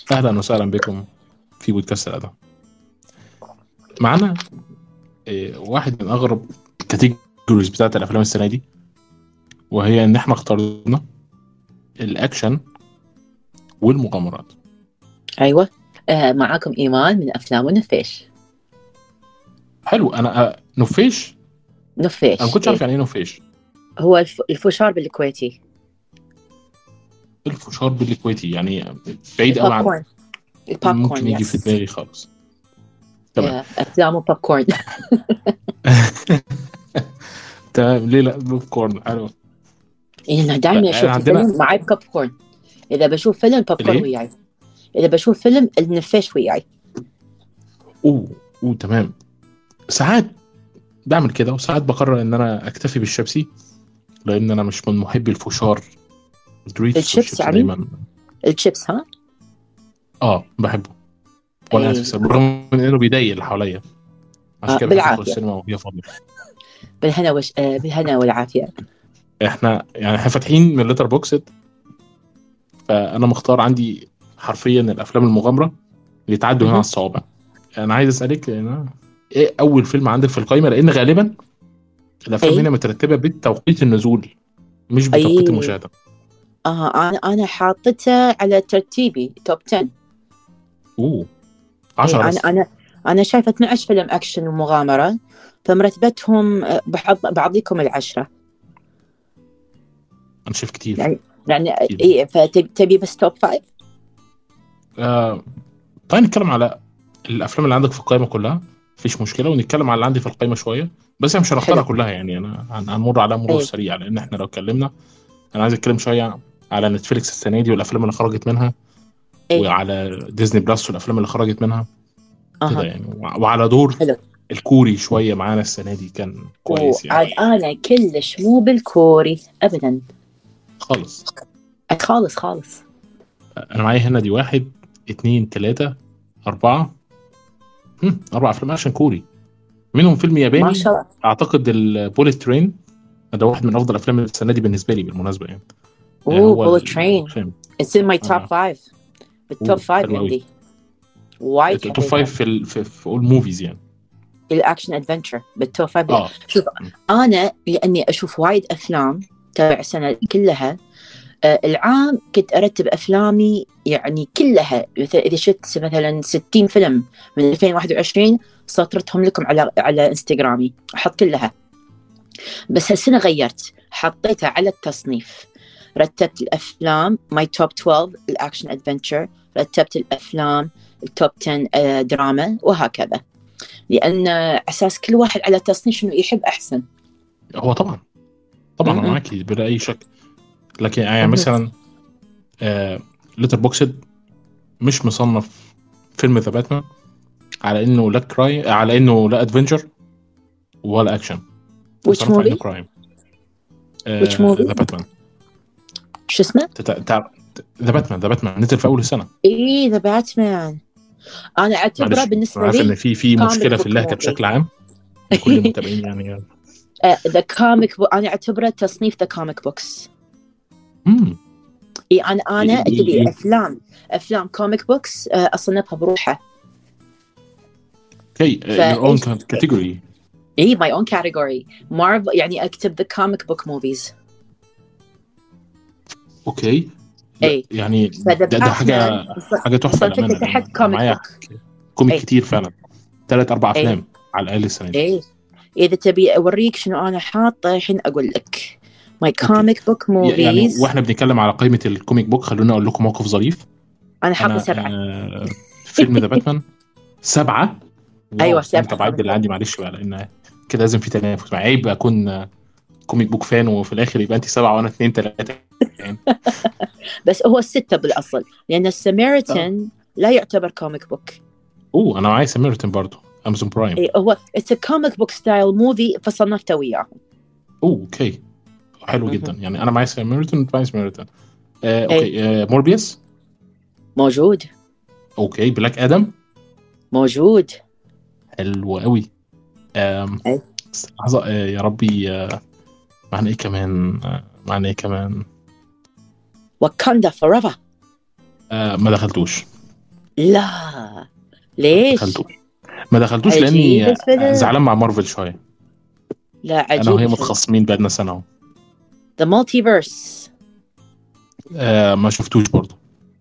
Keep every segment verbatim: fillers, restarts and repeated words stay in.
اهلا وسهلا بكم في بودكاست الادب. معنا إيه، واحد من اغرب الكاتيجوريز بتاعت الافلام السنه دي، وهي ان احنا اخترنا الاكشن والمغامرات. أيوة. آه معاكم إيمان من أفلام ونفيش. حلو. انا آه، نفيش. انا ما نفيش كنتش إيه؟ عارف يعني ايه نفيش. هو الف... الفشار بالكويتي. الفشار بالكويتي يعني بعيد قوي البوب عن كورن. البوب ممكن كورن يجي في يس. دماغي خالص. تمام. آه أفلام وبوب كورن. تمام، ليه لا؟ بوب كورن حلو. يعني طيب دائما أشوف عندنا الفيلم معي بوب كورن. إذا بشوف فيلم بوب كورن الايه. وياي. إذا بشوف فيلم النفيش وياي. اوه اوه تمام. ساعات بعمل كده وساعات بقرر ان انا اكتفي بالشيبسي، لان انا مش من محبي الفشار. الدوريتوس الشيبس والشيبسي يعني. دايما. الشيبس ها. اه بحبه وانا قاعد في أي. السينما، برغم من انه بيضايق اللي حواليا. عشان آه كده بحب ادخل بالعافية. السينما وهي فاضيه. بالهنا وش... آه بالهنا والعافية. احنا يعني احنا فاتحين من لتر بوكسد، فانا مختار عندي حرفيا الافلام المغامره اللي تعدوا هنا على مهم. الصوابع. انا عايز اسالك أنا ايه اول فيلم عندك في القائمه، لان غالبا الافلام أي. هنا مترتبه بتوقيت النزول مش بتوقيت أي. المشاهده. آه أنا أنا حاطته على ترتيبي توب عشرة. اوه اي عشرة انا بس. انا انا شايفه اثنا عشر فيلم اكشن ومغامره، فمرتبتهم آه، بحط بعطيكم العشره. انا شايف كتير يعني يعني كتير. اي فتبي بس توب فايف. آه طيب نتكلم على الافلام اللي عندك في القائمه كلها، مفيش مشكله، ونتكلم على اللي عندي في القائمه شويه. بس انا مش هنختارها حلو. كلها، يعني انا هن- هنمر على مرور اي. سريع، لان احنا لو اتكلمنا انا عايز اتكلم شويه على نتفليكس السنه دي والافلام اللي خرجت منها، اي. وعلى ديزني بلس والافلام اللي خرجت منها كده اها. يعني، وع- وعلى دور حلو. الكوري شويه معانا السنه دي كان كويس يعني. وعاد انا كلش مو بالكوري ابدا. خالص. خالص خالص. انا معايا هنا دي واحد اتنين تلاته اربعه، هم، اربع افلام اكشن كوري، منهم فيلم ما ياباني شاء الله. اعتقد البوليت ترين. ده واحد من افضل افلام السنه دي بالنسبه لي بالمناسبه يعني. آه، اوه هو بولت ترين. الفيلم. اتس ان ماي توب آه. فايف. بالتوب اوه فايف حلو قوي. عندي. وايد توب حبيتها. فايف في ال... في, في اول موفيز يعني. الاكشن ادفنتشر بالتوب فايف. اه شوف، انا لاني اشوف وايد افلام تبع السنه كلها. آه، العام كنت أرتب أفلامي يعني كلها، مثلا إذا شفت مثلا ستين فيلم من ألفين وواحد وعشرين سطرتهم لكم على على انستغرامي أحط كلها. بس هالسنة غيرت، حطيتها على التصنيف. رتبت الأفلام ماي توب اثنا عشر الأكشن أدفنتشر، رتبت الأفلام التوب عشرة آه، دراما، وهكذا. لأن أساس كل واحد على تصنيف شنو يحب أحسن. هو طبعا طبعا انا م-م. معاكي بلا اي شك. لكن يعني مهم. مثلا آه ليتر بوكسد مش مصنف فيلم ذا باتمان على انه لا كرايم، على انه لا ادفنجر ولا اكشن، which مصنف على انه movie كرايم. which ذا movie باتمان. شو اسمه؟ ذا باتمان ذا باتمان نزل في اول السنه. إيه ذا باتمان. انا اعتبره معلش بالنسبه انا عارف ان لي في في كوميك مشكله في بوك اللهجه موفي. بشكل عام لكل المتابعين يعني. ذا كوميك بوك انا اعتبره تصنيف ذا كوميك بوكس. امم اي انا انا تبي افلام افلام كوميك بوكس اصنفها بروحها. اوكي يور اون فايش. كاتيجوري. اي ماي اون كاتيجوري مارفل، يعني اكتب ذا كوميك بوك موفيز. اوكي لا اي يعني فذا ده, ده حاجه باتمان حاجه تحفه صنفته للامانه، لان تحت انا كوميك معايا بوك. كوميك اي. كتير فعلا، ثلاث اربع اي. افلام على الاقل السنه دي. اي اذا تبي اوريك شنو انا حاطه الحين اقول لك. ماي اوكي كوميك بوك يعني موفيز. واحنا بنتكلم على قائمه الكوميك بوك، خلونا اقول لكم موقف ظريف. انا حاطه انا سبعه. آه فيلم ذا باتمان سبعه. واو ايوه استنى، سبعه طب عد كوميك اللي بوك. عندي معلش بقى، لان كده لازم في تنافس. عيب اكون كوميك بوك فان وفي الاخر يبقى انت سبعه وانا اثنين ثلاثه يعني. بس هو الستة بالأصل، لأن اه السامريتان لا يعتبر كوميك بوك. اوه انا معايا سامرتن برضو امازون برايم. إيه هو it's a comic book style movie فصنفته وياهم. اوه اوكي حلو جدا. مهم. يعني انا معايا سامرتن وانت معايا سامرتن. آه، إيه اوكي آه، موربيوس. موجود. اوكي بلاك ادم. موجود. حلو قوي. آم، إيه لحظه آه، يا ربي آه، معنا ايه كمان آه، معنا ايه كمان وكاندا forever. آه، ما دخلتوش. لا ما ليش؟ دخلتوش ما دخلتوش عجيب لاني الفيلم. زعلان مع مارفل شويه. لا انا عجيب وهي الفيلم. متخاصمين بقالنا سنه اهو. The Multiverse. آه ما شفتوش برضه.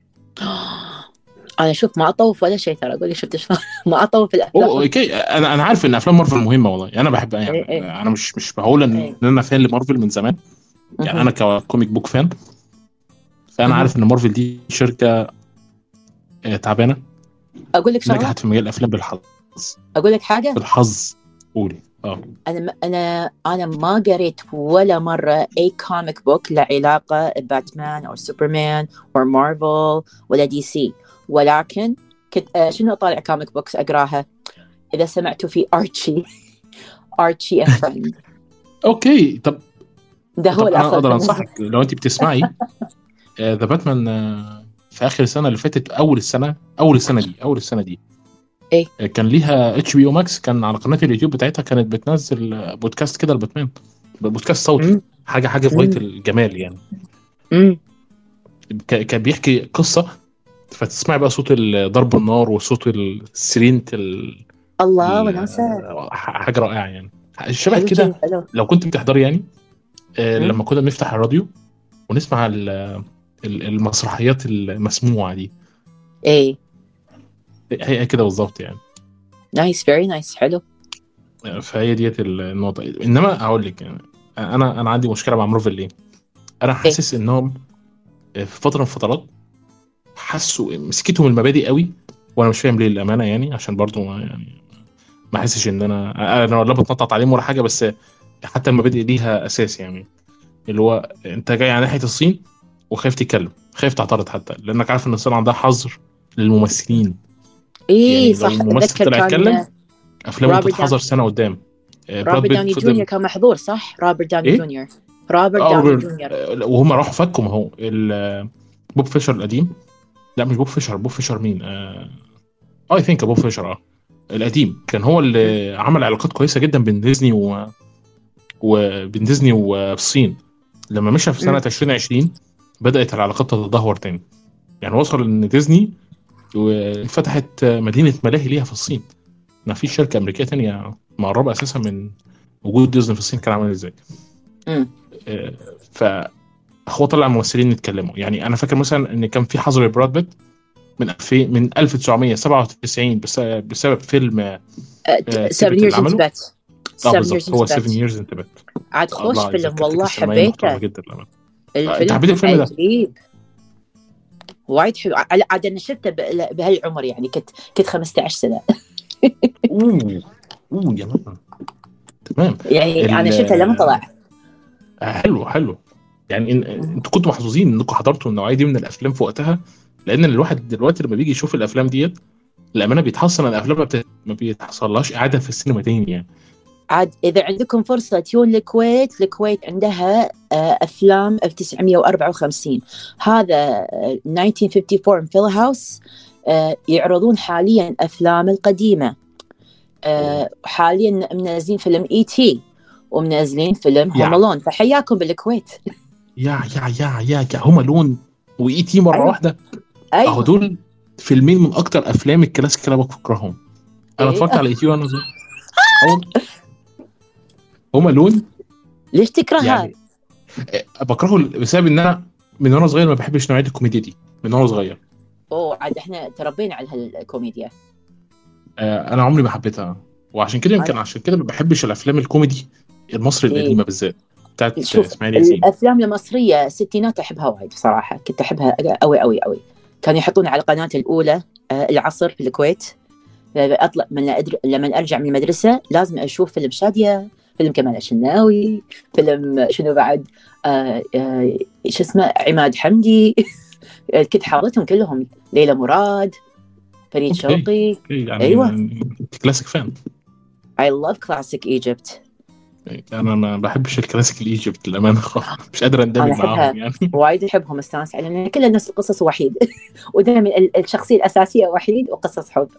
انا شوف ما اطوف ولا شيء ترى، اقول لك شفت شلون ما اطوف الافلام. هو اوكي، انا انا عارف ان افلام مارفل مهمه والله، انا بحب ايه يعني، ايه انا مش مش بقول ان ايه. انا فان لمارفل من زمان. يعني مهم. انا ككوميك بوك فان، فانا مهم. عارف ان مارفل دي شركه آه، تعبانه، اقول لك شغله، نجحت في مجال الافلام بالحظ. اقول لك حاجه. بالحظ. قولي. اه. انا ما انا انا ما قريت ولا مره اي كوميك بوك له علاقه بباتمان او سوبرمان او مارفل ولا دي سي، ولكن كنت آه، شنو اطالع كوميك بوكس اقراها. اذا سمعتوا في ارتشي ارتشي اند فريند، اوكي. طب ده هو طب اللي انا اخذ اقدر منه. انصحك لو انت بتسمعي ذا باتمان في اخر السنه اللي فاتت، اول السنه اول السنه دي اول السنه دي ايه. آه، كان ليها اتش بي او ماكس، كان على قناه اليوتيوب بتاعتها كانت بتنزل آه، بودكاست كده لباتمان، بودكاست صوتي، امم حاجه حاجه في غايه امم الجمال يعني. امم ك- كان بيحكي قصه، فتسمعي بقى صوت ال- ضرب النار وصوت السرينة ال... الله وناسه. ال- حاجه رائعه يعني، شبه حلو كذي كده. حلو. لو كنت بتحضري يعني آه، امم لما كنا بنفتح الراديو ونسمع ال- ال- المسرحيات المسموعه دي، ايه. هي كده بالظبط يعني. نايس فيري نايس حلو. فهي ديت النقطه. انما هقول لك يعني، انا انا عندي مشكله مع مارفل ليه؟ انا ايه. حاسس انهم في فتره من الفترات حسوا مسكتهم المبادئ قوي، وانا مش فاهم ليه الامانه يعني، عشان برضو ما يعني ما احسش ان انا انا ولا بتنطط عليهم ولا حاجه، بس حتى المبادئ ليها اساس يعني. اللي هو انت جاي على ناحيه الصين وخايف تتكلم، خايف تعترض، حتى لانك عارف ان الصين عندها حظر للممثلين. ايه يعني لو صح، ممثل اتذكر طلع يتكلم كان افلامه روبرت داون تتحظر سنه قدام. آه، براد روبرت بيت داوني جونيور فضل. كان محظور صح، روبرت داوني ايه. جونيور. روبرت اه داوني روبرت. جونيور. آه، وهم راحوا فكوا، ما هو ال- بوب فيشر القديم. لا مش بوب فيشر، بوب فيشر مين؟ اي ثينك بوب فيشر اه القديم كان هو مم. اللي عمل علاقات كويسه جدا بين ديزني و... وبين ديزني والصين. لما مشى في سنه مم. ألفين وعشرين بدات العلاقات تتدهور تاني، يعني وصل ان ديزني فتحت مدينه ملاهي ليها في الصين. ما فيش شركه امريكيه تانية مقربه اساسا من وجود ديزني في الصين كان عامل ازاي. مم. آه، فهو طلع ممثلين يتكلموا. يعني انا فاكر مثلا ان كان في حظر براد بيت من ألفين من ألف وتسعمية وسبعة وتسعين بس- بسبب فيلم آه، Seven تيبت years اللي in عمله. Tibet. اه Seven years بالظبط، in هو Tibet. سفن years in Tibet. عاد خوش الله فيلم يذكرتك والله السينمائيه محترمه حبيته. جدا للأمانة. آه، انت الفيلم حبيت الفيلم ده؟ عجيب وايد حلو. على- عاد انا شفته ب- بهالعمر يعني كنت كنت خمسة عشر سنة. اوه. اوه يا مان. تمام. يعني انا ال- شفته لما طلع. آه، حلو حلو. يعني إن... مم. انتوا كنتوا محظوظين انكم حضرتوا النوعيه دي من الافلام في وقتها، لان الواحد دلوقتي لما بيجي يشوف الافلام ديت الامانه بيتحصل ان الافلام ما, بت... ما بيتحصلهاش اعاده في السينما تاني يعني. عاد اذا عندكم فرصة تيون الكويت، الكويت عندها آه، افلام ألف وتسعمية وأربعة وخمسين. هذا آه، ألف وتسعمية وخمسة وأربعين فيل هاوس. آه، يعرضون حاليا افلام القديمة. أوه. آه، حاليا منزلين فيلم اي تي ومنزلين فيلم هوم يا الون، فحياكم بالكويت. يا يا يا يا يا هما لون واي تي مره ايوه واحده. اهو ايوه. دول فيلمين من اكتر افلام الكلاسيك اللي انا بفكرهم. انا ايه. اتفرجت على اي تي وانا صغير. أول هما لون ليش تكرهها؟ يعني آه، بكرهه بسبب ان انا من وانا صغير ما بحبش نوعيه الكوميديا دي من وانا صغير. اوه عاد احنا تربينا على هالكوميديا. آه، انا عمري ما حبيتها، وعشان كده يمكن انا عشان كده ما بحبش الافلام الكوميدي المصري إيه. القديمه بالذات بتاعت شوف اسماعيل ياسين. الافلام المصريه الستينات احبها وايد بصراحه، كنت احبها قوي قوي قوي. كانوا يحطون على القناه الاولى آه، العصر في الكويت. اطلع من أدر... لما ارجع من المدرسه لازم اشوف فيلم شاديه، فيلم كمال الشناوي، فيلم شنو بعد آه آه شو اسمه عماد حمدي. كنت حاضرتهم كلهم، ليلى مراد، فريد اوكي شوقي. اوكي يعني ايوه. كلاسيك فان. I love classic Egypt. انا ما بحبش الكلاسيك الايجيبت للامانه خالص، مش قادر انا اندمج معاهم احبها يعني. وايد، احبهم استانس عليهم كلها نفس القصص وحيد. ودائما الشخصيه الاساسيه وحيد وقصص حب.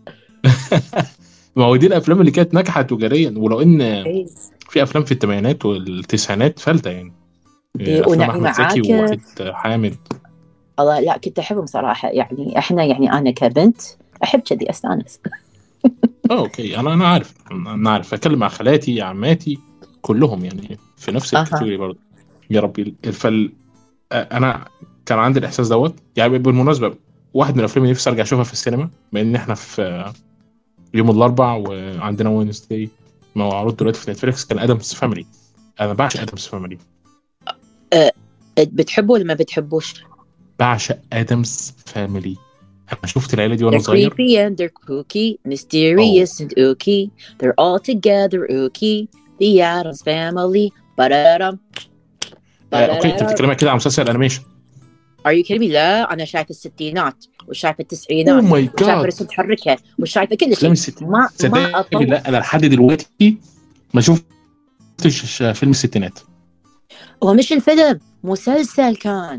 ما هو دي الافلام اللي كانت ناجحه تجاريا، ولو ان ايه. في افلام في الثمانينات والتسعينات فلتة يعني. إيه افلام ونعيمه احمد زكي عاكف. ووحيد حامد. الله لا كنت أحبهم صراحة، يعني إحنا يعني أنا كبنت أحب كذي أستانس. اه اوكي، انا انا عارف، انا عارف اتكلم مع خالاتي عماتي كلهم يعني في نفس أها. الكاتيجوري برضه. يا ربي الفل. انا كان عندي الاحساس دوت يعني. بالمناسبه واحد من الافلام اللي نفسي ارجع اشوفها في السينما، بما ان احنا في يوم الاربع وعندنا وينزداي معروض دلوقتي في نتفليكس، كان ادمز فاميلي. انا بعشق ادمز فاميلي. أه بتحبوا ولا ما بتحبوش؟ بعشق ادمز فاميلي. انا شفت العيله دي وانا They're صغير. creepy and they're kooky, اوه mysterious and ooky. They're all together ooky. The Addams Family. Ba-da-dum, آه، اوكي، انت ba-da-da-dum. بتتكلم كده عن مسلسل انيميشن؟ Are you kidding me؟ لا أنا شايفة الستينات وشايفة اوه التسعينات ماي وشايفة جاد، رسم تحركها وشايفة كل افلام شيء. الستينات. ما ما تصدق أطوف. لا، انا لحد دلوقتي ما شفتش فيلم الستينات. هو مش الفيلم، مسلسل كان.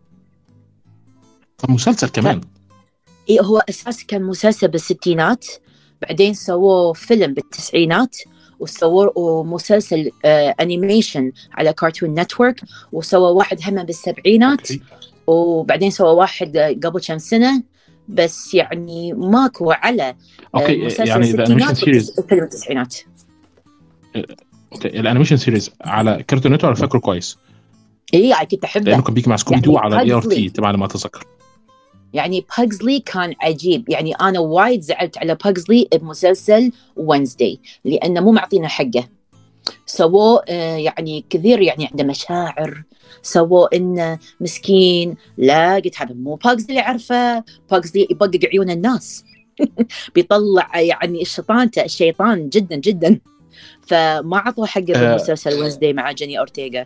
طب مسلسل كمان؟ إيه هو أساس كان مسلسل بالستينات، بعدين سووه فيلم بالتسعينات، وسووا مسلسل آه أنيميشن على كارتون نتورك، وسووا واحد هم بالسبعينات، اوكي وبعدين سووا واحد آه، قبل كم سنة. بس يعني ماكو على آه اوكي، مسلسل يعني ذا انيميشن الستينات سيريز. وفيلم التسعينات. اوكي، الانيميشن سيريز على كارتون نتورك انا فاكره كويس، إيه أي كنت أحبه. لانه كان بيجي مع سكوبي دو يعني على الاي ار باجزلي، تي تبع ما اتذكر. يعني باجزلي كان عجيب. يعني أنا وايد زعلت على باجزلي بمسلسل وينزداي لأنه مو معطينا حقه. سووه آه يعني كثير يعني عنده مشاعر، سووه إنه مسكين. لا قلت هذا مو باجزلي عارفه، باجزلي يبقق عيون الناس بيطلع يعني الشيطان الشيطان جدا جدا. فما عطوا حقه آه، بمسلسل وينزداي مع جيني أورتيغا.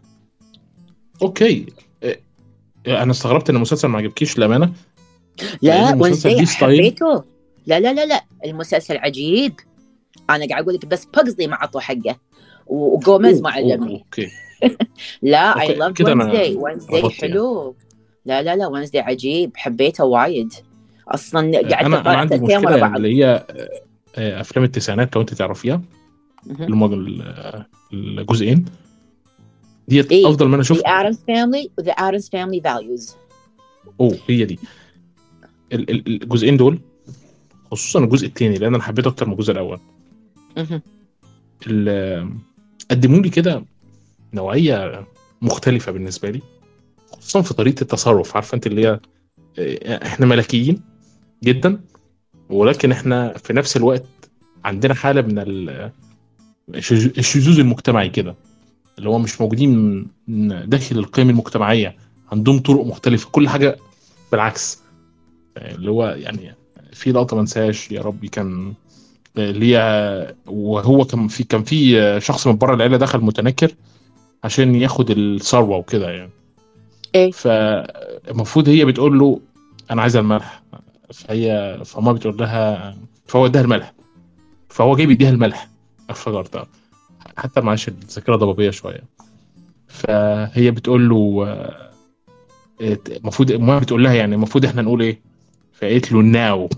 اوكي. آه، انا استغربت ان المسلسل ما عجبكيش الامانه، لان لا المسلسل وينزداي ليه ستايل. حبيته. لا لا لا لا المسلسل عجيب. أنا قاعد أقول لك بس باجزلي ما عطوا حقه، وجوميز ما اوه اوه عجبني. اوكي لا I اوكي، loved كده Wednesday. انا Wednesday ربطت يعني. حلو. لا لا لا Wednesday عجيب، حبيته وايد. أصلا آه، قعدت انا انا أطالع عندي ثلاث أيام ورا مشكله بعض. اللي هي آه، آه، افلام التسعينات لو انت تعرفيها، مهم. الم- ال- الجزئين ديت إيه افضل ما انا The شفت. Addams Family و The Addams Family Values. اوه هي دي ال- ال- الجزئين دول، خصوصا الجزء الثاني لان انا حبيته اكتر من الجزء الاول. مهم. ال- قدموا لي كده نوعيه مختلفه بالنسبه لي، خصوصا في طريقه التصرف. عارفه انت اللي هي آه، احنا ملكيين جدا، ولكن احنا في نفس الوقت عندنا حاله من ال- الشذ- الشذوذ المجتمعي كده، اللي هو مش موجودين داخل القيم المجتمعيه، عندهم طرق مختلفه كل حاجه بالعكس. اللي هو يعني في لقطه ما انساهاش يا ربي، كان اللي هي وهو كان في كان في شخص من بره العيله دخل متنكر عشان ياخد الثروه وكده يعني. إيه فالمفروض هي بتقول له انا عايزه الملح، فهي فما بتقول لها، فهو اداها الملح، فهو جاي بيديها الملح. افتكرت حتى معاش الذاكره ضبابيه شويه. فهي بتقول له آه، المفروض ما بتقول لها يعني المفروض احنا نقول ايه، فقالت له ناو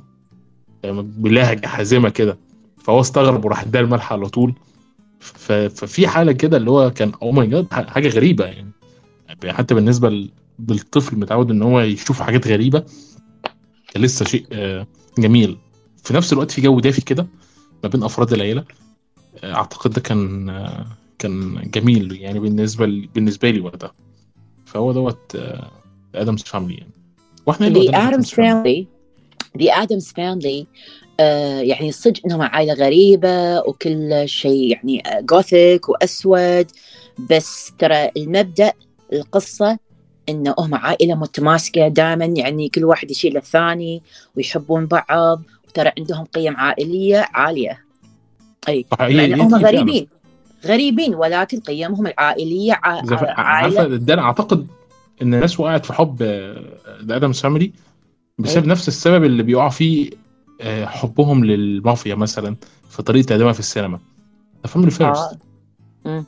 بلهجه حازمه كده. فهو استغرب وراح اداها الملح على طول. ف- ففي حاله كده اللي هو كان او ماي جاد، حاجه غريبه يعني. حتى بالنسبه ل- للطفل متعود ان هو يشوف حاجات غريبه، كان لسه شيء آه، جميل. في نفس الوقت في جو دافي كده ما بين افراد العيله. آه، اعتقد ده كان آه، كان جميل يعني بالنسبه ل- بالنسبه لي وقتها. فهو دوت ادمز فاميلي يعني. واحنا اللي The قدام ادمز Addams فاميلي. Family. The Addams Family آه يعني صدق انهم عائله غريبه وكل شيء يعني جوثيك واسود. بس ترى المبدا القصه انه هم عائله متماسكه دائما، يعني كل واحد يشيل الثاني ويحبون بعض، وترى عندهم قيم عائليه عاليه. اي صح، مع هي ان دي هم دي فعلا. غريبين غريبين ولكن قيمهم العائليه ع- زي ف- عارفه عائله. ده انا اعتقد ان الناس وقعت في حب ذا ادمز فاميلي بسبب اي نفس السبب اللي بيقع فيه آه، حبهم للمافيا مثلا في طريقه تقديمها في السينما. The Family First. اه امم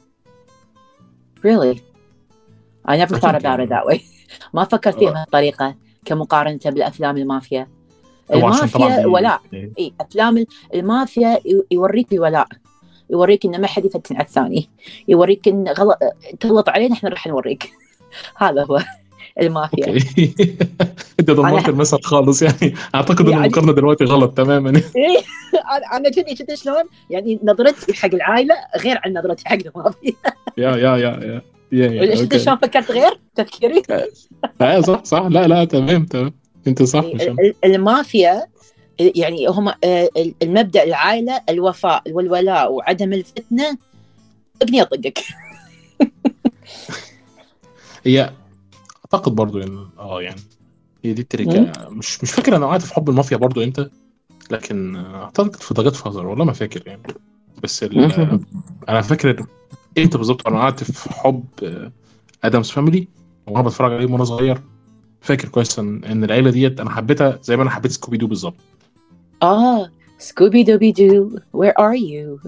really I never thought اكيد about it يعني. that way. ما فكرت فيها آه، بهالطريقة كمقارنة بالأفلام المافيا. هو عشان طبعا المافيا بي ولاء. إيه أفلام المافيا ي- يوريك الولاء، يوريك إن ما حد يفتن على الثاني، يوريك إن غلط تغلط علينا إحنا راح نوريك. هذا هو. المافيا. اوكي. انت دمرت انا المثل خالص يعني. اعتقد ان يعني المقارنه دلوقتي غلط تماما. إيه، انا انا كذي شفت شلون يعني نظرتي حق العائله غير عن نظرتي حق المافيا. يا يا يا يا يا يا شفت اوكي. شلون فكرت غير تفكيري. اه صح صح، لا لا تمام تمام، انت صح مش انا. ال- المافيا يعني هم آه، المبدأ العائلة الوفاء والولاء وعدم الفتنة. ابني أطقك. هي اعتقد برضو ان اه يعني هي دي مم. التركه. مش مش فاكر انا وقعت في حب المافيا برضو امتى، لكن اعتقد في ضجات فازر والله ما فاكر يعني. بس ال... انا فاكر امتى بالظبط انا قعدت في حب ادمز فاميلي وانا بتفرج عليه وانا صغير. فاكر كويس ان إن العيله ديت انا حبيتها زي ما انا حبيت سكوبي دو بالظبط. آه سكوبي دوبي دو where are you.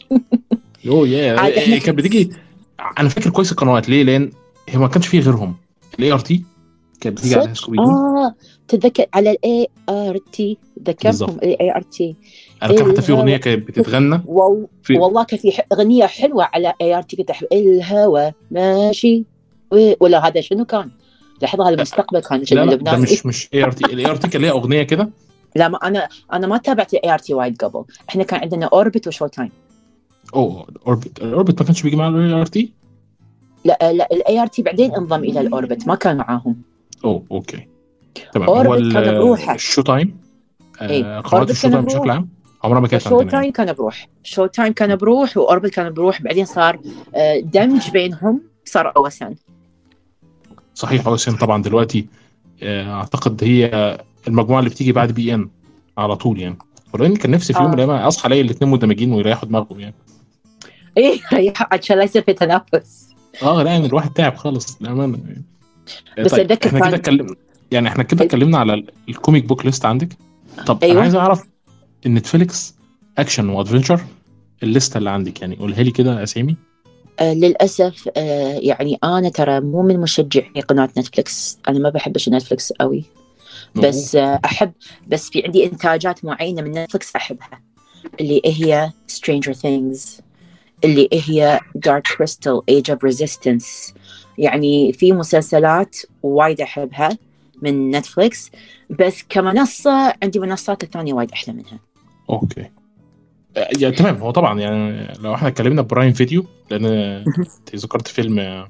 يو يا عاد احنا كانت بتيجي. انا فاكر كويس القنوات ليه، لان هي ما كانش فيه غيرهم. الاي ار تي كانت بتيجي عليها صدق سكوبي دو. آه تتذكر على الاي ار تي. ذكرهم بالظبط. الاي ار تي. انا كان حتى في اغنيه كانت بتتغنى وال... في. والله كان في ح- اغنيه حلوه على اي ار تي كنت احب الهوى ماشي و... ولا هذا شنو كان؟ لحظه هذا المستقبل كان شنو لا لا ده لبناني. مش مش اي ار تي. الاي ار تي كان ليها اغنيه كده. لا ما انا انا ما تابعت اي ار تي وايد قبل. احنا كان عندنا اوربت وشو تايم. اوه اوربت. الاوربت ما كانش بيجي مع الاي ار تي. لا لا الاي ار تي بعدين انضم الى الاوربت ما كان معاهم. اوه اوكي تمام. هو اوربت ال- كان بروحه. الشو تايم، اي آه، قنوات اوربت الشو كان تايم بشكل بروح عام عمرها ما كانت وشو عندنا يعني. تايم كان بروح. شو تايم كان بروح واوربت كان بروح بعدين صار آه، دمج بينهم صار اوسن. صحيح. اوسن طبعا دلوقتي آه، اعتقد هي المجموعه اللي بتيجي بعد بي ان على طول يعني. ولكن كان نفسي في يوم من اه الايام اصحى الاقي الاثنين مندمجين ويريحوا دماغهم يعني. ايه عشان لا يصير في تنافس. اه لا يعني الواحد تعب خالص للامانه يعني. آه، بس طيب اتذكر احنا كده كان اتكلم يعني احنا كده اتكلمنا على ال- الكوميك بوك ليست عندك. طب انا ايوه عايز اعرف النتفليكس اكشن وادفنشر الليسته اللي عندك يعني، قولها لي كده اسامي. آه للاسف آه يعني انا ترى مو من مشجعي قناه نتفلكس. انا ما بحبش نتفلكس قوي. أوه. بس آه احب بس في عندي انتاجات معينه من نتفلكس احبها اللي هي Stranger Things اللي هي Dark Crystal Age of Resistance. يعني في مسلسلات وايد احبها من نتفلكس. بس كمنصه عندي منصات الثانيه وايد احلى منها. اوكي آه، يعني تمام. هو طبعا يعني لو احنا اتكلمنا برايم فيديو، لان انت ذكرت فيلم آه،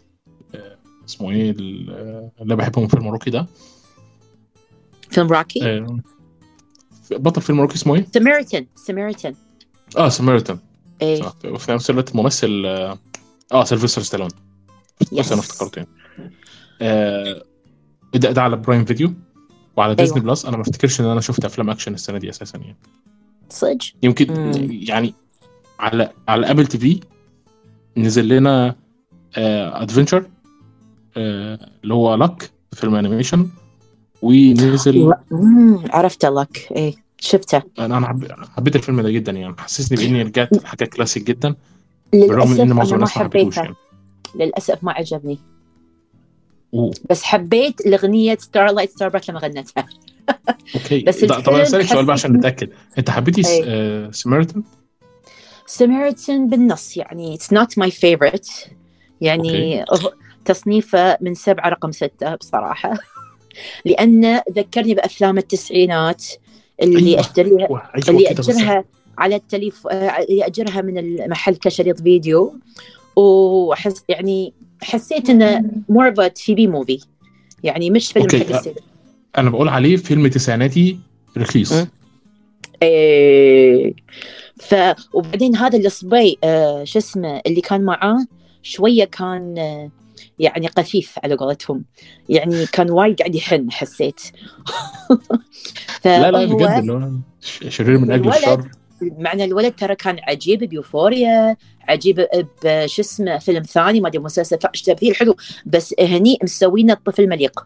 اسمه ايه ال- آه، اللي بحبه من فيلم روكي ده. فيلم روكي. آه، بطل فيلم روكي اسمه ايه؟ سامريتان سامريتان. اه سامريتان. ايه صح. وفي نفس الوقت الممثل اه آه، سيلفستر ستالون. بس انا يس افتكرته يعني. آه ده, ده على برايم فيديو وعلى ديزني ايوه بلس. انا ما افتكرش ان انا شفت افلام اكشن السنه دي اساسا يعني. صدق. يمكن امم يعني على على ابل تي في نزل لنا آه ادفنشر آه اللي هو لك فيلم انيميشن ونزل. عرفت لك ايه شفته. انا انا حب- حبيت الفيلم ده جدا يعني، حسسني باني رجعت لحاجه كلاسيك جدا، بالرغم من ان للاسف معظم انا ما الناس ما حبيتهوش حبيته. يعني. للاسف ما عجبني. اوه بس حبيت الاغنيه ستارلايت ستاربك لما غنتها. اوكي. بس ده طب انا الفيلم اسالك سؤال بقى عشان حسيت نتاكد، انت حبيتي س- ايه آه سمارتن؟ سامريتان بالنص يعني it's not my favorite. اوكي. يعني هو- تصنيفه من سبعة رقم ستة بصراحة. لأنه ذكرني بأفلام التسعينات اللي ايوه أشتريها ايوه ايوه اللي كده بالظبط. أجرها على التليف آه، اللي أجرها من المحل كشريط فيديو. وأحس يعني حسيت إنه more of a تي في movie. يعني مش فيلم حق اوكي آه، السينما. انا بقول عليه فيلم تسعيناتي رخيص. م? إيه. ف وبعدين هذا الصبي آه شو اسمه اللي كان معاه شوية كان آه يعني قفيف على قولتهم. يعني كان وايد قاعد يحن حسيت. لا لا بجد فهو اللي هو ش- شرير من اجل الولد الشر. معنى الولد ترى كان عجيب بيوفوريا. عجيب بشو اسمه فيلم ثاني ما ادري مسلسل تمثيل حلو. بس هني مسوينا الطفل مليق.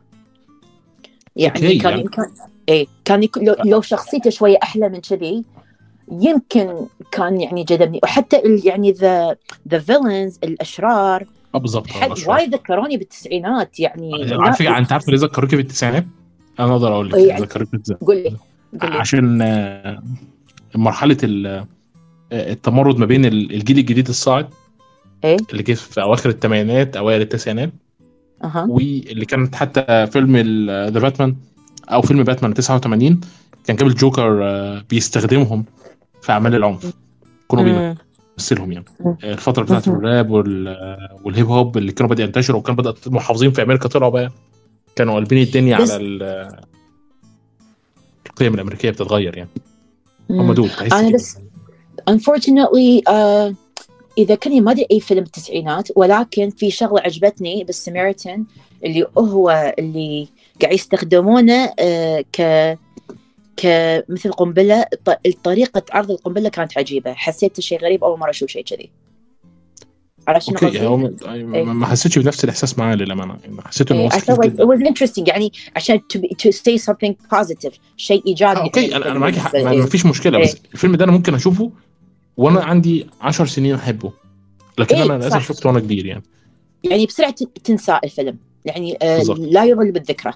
يعني اوكي كان يعني يمكن ايه كان يك... لو, لو شخصيته شويه احلى من كذي يمكن كان يعني جذبني. وحتى ال... يعني ذا ذا فيلنز الاشرار اه بالظبط اه حد الاشرار. وايد ذكروني بالتسعينات يعني على نا... فكره انت عارف ليه ذكروكي بالتسعينات؟ انا اقدر اقول لك يعني ذكروكي ازاي. قول لي قول لي. عشان آه، مرحله ال- آه، التمرد ما بين ال- الجيل الجديد الصاعد ايه اللي جه في اواخر الثمانينات اوائل التسعينات اها واللي كانت حتى فيلم ذا باتمان او فيلم باتمان تسعة وثمانين كان جاب الجوكر آه، بيستخدمهم في اعمال العنف، كانوا امم بيمثلهم يعني. آه، الفتره بتاعت الراب وال- آه، والهيب هوب اللي كانوا بدأوا ينتشروا، وكان بدأت المحافظين في امريكا طلعوا بقى كانوا قلبين الدنيا على بس ال- القيم الامريكيه بتتغير يعني. هم مم. دول تحس انا كده. بس unfortunately uh, اذا كان ما ادري اي فيلم التسعينات، ولكن في شغله عجبتني بالسامريتان اللي هو اللي قاعد يستخدمونه uh, ك كمثل قنبله. ط- طريقه عرض القنبله كانت عجيبه، حسيت شيء غريب، اول مره اشوف شيء كذي. عرفت شنو اوكي يعني هو قصدي؟ م- ايه ما حسيتش بنفس الاحساس معاه للامانه، يعني حسيت انه ايه هو I felt سخيف like it جدا. was interesting، يعني عشان to, be, to say something positive، شيء اه ايجابي عن اوكي، انا انا الفيلم معاكي حق، بالنسبه لي. ما ما ايه فيش مشكله، بس ايه الفيلم ده انا ممكن اشوفه وانا مم. عندي عشر سنين احبه، لكن انا ايه للاسف صح، شفته وانا كبير يعني. يعني بسرعه تنسى الفيلم، يعني آه بالظبط، لا يظل بالذكرى.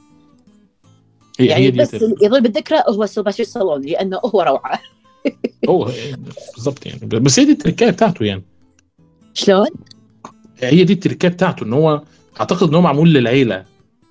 هي هي يعني ديت بس ال- اللي يظل بالذكرى هو سيلفستر ستالون، لانه هو روعه. هو بالظبط يعني، بس هي دي التركية بتاعته يعني. شلون؟ هي دي التركية بتاعته ان هو اعتقد ان هو معمول للعيله.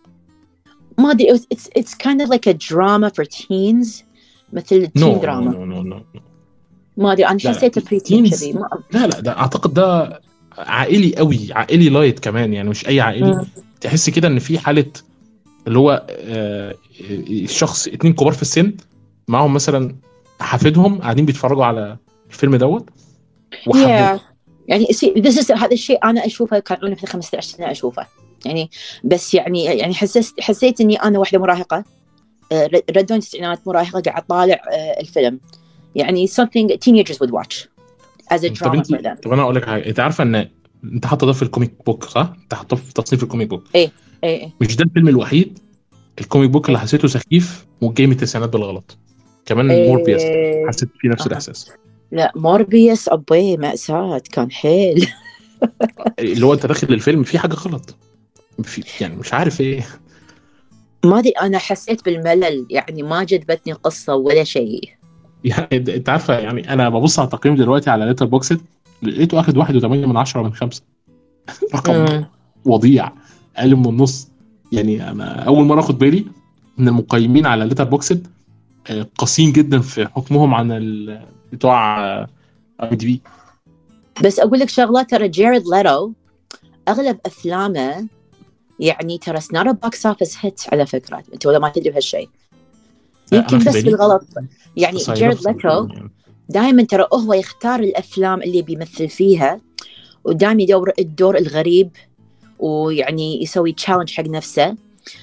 ما ادري، it's it's kind of like a drama for teens، مثل نو تين نو دراما. نو نو نو ما ادري، انا لا لا، حسيته بري تين تينز. كذي. ما... لا لا، ده اعتقد ده عائلي قوي، عائلي لايت كمان يعني، مش اي عائلي. مم. تحس كده ان في حاله اللي هو آه، الشخص اتنين كبار في السن معاهم مثلا حفيدهم قاعدين بيتفرجوا على الفيلم دوت وحبوه. yeah يعني see, this is هذا الشيء انا اشوفه، كان عمري مثل خمسة عشر سنه اشوفه يعني. بس يعني يعني حسيت حسيت اني انا واحده مراهقه، آه، ردون التسعينات، مراهقه قاعد طالع آه، الفيلم، يعني something teenagers would watch as a طب drama انت، for them. طب انا اقول لك حاجه، انت عارفه ان انت حاطه ده في الكوميك بوك صح؟ انت حاطه في تصنيف الكوميك بوك. ايه ايه مش ده الفيلم الوحيد الكوميك بوك اللي ايه حسيته سخيف وجاي من التسعينات بالغلط. كمان موربيوس ايه حسيت فيه نفس اها. الاحساس، لا موربيوس ابوي مأساة، كان حيل. اللي هو انت داخل الفيلم في حاجه غلط، في يعني مش عارف ايه. ما ادري، انا حسيت بالملل، يعني ما جذبتني قصه ولا شيء. يعني انت أنت عارفه يعني، انا ببص على التقييم دلوقتي على ليتر بوكسد، لقيته واخد واحد وثمانية من عشرة من خمسة. رقم امم وضيع، اقل من النص. يعني انا اول مره اخد بالي ان المقيمين على ليتر بوكسد آه، قاسيين جدا في حكمهم عن ال... بتوع ام دي بي. بس اقول لك شغله، ترى جيرد ليتو اغلب افلامه يعني ترى سنارا بوكس اوفيس هيت على فكره، انت ولا ما تدري بهالشيء، انا يمكن في بس بالي بالغلط. يعني جيرد سايلرز ليتو يعني. دائما ترى هو يختار الافلام اللي بيمثل فيها، ودائما يدور الدور الغريب، ويعني يسوي تشالنج حق نفسه.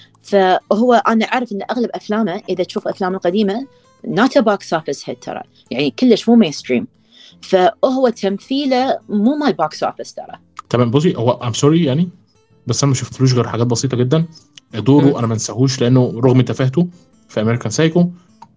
فهو انا عارف ان اغلب افلامه، اذا تشوف افلامه القديمه، نوت بوكس اوفيس هيت ترى، يعني كلش مو مين ستريم. فهو تمثيله مو مال بوكس اوفيس ترى. تمام، بصي هو ام سوري يعني، بس انا ما شفتلوش غير حاجات بسيطه جدا. م. دوره انا ما انساهوش لانه رغم تفاهته في امريكان سايكو،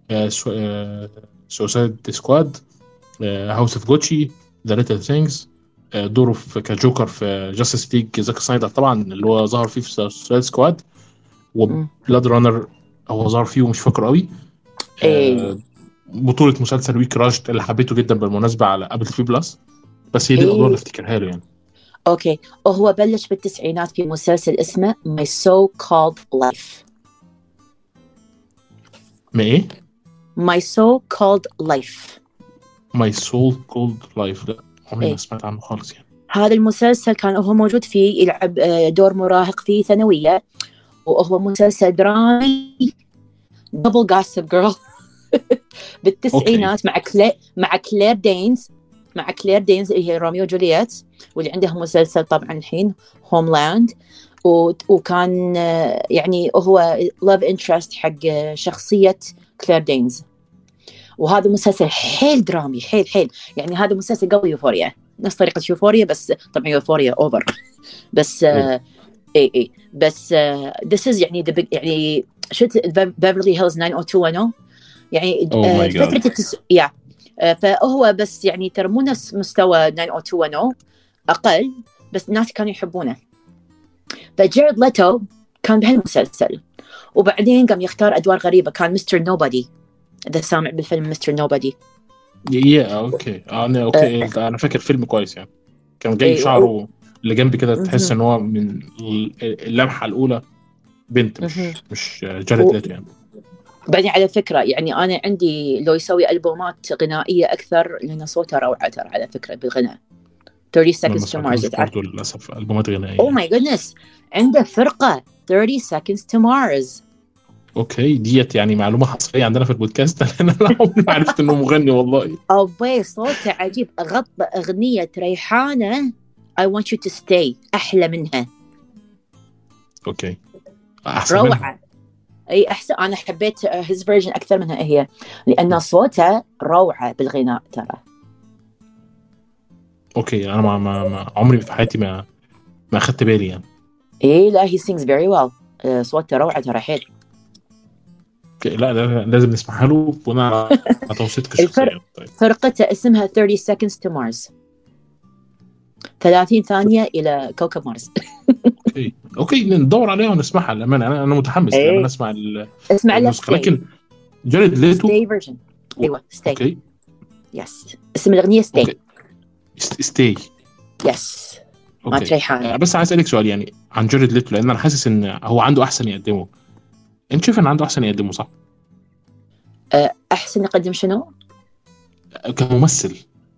سوسايد سكواد، هاوس اوف جوتشي، ذا ليتل ثينجز، دوره في كجوكر في جاستس ليج زاك سنايدر طبعا اللي هو ظهر فيه في سوسايد سكواد، م. وبلاد رانر هو ظهر فيه ومش فاكره قوي. ايه آه، بطولة مسلسل ويك راشد اللي حبيته جدا بالمناسبة على ابل تي في بلس. بس هي دي الادوار اللي ايه افتكرها له يعني. اوكي. هو بلش بالتسعينات في مسلسل اسمه My So Called Life. ما ايه؟ My So Called Life. ماي سول كولد لايف، لا عمري ما ايه سمعت عنه خالص يعني. هذا المسلسل كان هو موجود فيه، يلعب آه، دور مراهق في ثانوية، وهو مسلسل درامي دبل جاسب جيرل اوكي. بالتسعينات، مع كلي مع كلير دينز مع كلير دينز اللي هي روميو جولييت، واللي عندها مسلسل طبعا الحين هوملاند. وكان آه، يعني هو لاف انترست حق آه، شخصية كلير دينز. وهذا مسلسل حيل درامي، حيل حيل يعني. هذا مسلسل قوي يوفوريا، نفس طريقة يوفوريا، بس طبعا يوفوريا اوفر. بس أوه. آه اي اي بس آه this is يعني the big يعني شفت بيفرلي هيلز ناين أو تو وان أو، يعني اوه آه ماي جاد. فترة التس... يا آه فهو بس يعني ترى مو نفس مستوى ناين أو تو وان أو، أقل، بس الناس كانوا يحبونه. فجيرد ليتو كان بهالمسلسل، وبعدين قام يختار أدوار غريبة، كان مستر نوبادي، إذا سامع بالفيلم مستر نوبادي. يا اوكي انا اوكي انا فاكر فيلم كويس يعني، كان جاي اي شعره اللي جنبي كده تحس مهم. ان هو من اللمحه الاولى بنت مش مهم. مش جاريد و- ليتو يعني. بعدين على فكرة يعني أنا عندي لو يسوي ألبومات غنائية أكثر لأن صوته روعة ترى على فكرة بالغناء. ثيرتي ما ما seconds to Mars سمعتلوش تعرف. برضه للاسف البومات غنائيه Oh يعني. my goodness عنده فرقة ثيرتي seconds to Mars. اوكي ديت يعني معلومه حصريه عندنا في البودكاست لان انا عمري ما عرفت انه مغني والله. أبي صوته عجيب. غطى أغنية ريحانة I want you to stay أحلى منها. اوكي احسن منها. روعة. أي أحسن. أنا حبيت his version أكثر منها هي لأن صوته روعة بالغناء ترى. اوكي انا ما, ما, ما عمري في حياتي ما ما اخدت بالي يعني. إيه لا he sings very well. آه، صوته روعة ترى حيل. اوكي لا ده لازم نسمعها له بناء على توصيتك الشخصيه. الفرق طيب فرقته اسمها ثيرتي seconds to Mars. ثلاثين ثانية إلى كوكب مارس. اوكي اوكي ندور عليها ونسمعها للامانه. انا انا متحمس إيه. لما اسمع ال- اسمع له النسخه. stay. لكن جاريد ليتو stay version. أيوة stay. اوكي يس اسم الأغنية stay. اوكي ستي. يس ما اوكي تريحان. بس عايز اسالك سؤال يعني عن جاريد ليتو لان انا حاسس ان هو عنده احسن يقدمه. انت شايف ان عنده احسن يقدمه صح أحسن يقدم شنو؟ كممثل؟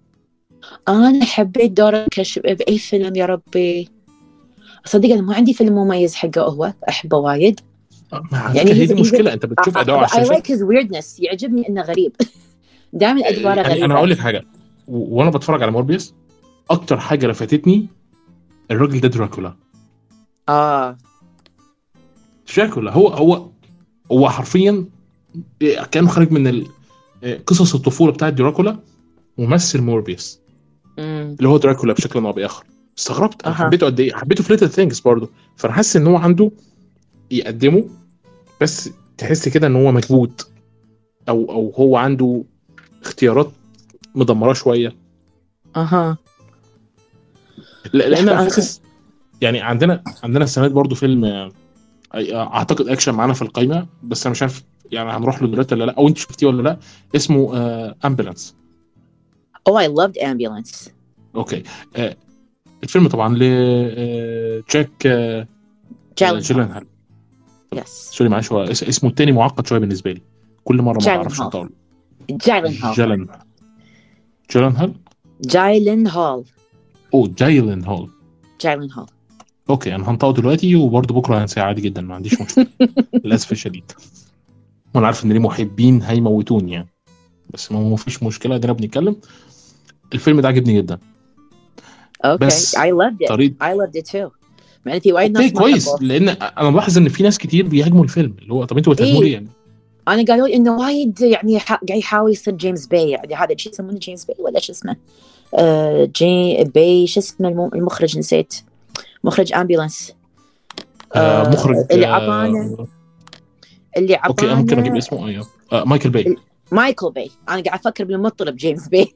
أنا حبيت دوره كش بأي فيلم يا ربي. صدق أنا ما عندي فيلم مميز حقه هو أحبه وايد. يعني يعني هي he's- دي he's- مشكله انت بتشوف اداءه على I الشاشه. like his weirdness. يعجبني إنه غريب. دائما أدواره يعني غريبة. انا هقول لك حاجه و- وانا بتفرج على موربيوس اكتر حاجه لفتتني الراجل ده دراكولا. آه دراكولا هو هو هو حرفيا كانه خارج من ال- قصص الطفوله بتاعت دراكولا وممثل موربيوس أمم. اللي هو دراكولا بشكل ما باخر. استغربت انا أها. حبيته قد ايه. حبيته في ليتل ثينجز برضه. فانا حاسس ان هو عنده يقدمه بس تحس كده ان هو مكبوت او او هو عنده اختيارات مدمره شويه. أها. لا لان لأنه انا أنا حاسس يعني عندنا عندنا السنه دي برضه فيلم آه، اعتقد اكشن معانا في القائمه بس انا مش عارف يعني هنروح له دلوقتي ولا لا او انت شفتيه ولا لا. اسمه امبولانس. Oh I loved Ambulance. اوكي آه، الفيلم طبعا لجاك جايلنهال. جيلنهال. يس سوري معلش هو اس- اسمه التاني معقد شويه بالنسبه لي كل مره ما بعرفش جايلنهال. انطقه. جايلنهال. جيلن جيلنهال. جايلنهال. او جايلنهال. جايلنهال. اوكي انا هنطقه دلوقتي وبرضه بكره هنساه عادي جدا ما عنديش مشكله. للاسف الشديد وانا عارف ان ليه محبين هيموتوني يعني بس ما فيش مشكله ادينا بنتكلم. الفيلم ده عجبني جدا. Okay بس I loved it. طريقه I loved it too. مع ان في وايد اوكي ناس ما كويس حبوه. لان انا ملاحظ ان في ناس كتير بيهاجموا الفيلم اللي هو طب انتوا بتهاجموا إيه. ليه يعني. انا قالوا لي انه وايد يعني ح- قاعد يحاول يصير جيمس باي. يعني هذا شو يسمونه جيمس باي ولا شو اسمه آه جي باي شو اسمه الم- المخرج نسيت. مخرج امبيلانس. آه مخرج اللي آه عطانا اللي اوكي ممكن اجيب عطانا اسمه ايوه آه مايكل باي. مايكل باي. انا قاعد افكر بالمطرب جيمس باي.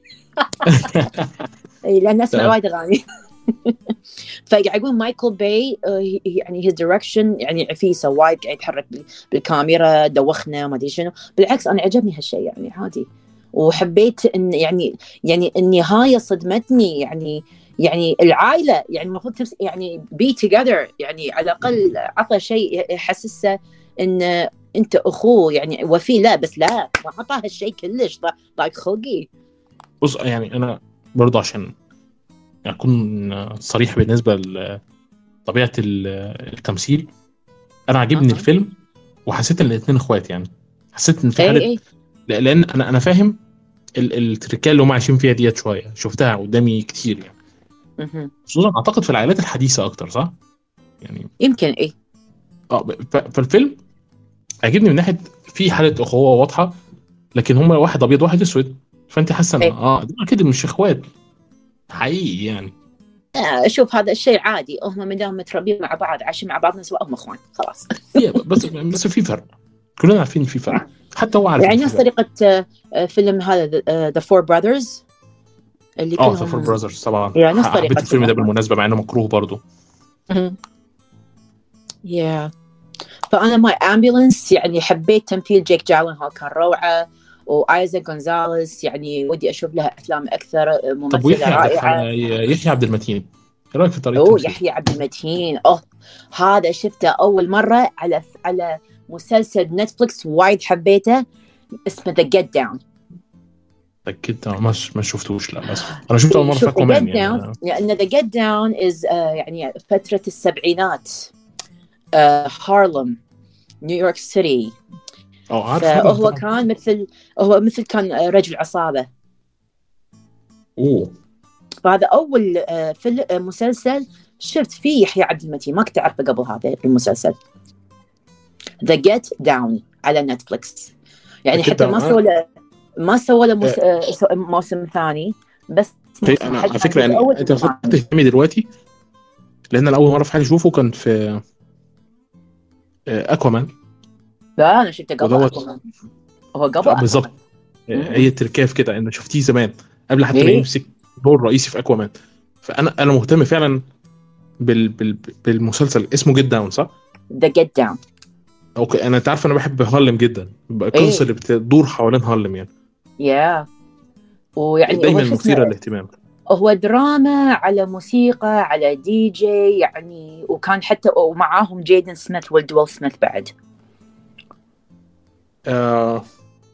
اي لان اسمع تمام. وايد اغاني. فقاعد يقول مايكل باي آه، يعني his direction يعني عفيسه وايد قاعد يتحرك بال- بالكاميرا دوخنا ما ادري شنو. بالعكس انا عجبني هالشيء يعني عادي. وحبيت ان يعني يعني النهايه صدمتني يعني يعني العائله يعني المفروض تمس يعني be together يعني على الاقل عطى شيء يحسسه ان انت اخوه يعني وفي. لا بس لا ما عطى هالشيء كلش ضايق خلقي. بص يعني انا برضه عشان اكون صريح بالنسبه لطبيعه ال- التمثيل انا عجبني أها. الفيلم وحسيت ان الاثنين اخوات يعني. حسيت ان في اي حاله اي لا- لان انا انا فاهم ال- التركيه اللي هم عايشين فيها ديت شويه شفتها قدامي كتير يعني مهم. خصوصا اعتقد في العائلات الحديثه اكتر صح يعني. يمكن اي اه ب- ف- فالفيلم عجبني من ناحيه في حاله اخوه واضحه لكن هم واحد ابيض واحد اسود فانت حاسه ان إيه. اه دول اكيد مش اخوات حقيقي يعني. اشوف هذا الشيء عادي. هم من دام متربيين مع بعض عايشين مع بعض نسوا هم اخوان خلاص. هي بس بس في فرق كلنا عارفين في فرق حتى هو عارف يعني إن في نفس فرق. طريقه آه، فيلم هذا ذا فور براذرز اللي اه ذا كلهم فور براذرز طبعا يعني نفس حبيت طريقة الفيلم ده كلهم. بالمناسبه مع انه مكروه برضه. يا فانا ماي امبيولانس يعني حبيت تمثيل جيك جايلنهال كان روعه. وايزا غونزاليز يعني ودي اشوف لها افلام اكثر. طب ممثله ويحيى عبد الح... رائعه. يحيى عبد المتين ايه رايك في طريقه اوه تمثيله؟ يحيى عبد المتين، اوه هذا شفته اول مره على على مسلسل نتفليكس وايد حبيته، اسمه ذا جيت داون. اكيد ما ما شفتوش، لا للاسف انا شفته اول مره في شوف ذا اكوامان جيت يعني داون، أنا... لان ذا جيت داون از يعني فتره السبعينات، آه، هارلم، نيويورك سيتي. اه عارف هارلم فهو طبعا. كان مثل، هو مثل كان آه، رجل عصابه. اوه. فهذا اول آه، فيلم آه، مسلسل شفت فيه يحيى عبد المتين، ما كنت اعرفه قبل هذا المسلسل، ذا جيت داون على نتفليكس. يعني اكيد حتى ده ما أنا... سوى له ما سوى له موس... آه، آه، سو- موسم ثاني، بس في... موسم انا واحد على كان فكره جزء يعني اول انت وجزء لفتت ثاني. اهتمامي دلوقتي، لان انا اول مره في حياتي اشوفه كان في آه، اكوامان. لا انا شفته قبل ودوت اكوامان، هو قبل آه، اكوامان. بالظبط. آه، هي امم التركية في كده ان شفتيه زمان قبل حتى ما ايه يمسك الدور الرئيسي في اكوامان. فانا انا مهتم فعلا بال... بال... بالمسلسل. اسمه جيت داون صح؟ ذا جيت داون. اوكي، انا انت عارف انا بحب هارلم جدا، القصص ايه اللي بتدور حوالين هارلم يعني يا ويعني هو دايما شو اسمه، مثيره للاهتمام. هو دراما على موسيقى على دي جي يعني، وكان حتى ومعاهم جيدن سميث ولد ويل سميث بعد. آه...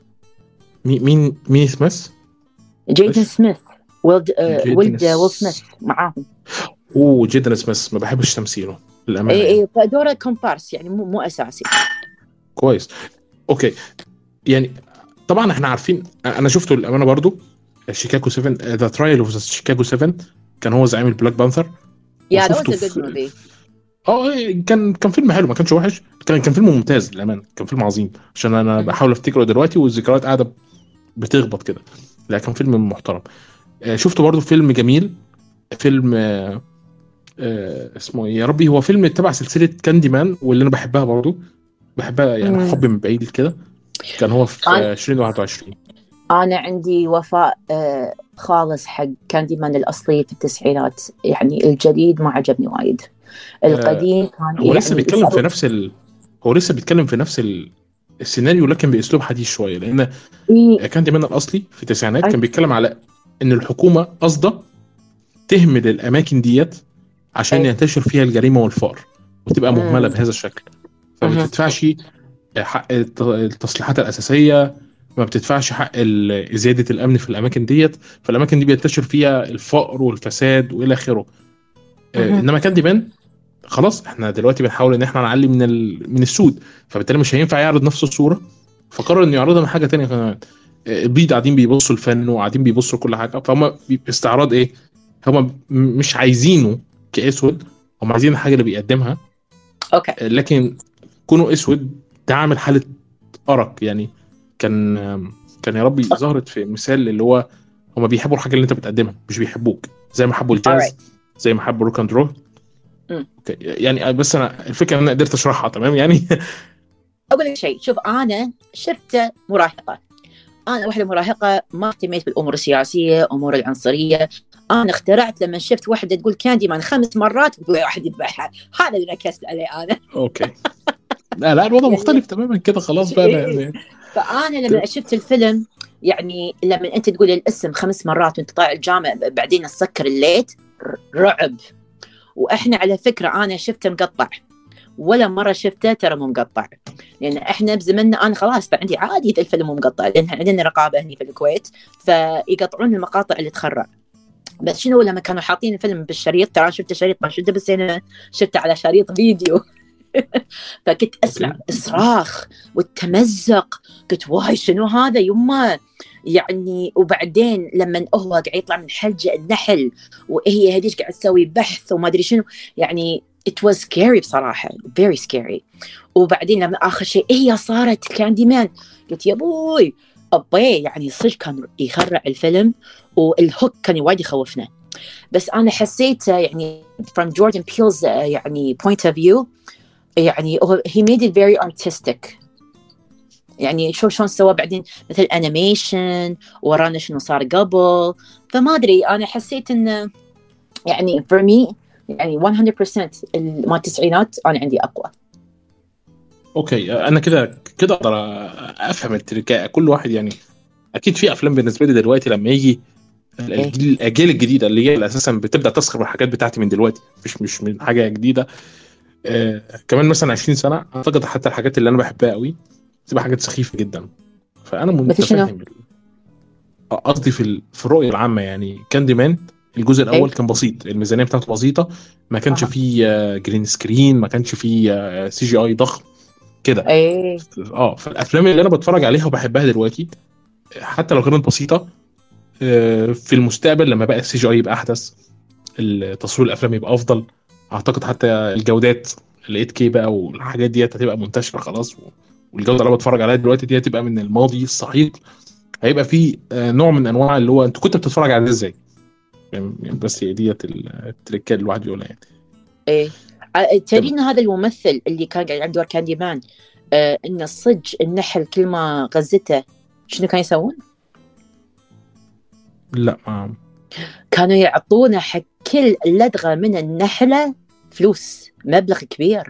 مين مين مين سميث؟ جيدن ايش؟ سميث ولد آه جيدن ولد ويل س... سميث معاهم. اوه جيدن سميث ما بحبش تمثيله للامانه اي يعني. اي فدوره كومبارس يعني، مو مو اساسي. كويس. اوكي يعني طبعا احنا عارفين، انا شفته للامانه برضو شيكاغو سبعة، ذا ترايل اوف شيكاغو سبعة، كان هو زعيم البلاك بانثر. Yeah, that was وشفته a good في movie. اه كان كان فيلم حلو، ما كانش وحش، كان كان فيلم ممتاز للامانه، كان فيلم عظيم عشان انا Mhm. بحاول افتكره دلوقتي والذكريات قاعده بتخبط كده. لا كان فيلم محترم. آه، شفته برضو فيلم جميل، فيلم آه، آه، اسمه ايه يا ربي، هو فيلم تبع سلسله كاندي مان واللي انا بحبها برضو، بحبها يعني مم. حب من بعيد كده. كان هو في أنا آه، ألفين وواحد وعشرين. أنا عندي وفاء آه، خالص حق كاندي مان الأصلي في التسعينات، يعني الجديد ما عجبني وايد، آه، القديم كان هو لسه يعني بيتكلم في يسأل. نفس ال... هو لسه بيتكلم في نفس ال... السيناريو، لكن باسلوب حديث شويه، لان إيه كاندي مان الاصلي في التسعينات كان أي- بيتكلم على ان الحكومه قاصده تهمل الاماكن ديت عشان أي. ينتشر فيها الجريمه والفقر، وتبقى مهمله مم. بهذا الشكل. فما مهم. بتدفعش حق الت- التصليحات الاساسيه، ما بتدفعش حق ال- زياده الامن في الاماكن ديت، فالاماكن دي بينتشر فيها الفقر والفساد والى اخره. آه، مهم. انما كاندي مان خلاص احنا دلوقتي بنحاول ان احنا نعلي من ال... من السود، فبالتالي مش هينفع يعرض نفس الصوره، فقرر انه يعرضها من حاجه تانية كمان. آه، البيض قاعدين بيبصوا الفن وقاعدين بيبصوا كل حاجه، فهم بي- استعراض ايه، هم م- مش عايزينه كاسود، هم عايزين الحاجه اللي بيقدمها. أوكي. آه، لكن كونه اسود ده عامل حاله ارق يعني. كان آم، كان يا ربي ظهرت في مثال اللي هو هم بيحبوا الحاجه اللي انت بتقدمها مش بيحبوك، زي ما حبوا alright. الجاز، زي ما حبوا الروك اند رول. مم. اوكي يعني بس انا الفكره ان انا قدرت اشرحها تمام يعني. أقول لك شيء، شوف أنا شفت مراهقة، أنا واحدة مراهقة ما اهتميت بالأمور السياسية، أمور العنصرية. أنا اخترعت لما شفت واحدة تقول كاندي مان خمس مرات وتقول واحد يذبحها، هذا اللي ركزت عليه أنا. اوكي. لا لا الوضع يعني مختلف تماما كده خلاص بقى أنا إيه، يعني. فأنا لما شفت الفيلم، يعني لما أنت تقول الاسم خمس مرات وأنت طالع الجامع بعدين تسكر الليت، رعب. وإحنا على فكرة أنا شفته مقطع، ولا مرة شفته ترى مو مقطع، لأن إحنا بزمننا أنا خلاص عندي عادي الفيلم مو مقطع، لأن عندنا رقابة هني في الكويت فيقطعون المقاطع اللي تخرع. بس شنو لما كانوا حاطين الفيلم بالشريط، ترى شفته شريط، ما شفته بالسينما، شفته على شريط فيديو. فكنت اسمع اوكي. الصراخ والتمزق، قلت واي شنو هذا يمه يعني. وبعدين لما هو قاعد يطلع من حلجة النحل وهي هديش قاعد تسوي بحث وما ادري شنو، يعني it was scary بصراحة very scary. وبعدين لما آخر شيء هي صارت كاندي مان، قلت يا بوي أبي يعني صدق كان يخرع الفيلم، والهوك كان وايد يخوفنا. بس أنا حسيت يعني from Jordan Peele's يعني point of view، يعني he made it very artistic. يعني شو شلون سوى بعدين مثل انيميشن ورانا شنو صار قبل. فما ادري انا حسيت انه يعني for me يعني مية بالمية مال التسعينات انا عندي اقوى. اوكي انا كده كده اقدر افهم التركايه كل واحد يعني. اكيد في افلام بالنسبه لي دلوقتي لما يجي الجيل الاجيال الجديده اللي هي اساسا بتبدا تسخر بالحاجات بتاعتي من دلوقتي، مش مش من حاجه جديده. آه كمان مثلا عشرين سنه اعتقد حتى الحاجات اللي انا بحبها قوي تبقى حاجات سخيفه جدا. فانا مثل شنو؟ متفهم قصدي في ال- في الرؤيه العامه. يعني كاندي مان الجزء الاول ايه كان بسيط، الميزانيه بتاعته بسيطه، ما كانش اها فيه آه، جرين سكرين، ما كانش فيه آه، سي جي اي ضخم كده. ايه اه فالافلام اللي انا بتفرج عليها وبحبها دلوقتي حتى لو كانت بسيطه، آه، في المستقبل لما بقى السي جي اي يبقى احدث، التصوير الافلام يبقى افضل، اعتقد حتى الجودات ال إيت كيه بقى والحاجات دي هتبقى منتشره خلاص، و- والجوده اللي انا بتفرج عليها دلوقتي دي هتبقى من الماضي السحيق. هيبقى في آه، نوع من انواع اللي هو انت كنت بتتفرج عليه ازاي يعني. بس هي ديت التريكات اللي الواحد بيقولها يعني. ايه ع- كمل. تدرين هذا الممثل اللي كان قاعد يلعب دور كاندي مان، آه ان الصج النحل كل ما غزته شنو كانوا يسوون؟ لا ما كانوا يعطونه حق كل لدغه من النحله فلوس، مبلغ كبير.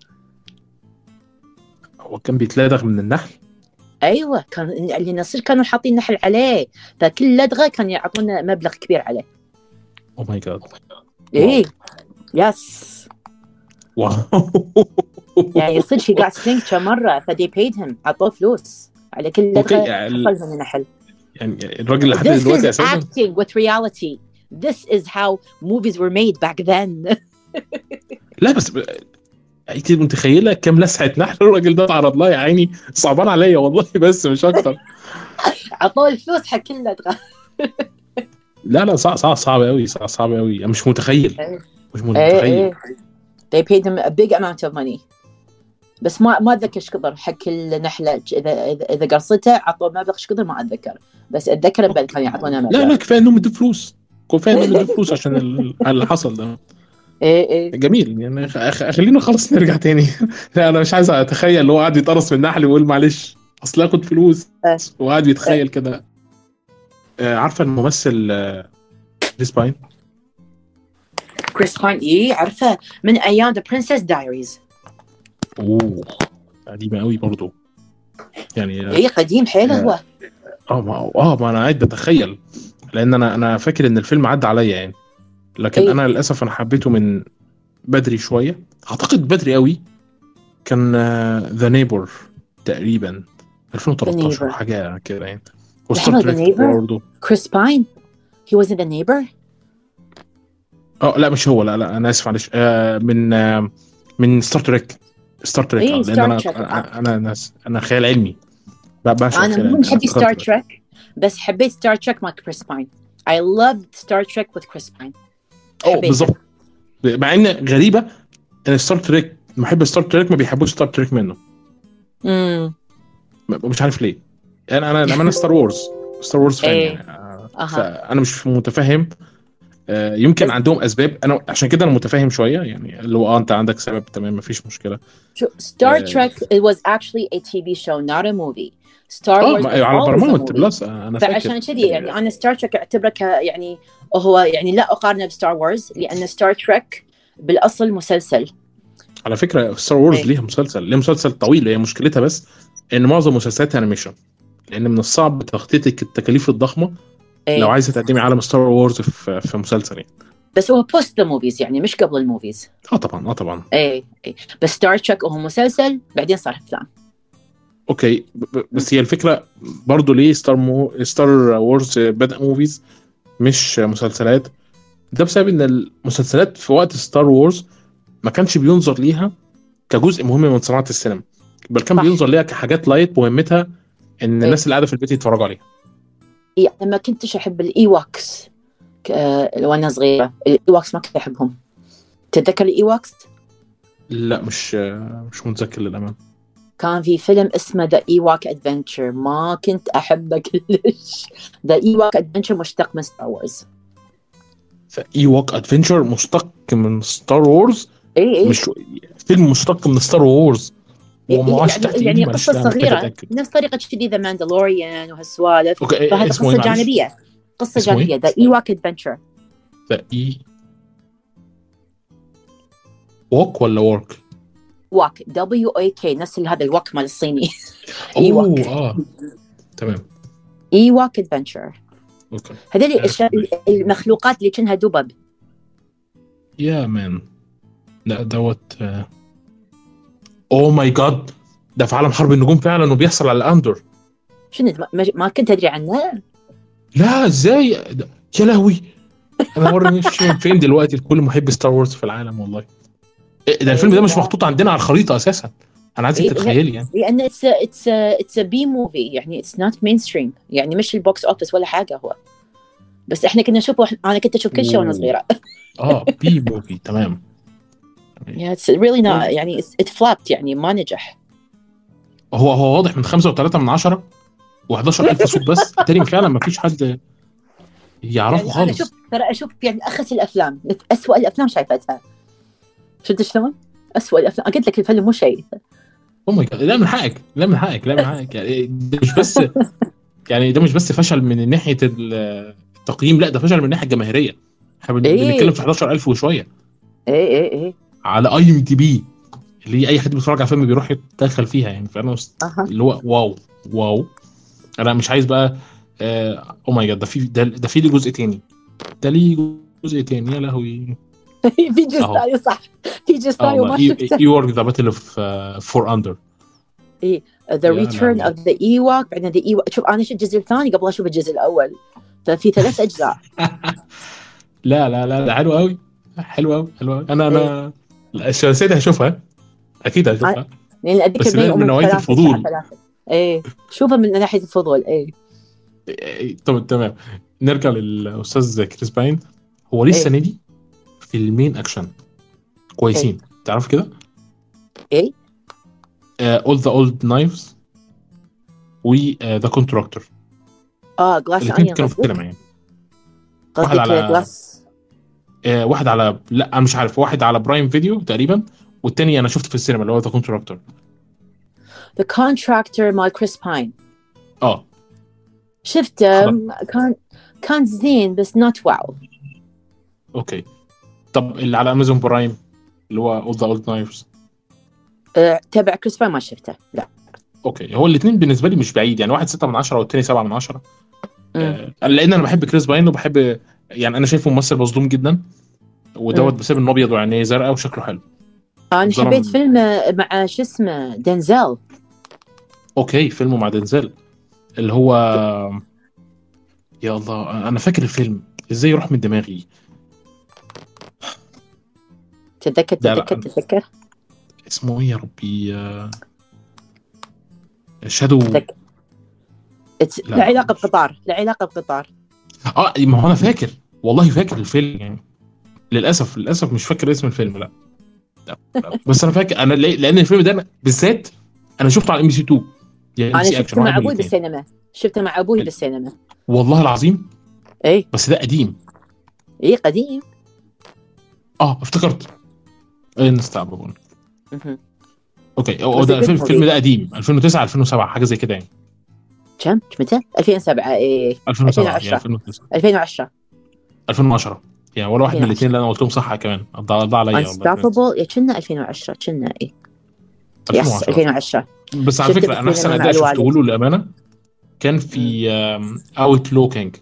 هو كان بيتلدغ من النحل؟ ايوه كان اللي نصير كانوا حاطين نحل عليه، فكل لدغه كان يعطونه مبلغ كبير عليه. او ماي جاد. واو. ايه يس واو. يعني صدق he got stinked كم مره فدي paid him، عطوه فلوس على كل اوكي لدغه يعني حصلها من النحل. يعني الراجل لحد This is دلوقتي اساسا. acting with reality. This is how movies were made back then. لا بس ب- انت متخيله كام لسعه نحل الراجل ده اتعرض لها يا عيني؟ صعبان عليا والله بس مش اكتر. عطوه الفلوس حق كل لدغه. لا لا صعب صعب صعب قوي، صعب صعب قوي، انا مش متخيل، مش ايه متخيل. ايه they paid him a big amount of money. بس ما ما اتذكر ايش قدر حق كل نحله، اذا اذا, إذا قرصته عطوه مبلغ ايش قدر ما اتذكر، بس اتذكر بل كان يعطونا لا لا مبلغ. كفايه انهم يدوا فلوس، كفايه انهم يدوا فلوس عشان ال- اللي حصل ده. ايه ايه جميل يعني. خ- خ- خلينا خلاص نرجع تاني. لا انا مش عايز اتخيل اللي هو قاعد يتقرص من النحل ويقول معلش اصل اخد فلوس، آه. وقاعد بيتخيل كده. آه، عارفه الممثل آه، كريس باين؟ كريس باين ايه عارفه من ايام ذا برنسس دايريز. اوه قديمه قوي برضو يعني. ايه قديم حيل هو. اه ما اه ما انا قاعد بتخيل، لان انا انا فاكر ان الفيلم عدى عليا يعني، لكن إيه. انا للاسف انا حبيته من بدري شويه، اعتقد بدري قوي. كان ذا نيبر تقريبا ألفين وتلتاشر The Neighbor. حاجه كده يعني. وستار لحظة The تريك Neighbor. برضه. Chris Pine. He wasn't the neighbor. اه لا مش هو، لا لا انا اسف معلش. آه من آه من ستار تريك. ستار تريك اه إيه لان ستار انا تريك. انا انا انا, أنا خيال علمي، ب- بعشق أنا الخيال مو العلمي. انا محبي ستار افتكرت تريك، بس حبيت ستار تريك مع كريس باين. I loved Star Trek with Chris Pine. اه حبيتها. بالظبط. مع ان غريبه ان ستار تريك محب ستار تريك ما بيحبوش ستار تريك منه، امم م- مش عارف ليه. انا انا انا ستار وورز، ستار وورز فان إيه. يعني. آه، أها. فانا مش متفهم. آه، يمكن بس- عندهم اسباب، انا عشان كده انا متفهم شويه يعني، اللي هو اه انت عندك سبب تمام مفيش مشكله. شو Star آه، Trek it was actually a T V show not a movie. Star اه Wars ما- is على always a برامج movie. بلس آه، انا فاكر. فعشان كذي يعني أنا ستار تريك أعتبره ك يعني هو يعني لا أقارنه بستار وورز، لأن ستار تريك بالأصل مسلسل. على فكره ستار وورز إيه. ليها مسلسل، ليها مسلسل طويل. هي مشكلتها بس ان معظم مسلسلاتها انيميشن، لان من الصعب تغطيه التكاليف الضخمه إيه. لو عايزه تقدمي عالم ستار وورز في في مسلسل يعني. بس هو بوست ذا موفيز يعني مش قبل الموفيز. اه طبعا اه طبعا. ايه ايه بس ستار تريك هو مسلسل بعدين صار افلام. اوكي ب- ب- بس هي الفكره برضو ليه ستار مو ستار وورز بدأ موفيز مش مسلسلات. ده بسبب ان المسلسلات في وقت ستار وورز ما كانش بينظر ليها كجزء مهم من صناعه السينما، بل كان صح. بينظر ليها كحاجات لايت مهمتها ان إيه. الناس اللي قاعده في البيت يتفرجوا عليها. يعني ما كنتش احب الايواكس وانا صغيره. الايواكس ما كنت احبهم. تتذكر الايواكس؟ لا مش مش متذكر للامانه. كان في فيلم اسمه ذا ايواك ادفنتشر، ما كنت احبه كلش. ذا ايواك ادفنتشر مشتق من ستار وورز. فاي ووك ادفنتشر مشتق من ستار وورز؟ اي اي مش فيلم مشتق من ستار وورز وما عادش يعني تحت يعني ايدي معلش. قصه لا، أنا محتاج صغيره أتأكد. نفس طريقه كذي ذا ماندلوريان وهالسوالف. اوكي فهذا اسمه قصه ايه معلش؟ جانبيه. قصه اسمه إيه؟ جانبيه ذا ايواك ادفنتشر. ذا اي ووك ولا وورك؟ واك دبليو اي كي نفس هذا الوك مال الصيني. اوه ايواك. اه تمام. ايواك ادفنتشر. اوكي هذول عرفت الش- عليك. المخلوقات اللي كأنها دبب. يا مان لا دوت اوه ماي جاد، ده في عالم حرب النجوم فعلا وبيحصل على اندور. شنو ما, ما- ما كنت ادري عنه. لا ازاي ده؟ يا لهوي، انا وري نفسي من فين دلوقتي لكل محب ستار وورز في العالم والله. إيه ده؟ الفيلم ده اي مش لا محطوط عندنا على الخريطه اساسا، انا عايزك إيه لا، تتخيلي يعني. لان اتس اتس اتس بي موفي، يعني اتس نوت مين ستريم، يعني مش البوكس اوفيس ولا حاجه هو. بس احنا كنا نشوفه، انا كنت اشوف كل شيء وانا اوه صغيره. اه بي موفي تمام. yeah, it's really not، طيب، يعني it flopped، يعني ما نجح. هو هو واضح من خمسة وثلاثة من عشرة و11000 صوت، بس التاني فعلا ما فيش حد يعرفه يعني انا اشوف، خالص. ترى اشوف يعني اخس الافلام، اسوأ الافلام شايفتها. شفت شلون؟ اسوأ الافلام، قلت لك الفيلم مو شيء. او ماي جاد، لا من حقك، لا من حقك، لا من حقك، يعني ده مش بس، يعني ده مش بس فشل من ناحيه التقييم، لا ده فشل من الناحيه الجماهيريه. احنا بن- بنتكلم ايه في حداشر ألف وشويه ايه ايه ايه. على اي ام دي بي، اللي هي اي حد بيتفرج على فيلم بيروح يتدخل فيها يعني. فانا مست- اها. اللي هو واو واو. انا مش عايز بقى او ماي جاد، ده في ده, ده في ليه جزء تاني، ده ليه جزء تاني يا لهوي. في جزء اهو ثاني صح، في جزء اه ثاني والله، وما اي شفته. اي ورك ذا باتل اوف فور اندر. ايه The يا Return لهوي. of the Ewok، بعدين The Ewok. شوف انا شفت الجزء الثاني قبل اشوف الجزء الاول، ففي ثلاث اجزاء. لا لا لا ده حلو قوي، حلو قوي حلو قوي. انا ايه انا الثلاثيه دي هشوفها، اكيد ع- هشوفها. لان اذكر بس ده بينهم من من نوعيه ثلاثة الساعه الفضول. ثلاثة. ايه شوفها من ناحيه الفضول. ايه إيه، طب تمام، نرجع للاستاذ كريس باين. هو ليه ايه السنه دي فيلمين اكشن ايه كويسين، تعرف كده؟ ايه. اول ذا اولد نايفز و ذا كونتراكتور. اه جلاس الاثنين انيون بيتكلموا في السينما قصدك؟ يعني. واحد قصدك على جلاس. آه واحد على لا انا مش عارف، واحد على برايم فيديو تقريبا، والتاني انا شفته في السينما اللي هو ذا كونتراكتور. The Contractor مال كريس باين. اه شفته، حضر. كان كان زين بس نوت واو. اوكي، طب اللي على امازون برايم اللي هو اول ذا اولد نايفز. أه، تبع كريس باين ما شفته لا. اوكي، هو الاثنين بالنسبه لي مش بعيد يعني، واحد ستة من عشرة والتاني سبعة من عشرة. امم آه لان انا بحب كريس باين وبحب، يعني انا شايفه ممثل مظلوم جدا، ودوت امم بسبب انه ابيض وعينيه زرقاء وشكله حلو. انا حبيت ظلم. فيلم مع شو اسمه دنزل. اوكي فيلمه مع دنزل اللي هو، يا الله انا فاكر الفيلم ازاي يروح من دماغي. تتذكر ده تتذكر لا تتذكر اسمه ايه يا ربي، شادو. تتذكر. It's- لا له لا علاقه مش، بقطار، له علاقه بقطار. اه ما هو انا فاكر، والله فاكر الفيلم يعني. للاسف للاسف مش فاكر اسم الفيلم، لا لا, لا. بس انا فاكر انا ليه؟ لان الفيلم ده أنا بالذات انا شفته على ام بي سي اتنين، يعني ام بي انا سي اكشن شفته واحد مع من ابوي الاثنين. بالسينما، شفته مع ابوي بالسينما. والله العظيم ايه بس ده قديم. ايه قديم. اه افتكرت انستابل. مهم. اوكي هو was a ده good الفيلم الفيلم movie. ده قديم ألفين وتسعة ألفين وسبعة حاجه زي كده يعني. كم متى؟ ألفين وسبعة. ايه ألفين وسبعة يعني ألفين وعشرة. ألفين وتسعة ألفين وعشرة. ألفين وعشرة يعني، ولا واحد من الاثنين ألفين وعشرة اللي انا قلتهم صح كمان، ضاع ضاع عليا والله بجد. Unstoppable يا كنا ألفين وعشرة كنا ايه. يس ألفين وعشرة. ألفين وعشرة. بس على شفته فكره انا احسن بالسينما مع اداء شفته الوالد. له للامانه كان مم. في اوت لوكينج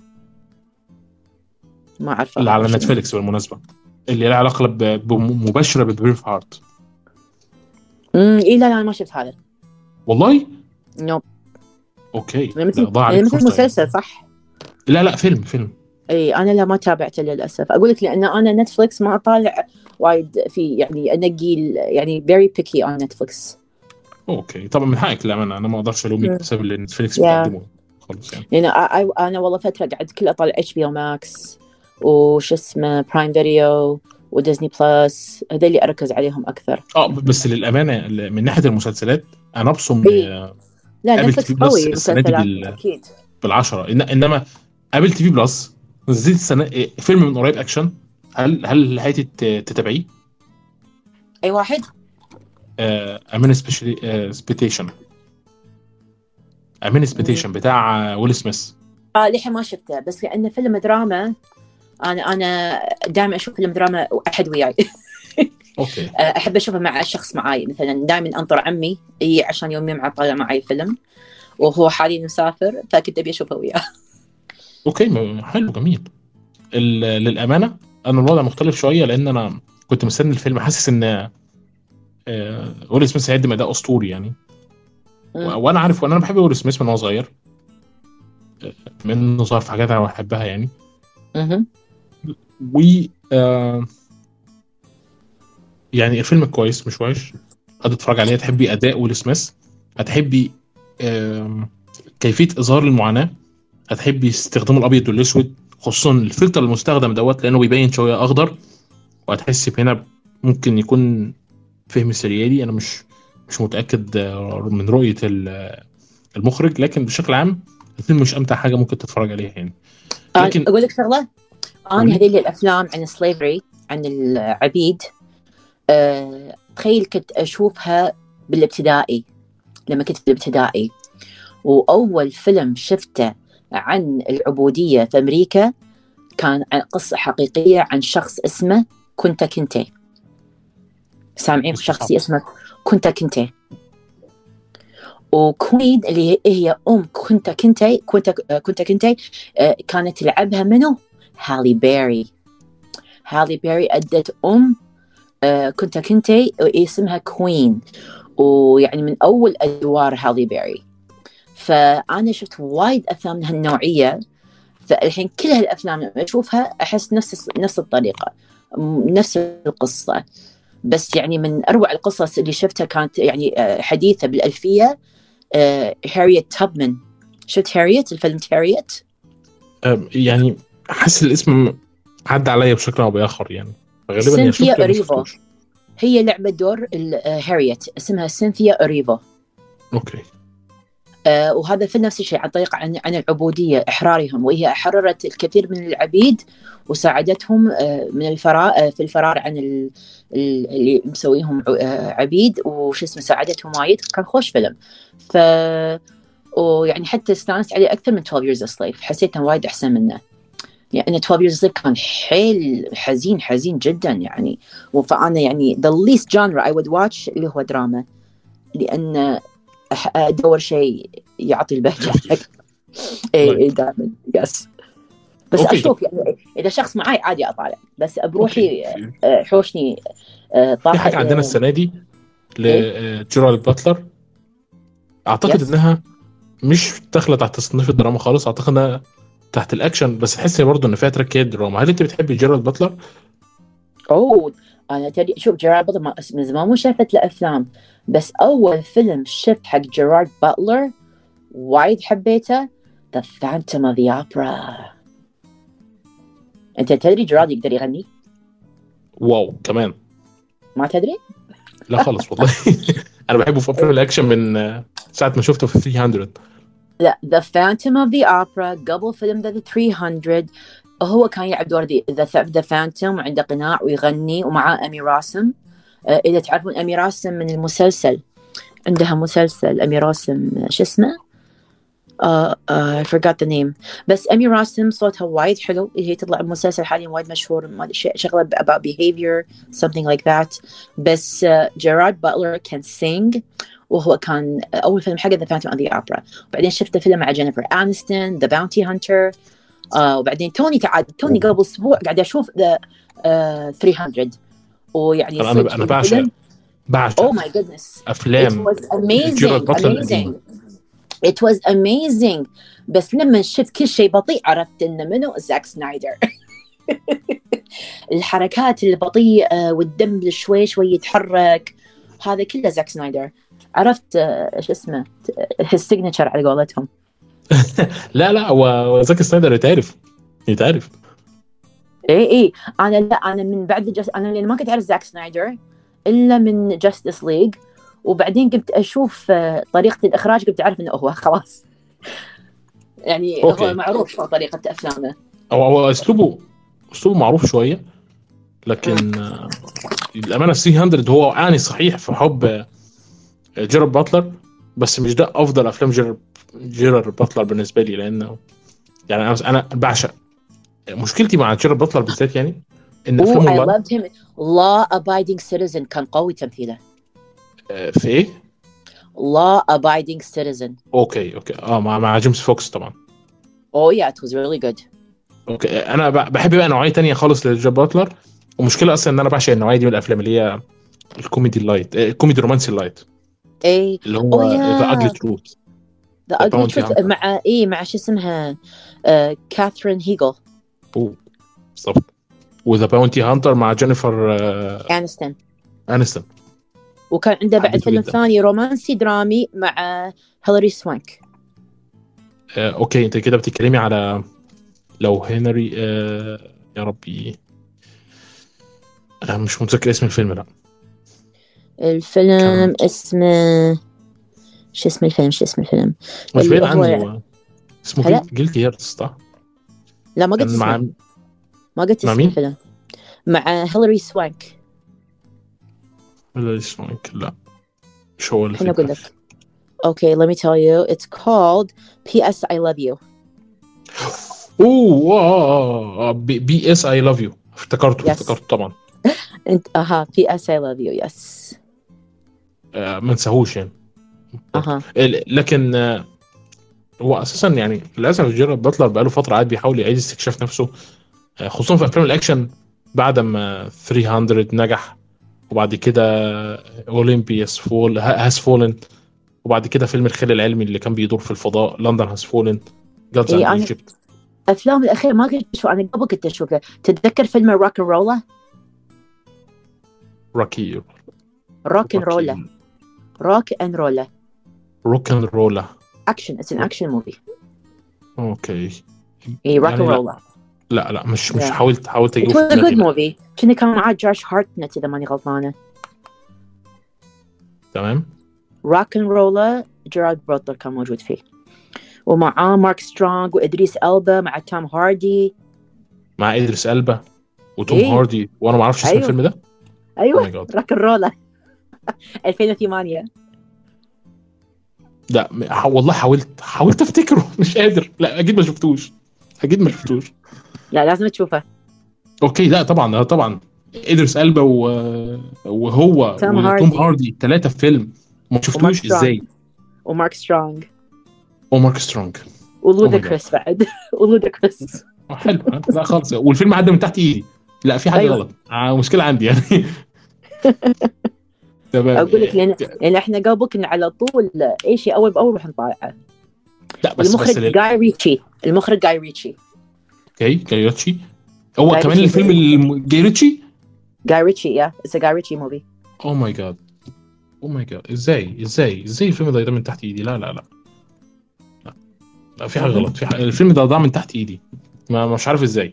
ما اعرفه اللي هذا على شنو. نتفليكس بالمناسبه، اللي لها علاقه ب- ب- مباشره ببريف هارت. امم ايه لا لا أنا ما شفت هذا. والله نو. اوكي يعني لا مثل ضاع يعني عليك مثل فرصه يعني. مسلسل صح. لا لا فيلم فيلم. اي انا لا ما تابعته للاسف، اقول لك لان انا نتفلكس ما اطالع وايد في، يعني انقي ال- يعني very picky on نتفلكس. اوكي طبعا من حقك للامانه، انا ما اقدرش الومك مم. بسبب اللي نتفليكس يا بتقدمه خالص يعني. يعني I, I, انا والله فتره قعدت كل اطالع اتش بي او ماكس وش اسمه برايم فيديو وديزني بلس، هذول اللي اركز عليهم اكثر. اه بس للامانه من ناحيه المسلسلات انا ابصم اي لا ابل تي نتفلكس في بلس قوي السنه دي مسلسلات بال... اكيد. بالعشره. إن... انما ابل تي في بلس نزلت السنه إيه، فيلم من قريب اكشن. هل هل لحقتي تت- تتابعيه؟ اي واحد. امين سبيتيشن. امين سبيتيشن بتاع ويل سميث. اه لحين ما شفته، بس لانه فيلم دراما، انا انا دائما اشوف فيلم دراما احد وياي. اوكي احب اشوفه مع الشخص معاي، مثلا دائما انطر عمي يجي عشان يوم يوم طالع معي فيلم، وهو حاليا مسافر فكنت ابي اشوفه وياه. اوكي، م- حلو جميل. ال- للامانه انا الوضع مختلف شويه، لان انا كنت مستني الفيلم، حاسس ان آه، ويل سميث هيقدم اداء اسطوري يعني. و- مم. وانا عارف، وانا أنا بحب ويل سميث من هو صغير، منه ظهر في حاجات انا بحبها يعني. مهم. و آه، يعني الفيلم كويس مش وحش، هتتفرج عليه، هتحبي اداء ويل سميث، هتحبي آم، كيفيه اظهار المعاناه، هتحبي استخدام الابيض والاسود، خصوصا الفلتر المستخدم دوت لانه بيبين شويه اخضر. وهتحسي هنا ممكن يكون فهم سريالي، انا مش مش متاكد آه، من رؤيه ال- المخرج، لكن بشكل عام الفيلم مش امتع حاجه ممكن تتفرج عليها يعني. أنا لكن أقول لك شغلة. أنا قولي. هذه الأفلام عن السليفري، عن العبيد، أه تخيل كنت أشوفها بالابتدائي لما كنت في الابتدائي. وأول فيلم شفته عن العبودية في أمريكا كان عن قصة حقيقية عن شخص اسمه كونتا كنتي. سامعين اسمه صعب. شخصية اسمه كونتا كنتي. وكوين اللي هي أم كونتا كنتي كونتا كونتا كنتي آه، كانت تلعبها منو؟ هالي بيري. هالي بيري أدت أم آه، كونتا كنتي اسمها كوين، ويعني من أول أدوار هالي بيري. فأنا شفت وايد أفلام من هالنوعية، فالحين كل هالأفلام لما أشوفها أحس نفس نفس الطريقة، م- نفس القصة. بس يعني من أروع القصص اللي شفتها كانت يعني آه، حديثة بالألفية، آه، هاريت توبمان. شفت هاريت؟ الفيلم هاريت. آم، يعني حاسس الاسم عدى عليا بشكل او باخر يعني، غالبا يا سينثيا شفته يا ما أريفو، شفتوش. هي لعبة دور ال- آه، هاريت، اسمها سينثيا أريفو. اوكي. آه، وهذا في نفس الشيء عن طريق عن, عن العبودية، إحرارهم، وهي حررت الكثير من العبيد وساعدتهم آه، من الفرار في الفرار عن ال- ال- اللي مسويهم آه، عبيد، وش اسمه ساعدتهم وايد. كان خوش فيلم. ف ويعني حتى استانست عليه أكثر من twelve years a slave، حسيته وايد أحسن منه. يعني twelve years a slave كان حيل حزين حزين جدا يعني. فأنا يعني the least genre I would watch اللي هو دراما، لأن أح- ادور شيء يعطي البهجه حق. اي طيب. اي دائما يس. بس اوكي طب. اشوف يعني اذا شخص معي عادي اطالع، بس اوكي، بروحي في آه، حوشني آه، في طاقه حاجه عندنا آه، السنه دي ايه لجيرالد باتلر، اعتقد يس. انها مش داخله تحت تصنيف الدراما خالص، اعتقد انها تحت الاكشن، بس تحس برضه ان فيها تركيات دراما. هل انت بتحبي جيرالد باتلر؟ اوه انا تدري شوف جيرارد باتلر ما- من زمان مو شافت له افلام، بس اول فيلم شفت حق جيرارد باتلر وايد حبيته، ذا فانتوم اوف ذا اوبرا. انت تدري جيرارد يقدر يغني؟ واو كمان. ما تدري؟ لا خالص والله. انا بحبه في افلام الاكشن من آه، ساعه ما شفته في ثلاثمية. لا The Phantom of the Opera قبل فيلم ذا ثلاثمية، هو كان يلعب دور ذا ذا فانتوم، وعنده قناع ويغني، ومعاه أمي راسم. آه، إذا تعرفون أمي راسم من المسلسل، عندها مسلسل أمي راسم آه، شو اسمه؟ uh, uh, I forgot the name. بس أمي راسم صوتها وايد حلو، هي تطلع بمسلسل حاليا وايد مشهور، ما أدري ش- شغلة about behavior something like that. بس جيرارد باتلر كان sing، وهو كان أول فيلم حقه The Phantom of the Opera. وبعدين شفت فيلم مع جينيفر أنستون The Bounty Hunter. آه وبعدين توني تعاد توني قبل أسبوع قاعد أشوف ذا آه ثلاثمية، ويعني انا انا صدق انا بعشق الفيلم. بعشق Oh my goodness. It افلام was جيرالد amazing باتلر amazing. القديمه. It was amazing. بس لما شفت كل شيء بطيء عرفت إنه منو زاك سنايدر. الحركات البطيئة والدم شوي شوي يتحرك، هذا كله زاك سنايدر. عرفت آه، شو اسمه his signature على قولتهم. لا لا، هو زاك سنايدر يتعرف، يتعرف. اي اي انا لا انا من بعد جس... انا لان ما كنت اعرف زاك سنايدر الا من جاستس ليج، وبعدين قمت اشوف آه، طريقه الاخراج، قمت اعرف انه هو خلاص يعني هو اوكي. معروف طريقه افلامه. هو هو اسلوبه اسلوبه معروف شويه، مم. لكن آه، الامانه ثلاثمية هو يعني صحيح في حب آه، جيرالد باتلر، بس مش ده افضل افلام جيرالد جيرالد باتلر بالنسبه لي، لانه يعني انا انا بعشق. مشكلتي مع جيرالد باتلر بالذات يعني ان اوه افلامه I اونلاين. loved him. Law Abiding Citizen كان قوي تمثيله. آه، في ايه؟ Law Abiding Citizen. اوكي اوكي اه، مع مع جيمس فوكس طبعا. Oh yeah, it was really good. اوكي انا ب- بحب بقى نوعيه تانية خالص لجيرارد باتلر. ومشكله اصلا ان انا بعشق النوعيه دي من الافلام اللي هي الكوميدي اللايت، آه، الكوميدي الرومانسي اللايت، ايه. اللي Oh هو ذا اجلي yeah, تروث. The ذا Ugly باونتي Truth هانتر. مع ايه مع شو اسمها آه كاثرين هيجل بالظبط. وذا باونتي هانتر مع جينيفر آه، انستون. انستون. وكان عنده بعد حبيته فيلم جدا. ثاني رومانسي درامي مع هيلاري سوانك. آه، اوكي انت كده بتتكلمي على لو هنري آه، يا ربي، آه، مش متذكر اسم الفيلم. لا الفيلم كان اسمه شو اسم الفيلم شو اسم الفيلم مش بعيد اللي هو عني هو. اسمه هلا جيلتي هيرتس صح؟ لا ما قلت كان مع اسمه ما قلت مع اسم مين؟ الفيلم مع هيلاري سوانك. ولا اسمه لا مش هو الحين الفكرة. اقول لك. Okay, let me tell you. It's called P S I Love You. اوه آه، آه، بي, بي اس اي لاف يو. افتكرته Yes. افتكرته طبعا. انت اها P S I Love You. Yes. آه، ما نساهوش يعني. اها ال- لكن آه، هو اساسا يعني للاسف جيرارد باتلر بقاله فتره قاعد بيحاول يعيد استكشاف نفسه، آه، خصوصا في افلام الاكشن بعد ما ثلاثمية نجح، وبعد كده اولمبياس فول هاز فولن، وبعد كده فيلم الخيال العلمي اللي كان بيدور في الفضاء لندن هاز فولن، جادز اي اند انا ايجيبت. افلام الاخير ما كنت اشوف. انا قبل كنت اشوفه. تتذكر فيلم روك اند رولا؟ روكي روك اند رولا روك اند رولا روك اند رولا. اكشن. It's an action movie. اوكي اي روك اند يعني لا رولا. لا لا مش مش Yeah. حاولت حاولت It اجيبه was في a دماغي. good لا movie. كنا كان معاه جوش هارتنت اذا ماني غلطانه. تمام. روك اند رولا جيرارد باتلر كان موجود فيه، ومعاه مارك سترونج وادريس البا مع توم هاردي. مع ادريس البا وتوم إيه. هاردي وانا ما اعرفش اسم أيوه. الفيلم ده. ايوه Oh my God. روك اند رولا ألفين وثمانية. لا م- ح- والله حاولت حاولت افتكره مش قادر. لا اكيد ما شفتوش، اكيد ما شفتوش. لا لازم تشوفه. اوكي لا طبعا آه، طبعا ادريس البا و... وهو توم وتوم هاردي هاردي ثلاثه في فيلم ما ومارك شفتوش سترونج ازاي. ومارك سترونج ومارك سترونج. ولودا Oh my God. كريس بعد ولودا كريس. آه، حلو آه، لا خالص والفيلم عدى من تحت ايدي. لا في حاجه أيوة. غلط، آه، مشكله عندي يعني. تمام. اقول لك لان لان احنا قبل كنا على طول اي شيء اول باول راح نطالعه. لا بس بس المخرج لل... جاي ريتشي. المخرج جاي ريتشي. اوكي جايريتشي. هو جاي كمان ريتشي. الفيلم الم- جايريتشي. جاي ريتشي يا اتس ا جاي ريتشي موفي. او ماي جاد. او ماي جاد ازاي ازاي ازاي الفيلم ده يضيع من تحت ايدي؟ لا لا لا لا, لا في حاجه غلط. في حاجة... الفيلم ده ضاع من تحت ايدي، ما مش عارف ازاي.